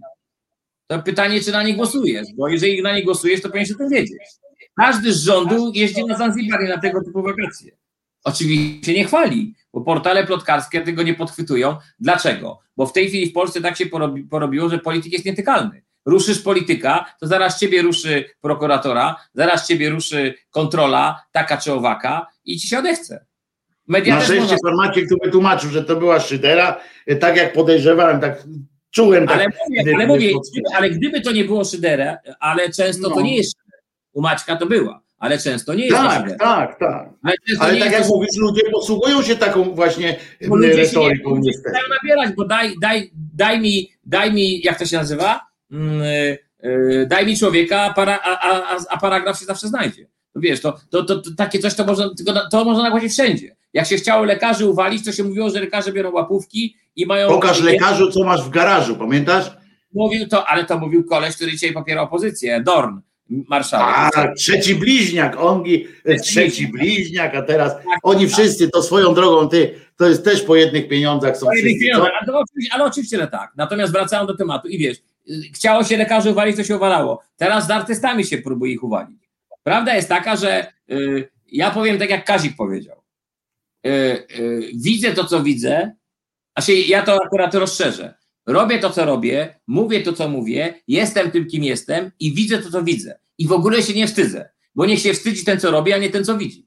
To pytanie, czy na nie głosujesz, bo jeżeli na nie głosujesz, to powinieneś o tym wiedzieć. Każdy z rządu jeździ na Zanzibar i na tego typu wakacje. Oczywiście nie chwali, bo portale plotkarskie tego nie podchwytują. Dlaczego? Bo w tej chwili w Polsce tak się porobi, porobiło, że polityk jest nietykalny. Ruszysz polityka, to zaraz ciebie ruszy prokuratora, zaraz ciebie ruszy kontrola, taka czy owaka i ci się odechce. Media Na szczęście można... pan Maciek tu wytłumaczył, że to była Szydera, tak jak podejrzewałem, tak czułem. Tak, ale mówię, ale, mówię ale gdyby to nie było Szydera, ale często no. to nie jest Szydera. U Maćka to była, ale często nie jest tak, Szydera. Tak, tak, Ale, ale tak jak to... mówisz, ludzie posługują się taką właśnie bo ludzie retoryką. Ludzie się nie nabierać, bo daj, daj, daj, mi, daj mi, jak to się nazywa? Yy, yy, daj mi człowieka, a, para, a, a, a paragraf się zawsze znajdzie. To wiesz, to, to, to, to takie coś to można, to można nagłodzić wszędzie. Jak się chciało lekarzy uwalić, to się mówiło, że lekarze biorą łapówki i mają... Pokaż lekarzu, co masz w garażu, pamiętasz? Mówił to, ale to mówił koleś, który dzisiaj popiera opozycję, Dorn, marszałek. A, trzeci bliźniak, on trzeci bliźniak, a teraz oni wszyscy, to swoją drogą, ty, to jest też po jednych pieniądzach są wszyscy. Pieniądzach, ale, to oczywiście, ale oczywiście, że tak. Natomiast wracając do tematu i wiesz, chciało się lekarzy uwalić, to się uwalało. Teraz z artystami się próbuje ich uwalić. Prawda jest taka, że y, ja powiem tak, jak Kazik powiedział. Y, y, widzę to, co widzę, a się, ja to akurat rozszerzę. Robię to, co robię, mówię to, co mówię, jestem tym, kim jestem i widzę to, co widzę. I w ogóle się nie wstydzę, bo niech się wstydzi ten, co robi, a nie ten, co widzi.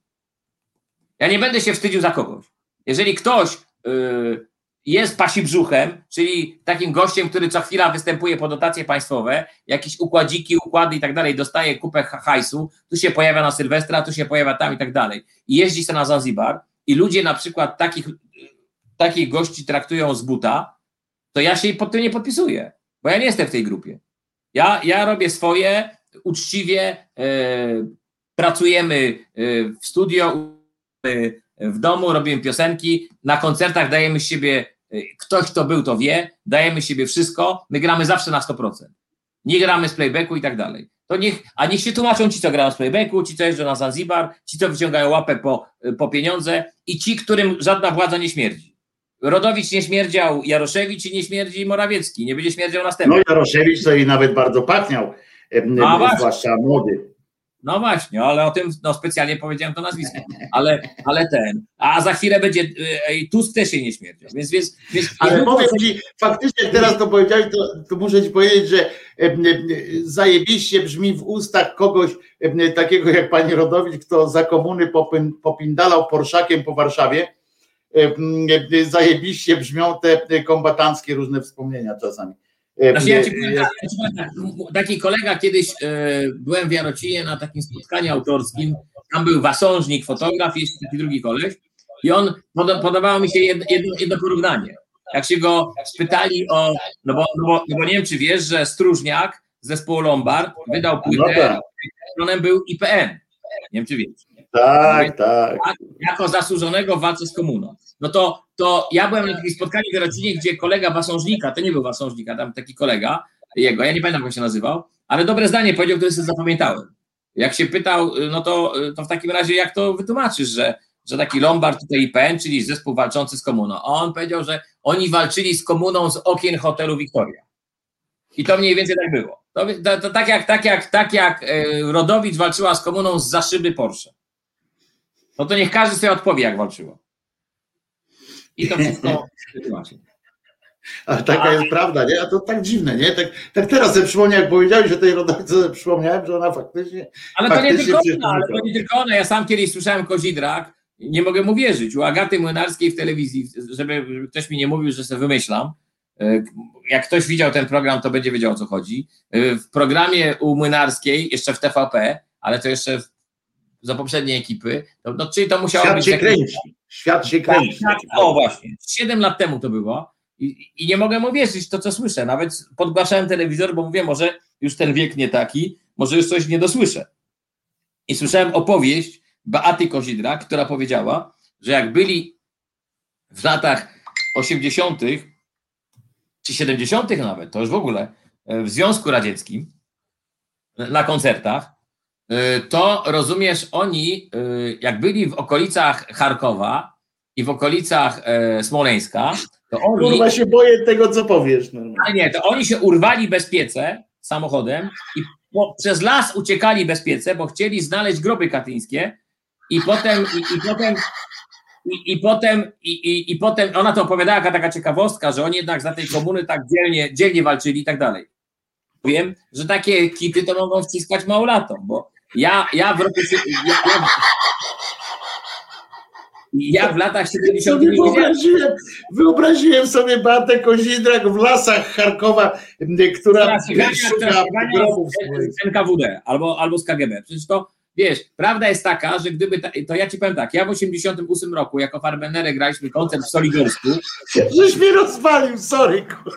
Ja nie będę się wstydził za kogoś. Jeżeli ktoś y, jest pasibrzuchem, czyli takim gościem, który co chwila występuje po dotacje państwowe, jakieś układziki, układy i tak dalej, dostaje kupę hajsu, tu się pojawia na Sylwestra, tu się pojawia tam i tak dalej. I jeździ się na Zanzibar i ludzie na przykład takich, takich gości traktują z buta, to ja się pod tym nie podpisuję, bo ja nie jestem w tej grupie. Ja, ja robię swoje, uczciwie, e, pracujemy e, w studio, e, w domu, robimy piosenki, na koncertach dajemy z siebie, e, ktoś kto był, to wie, dajemy z siebie wszystko, my gramy zawsze na sto procent. Nie gramy z playbacku i tak dalej. To niech, a niech się tłumaczą ci, co grają z playbacku, ci, co jeżdżą na Zanzibar, ci, co wyciągają łapę po, po pieniądze i ci, którym żadna władza nie śmierdzi. Rodowicz nie śmierdział, Jaroszewicz i nie śmierdzi Morawiecki, nie będzie śmierdział następny. No Jaroszewicz to i nawet bardzo pachniał, no, zwłaszcza młody. No właśnie, ale o tym no, specjalnie powiedziałem to nazwisko, ale, ale ten, a za chwilę będzie, i Tusk też się nie śmierdział, więc... więc, więc ale powiem ci, faktycznie teraz to powiedziałeś, to, to muszę ci powiedzieć, że zajebiście brzmi w ustach kogoś takiego jak pani Rodowicz, kto za komuny popin, popindalał Porszakiem po Warszawie. Zajebiście brzmią te kombatanckie różne wspomnienia czasami. Znaczy, ja ci powiem, ja ci powiem tak, taki kolega kiedyś, e, byłem w Jarocinie na takim spotkaniu autorskim, tam był Wasążnik, fotograf, jest taki drugi koleś i on, pod, podobało mi się jedno, jedno, jedno porównanie. Jak się go spytali o, no bo, no, bo, no bo nie wiem, czy wiesz, że Stróżniak z zespołu Lombard wydał płytę, patronem był I P N. Nie wiem, czy wiesz. Tak, tak. Jako zasłużonego w walce z komuną. No to, to ja byłem na takim spotkaniu w Jarocinie, gdzie kolega Wasążnika, to nie był Wasążnika, tam taki kolega jego, ja nie pamiętam, jak się nazywał, ale dobre zdanie powiedział, które sobie zapamiętałem. Jak się pytał, no to, to w takim razie jak to wytłumaczysz, że, że taki Lombard tutaj I P N, czyli zespół walczący z komuną. A on powiedział, że oni walczyli z komuną z okien hotelu Victoria. I to mniej więcej tak było. To, to, to tak jak, tak jak, tak jak Rodowicz walczyła z komuną z za szyby Porsche. No to niech każdy sobie odpowie, jak walczyło. I to wszystko wytłumaczy. Ale taka A... jest prawda, nie? A to tak dziwne, nie? Tak, tak teraz sobie przypomniałem, jak powiedziałeś o tej Rodowicz, przypomniałem, że ona faktycznie... Ale faktycznie to nie tylko ona, ale to nie tylko ona. Ja sam kiedyś słyszałem Kozidrak, nie mogę mu wierzyć, u Agaty Młynarskiej w telewizji, żeby, żeby ktoś mi nie mówił, że sobie wymyślam. Jak ktoś widział ten program, to będzie wiedział, o co chodzi. W programie u Młynarskiej, jeszcze w T V P, ale to jeszcze w za poprzedniej ekipy, no, no czyli to musiało Świat być... Się jakiś... kręci. Świat się kręci. Tak, tak, o właśnie, siedem lat temu to było I, I nie mogę mu wierzyć to, co słyszę. Nawet podgłaszałem telewizor, bo mówię, może już ten wiek nie taki, może już coś nie dosłyszę. I słyszałem opowieść Beaty Kozidrak, która powiedziała, że jak byli w latach osiemdziesiątych czy siedemdziesiątych nawet, to już w ogóle w Związku Radzieckim na koncertach, to rozumiesz, oni jak byli w okolicach Charkowa i w okolicach Smoleńska, to oni... Kurwa, się boję tego, co powiesz. Normalnie. A nie, to oni się urwali bezpiece samochodem i po, przez las uciekali bezpiece, bo chcieli znaleźć groby katyńskie i potem i, i potem i, i potem i, i, i potem ona to opowiadała jaka taka ciekawostka, że oni jednak za tej komuny tak dzielnie, dzielnie walczyli i tak dalej. Wiem, że takie kity to mogą wciskać małolatom, bo ja, ja w roku ja, ja, ja w latach siedemdziesiątych nie wyobraziłem, wyobraziłem sobie Beatę Kozidrak w lasach Charkowa, która szuka grobów z N K W D albo, albo z K G B. Przecież to, wiesz, prawda jest taka, że gdyby, ta, to ja ci powiem tak, ja w osiemdziesiątym ósmym roku jako Farbenerę graliśmy koncert w Soligorsku. Żeś mnie rozwalił, sorry, kurwa.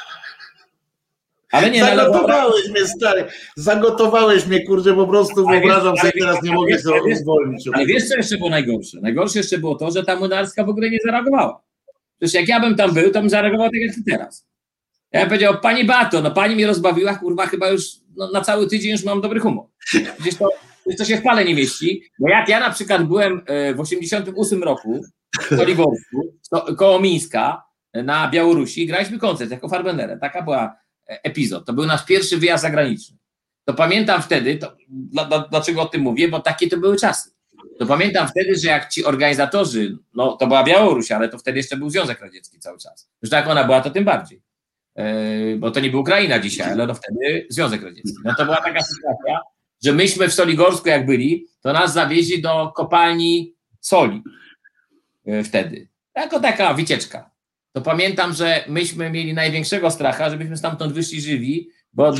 Ale nie, Zagotowałeś mnie, stary. Zagotowałeś mnie, kurde, po prostu ale wyobrażam wiesz, sobie, teraz wiesz, nie mogę wiesz, sobie zwolnić. Ale wiesz, co jeszcze było najgorsze? Najgorsze jeszcze było to, że ta Młynarska w ogóle nie zareagowała. Przecież jak ja bym tam był, to bym zareagował tak jak ty teraz. Ja bym powiedział, pani Beato, no pani mnie rozbawiła, kurwa, chyba już no, na cały tydzień już mam dobry humor. Przecież to, to się w pale nie mieści. Bo jak ja na przykład byłem w osiemdziesiątym ósmym roku w Soligorsku, koło Mińska, na Białorusi, graliśmy koncert jako Farbenerę. Taka była epizod. To był nasz pierwszy wyjazd zagraniczny. To pamiętam wtedy, to, dla, dla, dlaczego o tym mówię, bo takie to były czasy. To pamiętam wtedy, że jak ci organizatorzy, no to była Białoruś, ale to wtedy jeszcze był Związek Radziecki cały czas. Już tak ona była, to tym bardziej. Yy, bo to nie był Ukraina dzisiaj, ale no wtedy Związek Radziecki. No to była taka sytuacja, że myśmy w Soligorsku jak byli, to nas zawieźli do kopalni soli yy, wtedy. Jako taka wycieczka. To pamiętam, że myśmy mieli największego stracha, żebyśmy stamtąd wyszli żywi, bo,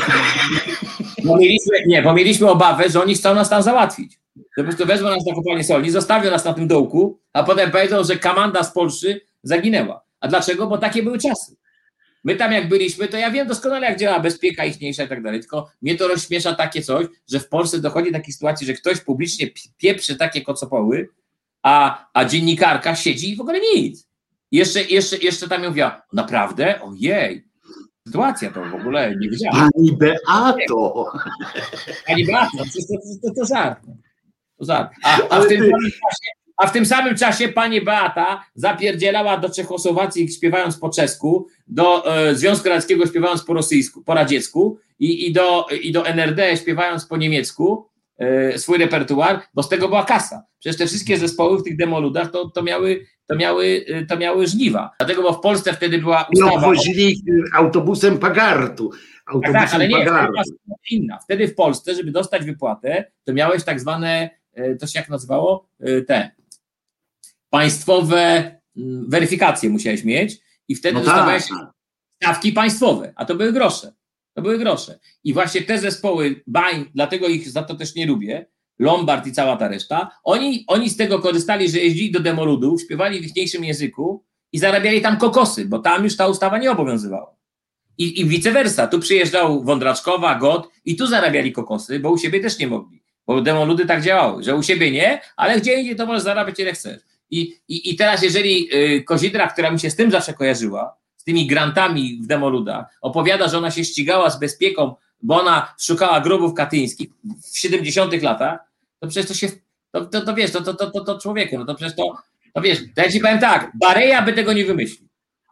bo, mieliśmy, nie, bo mieliśmy obawę, że oni chcą nas tam załatwić. Że po prostu wezmą nas na kopalnię soli, zostawią nas na tym dołku, a potem powiedzą, że komanda z Polski zaginęła. A dlaczego? Bo takie były czasy. My tam jak byliśmy, to ja wiem doskonale, jak działa bezpieka ichniejsza i tak dalej, tylko mnie to rozśmiesza takie coś, że w Polsce dochodzi do takiej sytuacji, że ktoś publicznie pieprzy takie kocopoły, a, a dziennikarka siedzi i w ogóle nic. Jeszcze, jeszcze, jeszcze tam mówiła, naprawdę? Ojej, sytuacja to w ogóle nie wiedziałem. Pani Beato! Pani Beato, to, to, to, to żart. To żart. A, a, w tym samym czasie, a w tym samym czasie pani Beata zapierdzielała do Czechosłowacji śpiewając po czesku, do e, Związku Radzieckiego śpiewając po rosyjsku, po radziecku i, i, do, i do N R D śpiewając po niemiecku e, swój repertuar, bo z tego była kasa. Przecież te wszystkie zespoły w tych demoludach to, to miały To miały, to miały żniwa. Dlatego, bo w Polsce wtedy była ustawa... No, wozili autobusem Pagartu. Autobusem tak, tak, ale nie, Pagartu. Była inna. Wtedy w Polsce, żeby dostać wypłatę, to miałeś tak zwane, to się jak nazywało? Te państwowe weryfikacje musiałeś mieć i wtedy no dostawałeś tak. stawki państwowe, a to były grosze. To były grosze. I właśnie te zespoły, bań, dlatego ich za to też nie lubię, Lombard i cała ta reszta, oni, oni z tego korzystali, że jeździli do demoludów, śpiewali w ichniejszym języku i zarabiali tam kokosy, bo tam już ta ustawa nie obowiązywała. I, i vice versa. Tu przyjeżdżał Wądraczkowa, Got i tu zarabiali kokosy, bo u siebie też nie mogli. Bo demoludy tak działały, że u siebie nie, ale gdzie indziej to możesz zarabiać ile chcesz. I, i, i teraz jeżeli y, Kozidra, która mi się z tym zawsze kojarzyła, z tymi grantami w demoludach, opowiada, że ona się ścigała z bezpieką, bo ona szukała grobów katyńskich w siedemdziesiątych latach, to przecież to się, to, to, to wiesz, to, to, to, to człowieku, no to przecież to, to wiesz, to ja ci powiem tak, Bareja by tego nie wymyślił.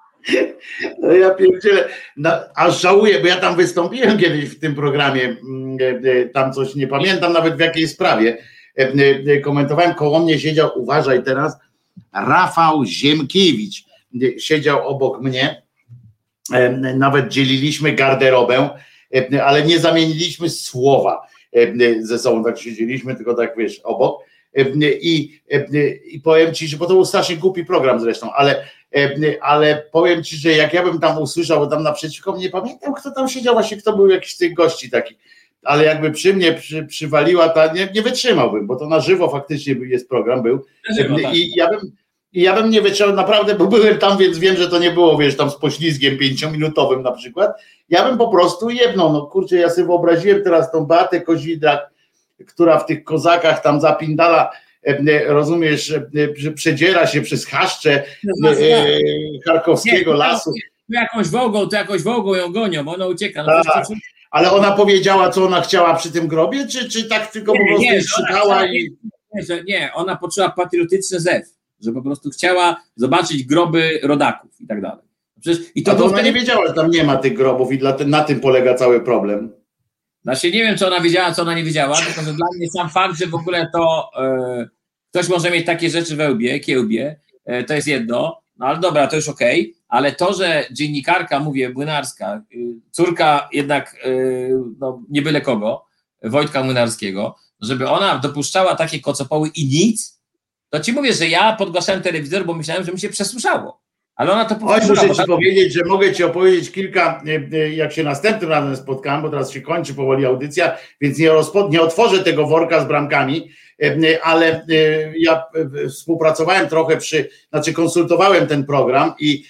No ja pierdzielę, no, aż żałuję, bo ja tam wystąpiłem kiedyś w tym programie, tam coś, nie pamiętam nawet w jakiej sprawie, komentowałem, koło mnie siedział, uważaj teraz, Rafał Ziemkiewicz, siedział obok mnie, nawet dzieliliśmy garderobę, ale nie zamieniliśmy słowa ze sobą, tak siedzieliśmy, tylko tak wiesz, obok i, i powiem ci, że, bo to był strasznie głupi program zresztą, ale, ale powiem ci, że jak ja bym tam usłyszał, bo tam naprzeciwko mnie, nie pamiętam kto tam siedział, właśnie kto był jakiś z tych gości takich, ale jakby przy mnie przy, przywaliła ta, nie, nie wytrzymałbym, bo to na żywo faktycznie jest program był i ja bym I ja bym nie wytrzymał naprawdę, bo byłem tam, więc wiem, że to nie było, wiesz, tam z poślizgiem pięciominutowym na przykład. Ja bym po prostu jedno, no kurczę, ja sobie wyobraziłem teraz tą Beatę Kozidrak, która w tych kozakach tam zapindala, rozumiesz, że przedziera się przez chaszcze no, e, charkowskiego nie, lasu. Tu jakąś wołgą, tu jakąś wołgą ją gonią, ona ucieka. No tak, to... Ale ona powiedziała, co ona chciała przy tym grobie, czy, czy tak tylko nie, po prostu nie, szukała i... Nie, że nie, ona poczuła patriotyczny zew, że po prostu chciała zobaczyć groby rodaków i tak dalej. Przecież, i to A to ona wtedy... nie wiedziała, że tam nie ma tych grobów i dla, na tym polega cały problem. Znaczy nie wiem, czy ona wiedziała, co ona nie wiedziała, tylko że dla mnie sam fakt, że w ogóle to e, ktoś może mieć takie rzeczy we łbie, kiełbie, e, to jest jedno, no ale dobra, to już okej, okay, ale to, że dziennikarka, mówię, Młynarska, y, córka jednak y, no, nie byle kogo, Wojtka Młynarskiego, żeby ona dopuszczała takie kocopoły i nic, to ci mówię, że ja podgłaszałem telewizor, bo myślałem, że mi się przesłyszało. Ale ona to Oj, muszę ci tak... powiedzieć, że mogę ci opowiedzieć kilka, jak się następnym razem spotkałem, bo teraz się kończy powoli audycja, więc nie, rozpo, nie otworzę tego worka z bramkami, ale ja współpracowałem trochę przy, znaczy konsultowałem ten program i,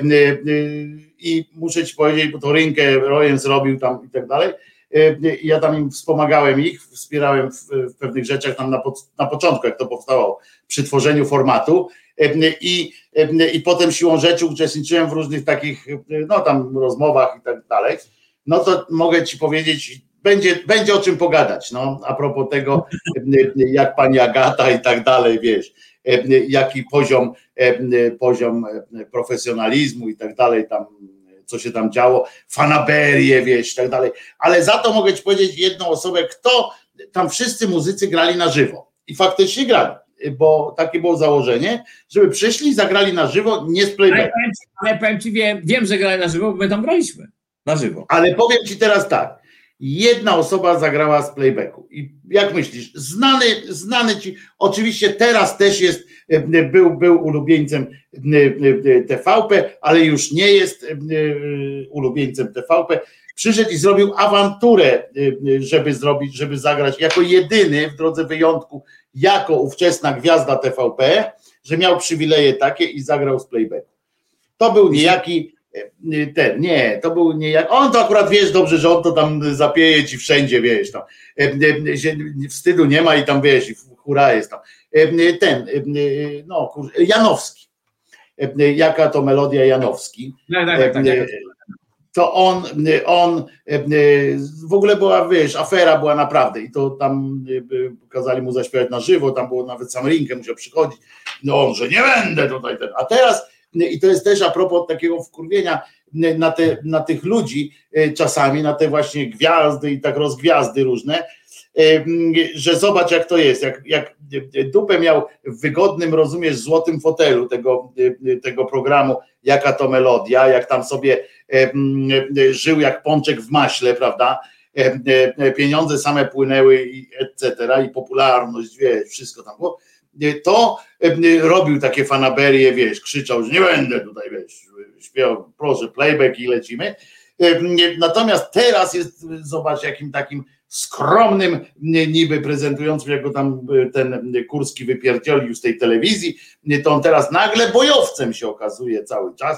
i muszę ci powiedzieć, bo to Rynkę Rojen zrobił tam i tak dalej, i ja tam im wspomagałem ich, wspierałem w, w pewnych rzeczach tam na, po, na początku, jak to powstało, przy tworzeniu formatu. I, i potem siłą rzeczy uczestniczyłem w różnych takich, no tam rozmowach i tak dalej, no to mogę ci powiedzieć, będzie, będzie o czym pogadać, no a propos tego, jak pani Agata i tak dalej, wiesz, jaki poziom, poziom profesjonalizmu i tak dalej, tam co się tam działo, fanaberie, wiesz, i tak dalej, ale za to mogę ci powiedzieć jedną osobę, kto, tam wszyscy muzycy grali na żywo i faktycznie grali. Bo takie było założenie, żeby przyszli i zagrali na żywo, nie z playbacku. Ale powiem ci, ale powiem ci wiem, wiem, że grali na żywo, bo my tam graliśmy na żywo. Ale powiem ci teraz tak, jedna osoba zagrała z playbacku. I jak myślisz, znany, znany ci, oczywiście teraz też jest, był, był ulubieńcem T V P, ale już nie jest ulubieńcem T V P. Przyszedł i zrobił awanturę, żeby zrobić, żeby zagrać jako jedyny w drodze wyjątku, jako ówczesna gwiazda T V P, że miał przywileje takie i zagrał z playbacku. To był niejaki ten, nie, to był niejaki, on to akurat wiesz dobrze, że on to tam zapieje ci wszędzie, wiesz, tam wstydu nie ma i tam wiesz, i hura jest tam. Ten, no kurczę, Janowski. Jaka to melodia Janowski. Tak, tak, tak, tak. To on, on w ogóle była, wiesz, afera była naprawdę i to tam kazali mu zaśpiewać na żywo, tam było nawet sam Rinkę musiał przychodzić, no on, że nie będę tutaj, ten. A teraz, i to jest też a propos takiego wkurwienia na, te, na tych ludzi czasami, na te właśnie gwiazdy i tak rozgwiazdy różne, że zobacz jak to jest, jak, jak dupę miał w wygodnym, rozumiesz, złotym fotelu tego, tego programu, jaka to melodia, jak tam sobie żył jak pączek w maśle, prawda, pieniądze same płynęły i et cetera, i popularność, wiesz, wszystko tam było, to robił takie fanaberie, wiesz, krzyczał, że nie będę tutaj, wiesz, śpiewał, proszę, playback i lecimy. Natomiast teraz jest, zobacz, jakim takim skromnym, niby prezentującym, jak go tam ten Kurski wypierdzielił z tej telewizji, to on teraz nagle bojowcem się okazuje cały czas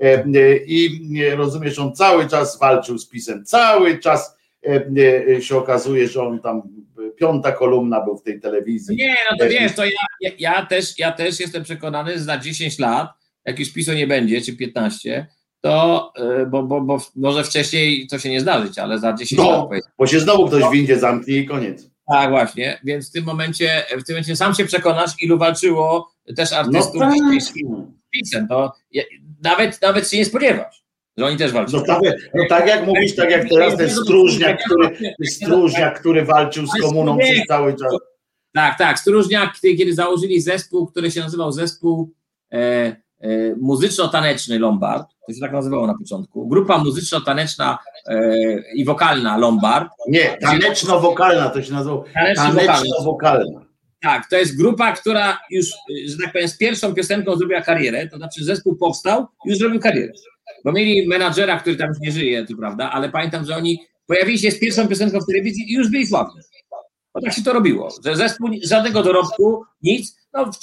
i rozumiesz, on cały czas walczył z PiS-em, cały czas się okazuje, że on tam piąta kolumna był w tej telewizji. Nie, no to wiesz, to ja, ja, też, ja też jestem przekonany, że za dziesięć lat, jak już PiS-u nie będzie, czy piętnaście, to, bo, bo, bo może wcześniej to się nie zdarzyć, ale za dziesięć no, lat. Powiedzmy. Bo się znowu ktoś w windzie zamknie i koniec. Tak, właśnie, więc w tym momencie, w tym momencie sam się przekonasz, ilu walczyło też artystów no tak. z PiS-em, to nawet, nawet się nie spodziewasz, że oni też walczą. No tak, no tak jak mówisz, tak jak teraz ten Stróżniak, który, Stróżniak, który walczył z komuną przez cały czas. Tak, tak, Stróżniak, kiedy założyli zespół, który się nazywał zespół e, e, muzyczno-taneczny Lombard, to się tak nazywało na początku, grupa muzyczno-taneczna e, i wokalna Lombard. Nie, taneczno-wokalna to się nazywało, taneczno-wokalna. Tak, to jest grupa, która już, że tak powiem, z pierwszą piosenką zrobiła karierę, to znaczy zespół powstał i już zrobił karierę. Bo mieli menadżera, który tam już nie żyje, to prawda, ale pamiętam, że oni pojawili się z pierwszą piosenką w telewizji i już byli sławni. Bo tak się to robiło, że zespół żadnego dorobku, nic, no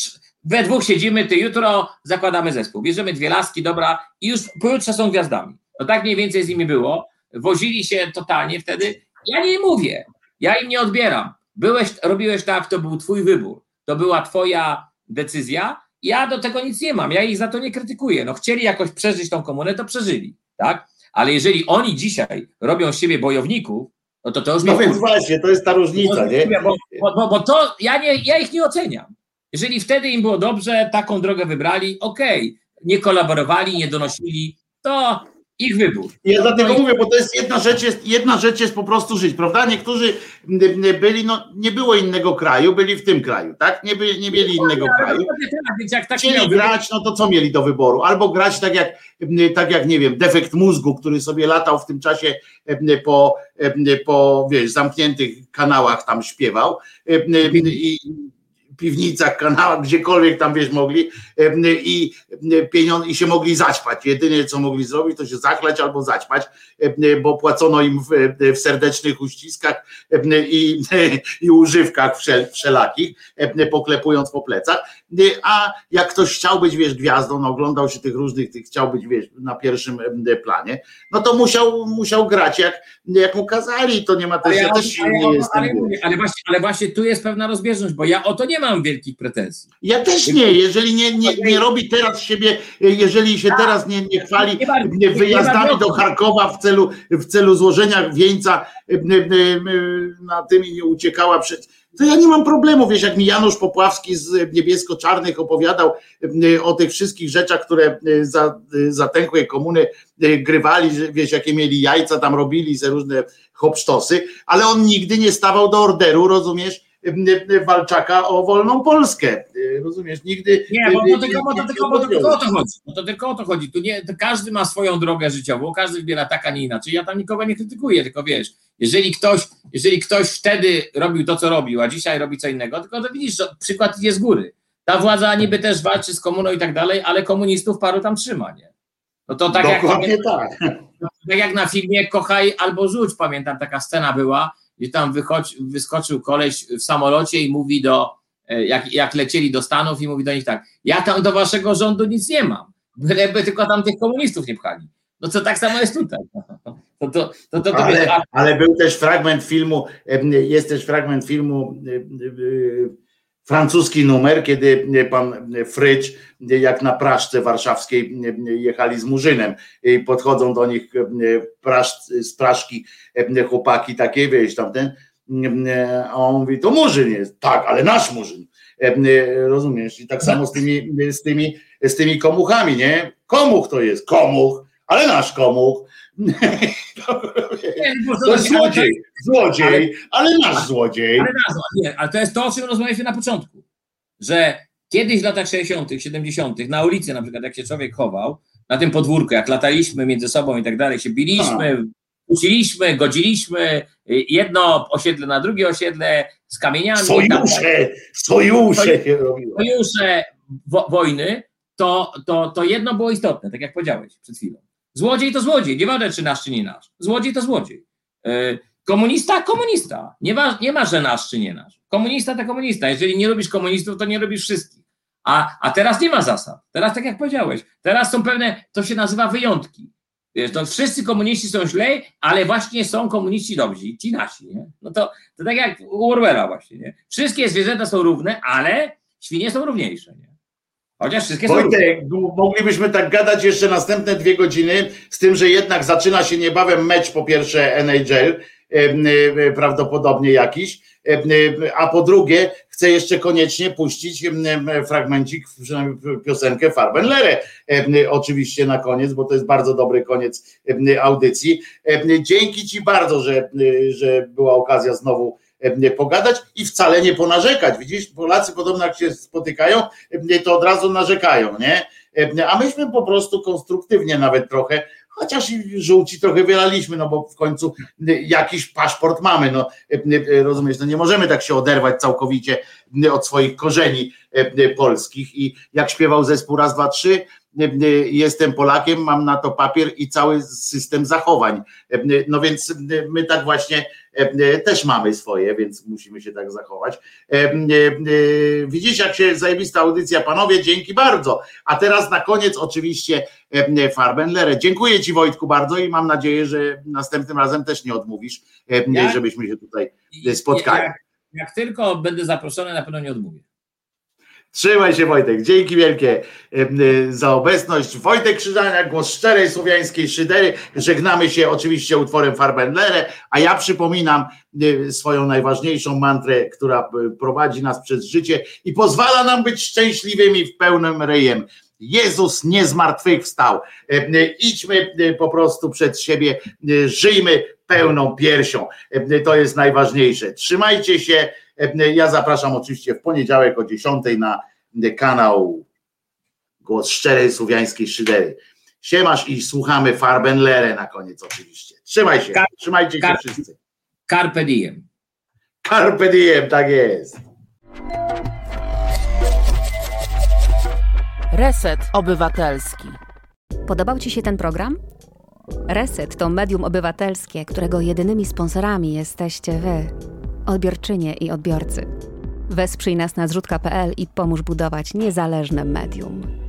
we dwóch siedzimy, ty jutro zakładamy zespół, bierzemy dwie laski, dobra, i już pojutrze są gwiazdami. No tak mniej więcej z nimi było, wozili się totalnie wtedy, ja nie mówię, ja im nie odbieram, byłeś, robiłeś tak, to był twój wybór, to była twoja decyzja, ja do tego nic nie mam, ja ich za to nie krytykuję, no chcieli jakoś przeżyć tą komunę, to przeżyli, tak, ale jeżeli oni dzisiaj robią z siebie bojowników, no to to już... No więc właśnie, to jest ta różnica, nie? Bo, bo, bo to, ja, nie, ja ich nie oceniam. Jeżeli wtedy im było dobrze, taką drogę wybrali, okej, okay. nie kolaborowali, nie donosili, to ich wybór. Ja dlatego ich... mówię, bo to jest jedna rzecz, jest jedna rzecz jest po prostu żyć, prawda? Niektórzy byli, no nie było innego kraju, byli w tym kraju, tak? Nie, by, nie mieli innego kraju. Chcieli grać, no to co mieli do wyboru? Albo grać tak jak, tak jak, nie wiem, Defekt Mózgu, który sobie latał w tym czasie po, po wiesz, zamkniętych kanałach tam śpiewał i piwnicach, kanałach, gdziekolwiek tam, wiesz, mogli i pieniądze, i się mogli zaćpać. Jedynie co mogli zrobić, to się zachlać albo zaćpać, bo płacono im w, w serdecznych uściskach i, i używkach wszel, wszelakich, poklepując po plecach. A jak ktoś chciał być, wiesz, gwiazdą, no, oglądał się tych różnych, tych, chciał być, wiesz, na pierwszym planie, no to musiał, musiał grać jak, jak mu kazali, to nie ma też, ale ja, ja też ale, nie ale, jestem. Ale, ale, właśnie, ale właśnie tu jest pewna rozbieżność, bo ja o to nie mam wielkich pretensji. Ja też nie, jeżeli nie, nie, nie robi teraz siebie, jeżeli się teraz nie, nie chwali wyjazdami do Charkowa w celu, w celu złożenia wieńca na tym i nie uciekała przed... To ja nie mam problemu, wiesz, jak mi Janusz Popławski z Niebiesko-Czarnych opowiadał o tych wszystkich rzeczach, które za, za tęchłej komuny grywali, wiesz, jakie mieli jajca, tam robili ze różne hopsztosy, ale on nigdy nie stawał do orderu, rozumiesz, Walczaka o wolną Polskę, rozumiesz, nigdy... Nie, bo to tylko, bo to tylko, bo to tylko o to chodzi, bo to tylko o to chodzi, tu nie, to każdy ma swoją drogę życiową, każdy wybiera tak, a nie inaczej, ja tam nikogo nie krytykuję, tylko wiesz, jeżeli ktoś, jeżeli ktoś wtedy robił to, co robił, a dzisiaj robi co innego, tylko to widzisz, że przykład idzie z góry, ta władza niby też walczy z komuną i tak dalej, ale komunistów paru tam trzyma, nie? No to tak Dokładnie jak, tak. Tak jak na filmie Kochaj albo Rzuć, pamiętam, taka scena była, gdzie tam wychodzi, wyskoczył koleś w samolocie i mówi do, jak, jak lecieli do Stanów i mówi do nich tak, ja tam do waszego rządu nic nie mam, byleby tylko tam tych komunistów nie pchali. No co tak samo jest tutaj. To, to, to, to, to ale, wiesz, a... ale był też fragment filmu, jest też fragment filmu francuski numer, kiedy pan Frycz, jak na Praszce Warszawskiej jechali z Murzynem i podchodzą do nich prasz, z Praszki chłopaki takie, wiesz, tamten, a on mówi, to Murzyn jest, tak, ale nasz Murzyn, rozumiesz, i tak samo z tymi, z tymi, z tymi komuchami, nie, komuch to jest, komuch, ale nasz komuch, to jest złodziej, złodziej, ale nasz złodziej. Ale, nie, ale to jest to, o czym rozmawialiśmy na początku, że kiedyś w latach sześćdziesiątych, siedemdziesiątych na ulicy na przykład, jak się człowiek chował, na tym podwórku, jak lataliśmy między sobą i tak dalej, się biliśmy, uciliśmy, godziliśmy, jedno osiedle na drugie osiedle z kamieniami. Sojusze, sojusze się robiło. Sojusze wo, wojny, to, to, to jedno było istotne, tak jak powiedziałeś przed chwilą. Złodziej to złodziej, nieważne czy nasz czy nie nasz. Złodziej to złodziej. Yy, komunista, komunista. Nie ma, nie ma, że nasz czy nie nasz. Komunista to komunista. Jeżeli nie lubisz komunistów, to nie lubisz wszystkich. A, a teraz nie ma zasad. Teraz tak jak powiedziałeś, teraz są pewne, to się nazywa wyjątki. Wiesz, to wszyscy komuniści są źle, ale właśnie są komuniści dobrzy, ci nasi. Nie? No to, to tak jak u Orwella właśnie. Nie? Wszystkie zwierzęta są równe, ale świnie są równiejsze. Nie? Chociaż wszystkie Wojtek, są... moglibyśmy tak gadać jeszcze następne dwie godziny, z tym, że jednak zaczyna się niebawem mecz, po pierwsze N H L, prawdopodobnie jakiś, a po drugie chcę jeszcze koniecznie puścić fragmencik, przynajmniej piosenkę Farbenlere, oczywiście na koniec, bo to jest bardzo dobry koniec audycji. Dzięki ci bardzo, że, że była okazja znowu pogadać i wcale nie ponarzekać. Widzisz, Polacy podobno jak się spotykają, to od razu narzekają, nie? A myśmy po prostu konstruktywnie nawet trochę, chociaż i żółci trochę wylaliśmy, no bo w końcu jakiś paszport mamy, no rozumiesz, no nie możemy tak się oderwać całkowicie od swoich korzeni polskich i jak śpiewał zespół Raz, Dwa, Trzy, jestem Polakiem, mam na to papier i cały system zachowań. No więc my tak właśnie też mamy swoje, więc musimy się tak zachować. Widzicie, jak się zajebista audycja, panowie, dzięki bardzo. A teraz na koniec oczywiście Farbenlere. Dziękuję ci, Wojtku, bardzo i mam nadzieję, że następnym razem też nie odmówisz, ja, żebyśmy się tutaj spotkali. Jak, jak tylko będę zaproszony, na pewno nie odmówię. Trzymaj się, Wojtek. Dzięki wielkie za obecność. Wojtek Krzyżaniak, głos szczerej słowiańskiej szydery. Żegnamy się oczywiście utworem Farbenlere, a ja przypominam swoją najważniejszą mantrę, która prowadzi nas przez życie i pozwala nam być szczęśliwymi w pełnym ryjem. Jezus nie zmartwychwstał. Idźmy po prostu przed siebie, żyjmy pełną piersią. To jest najważniejsze. Trzymajcie się. Ja zapraszam oczywiście w poniedziałek o dziesiątej na kanał Głos Szczerej Słowiańskiej Szydery. Siemasz i słuchamy Farbenlere na koniec oczywiście. Trzymaj się, Kar- trzymajcie się Kar- wszyscy. Carpe diem. Carpe diem, tak jest. Reset Obywatelski. Podobał Ci się ten program? Reset to medium obywatelskie, którego jedynymi sponsorami jesteście Wy, odbiorczynie i odbiorcy. Wesprzyj nas na zrzutka kropka pe el i pomóż budować niezależne medium.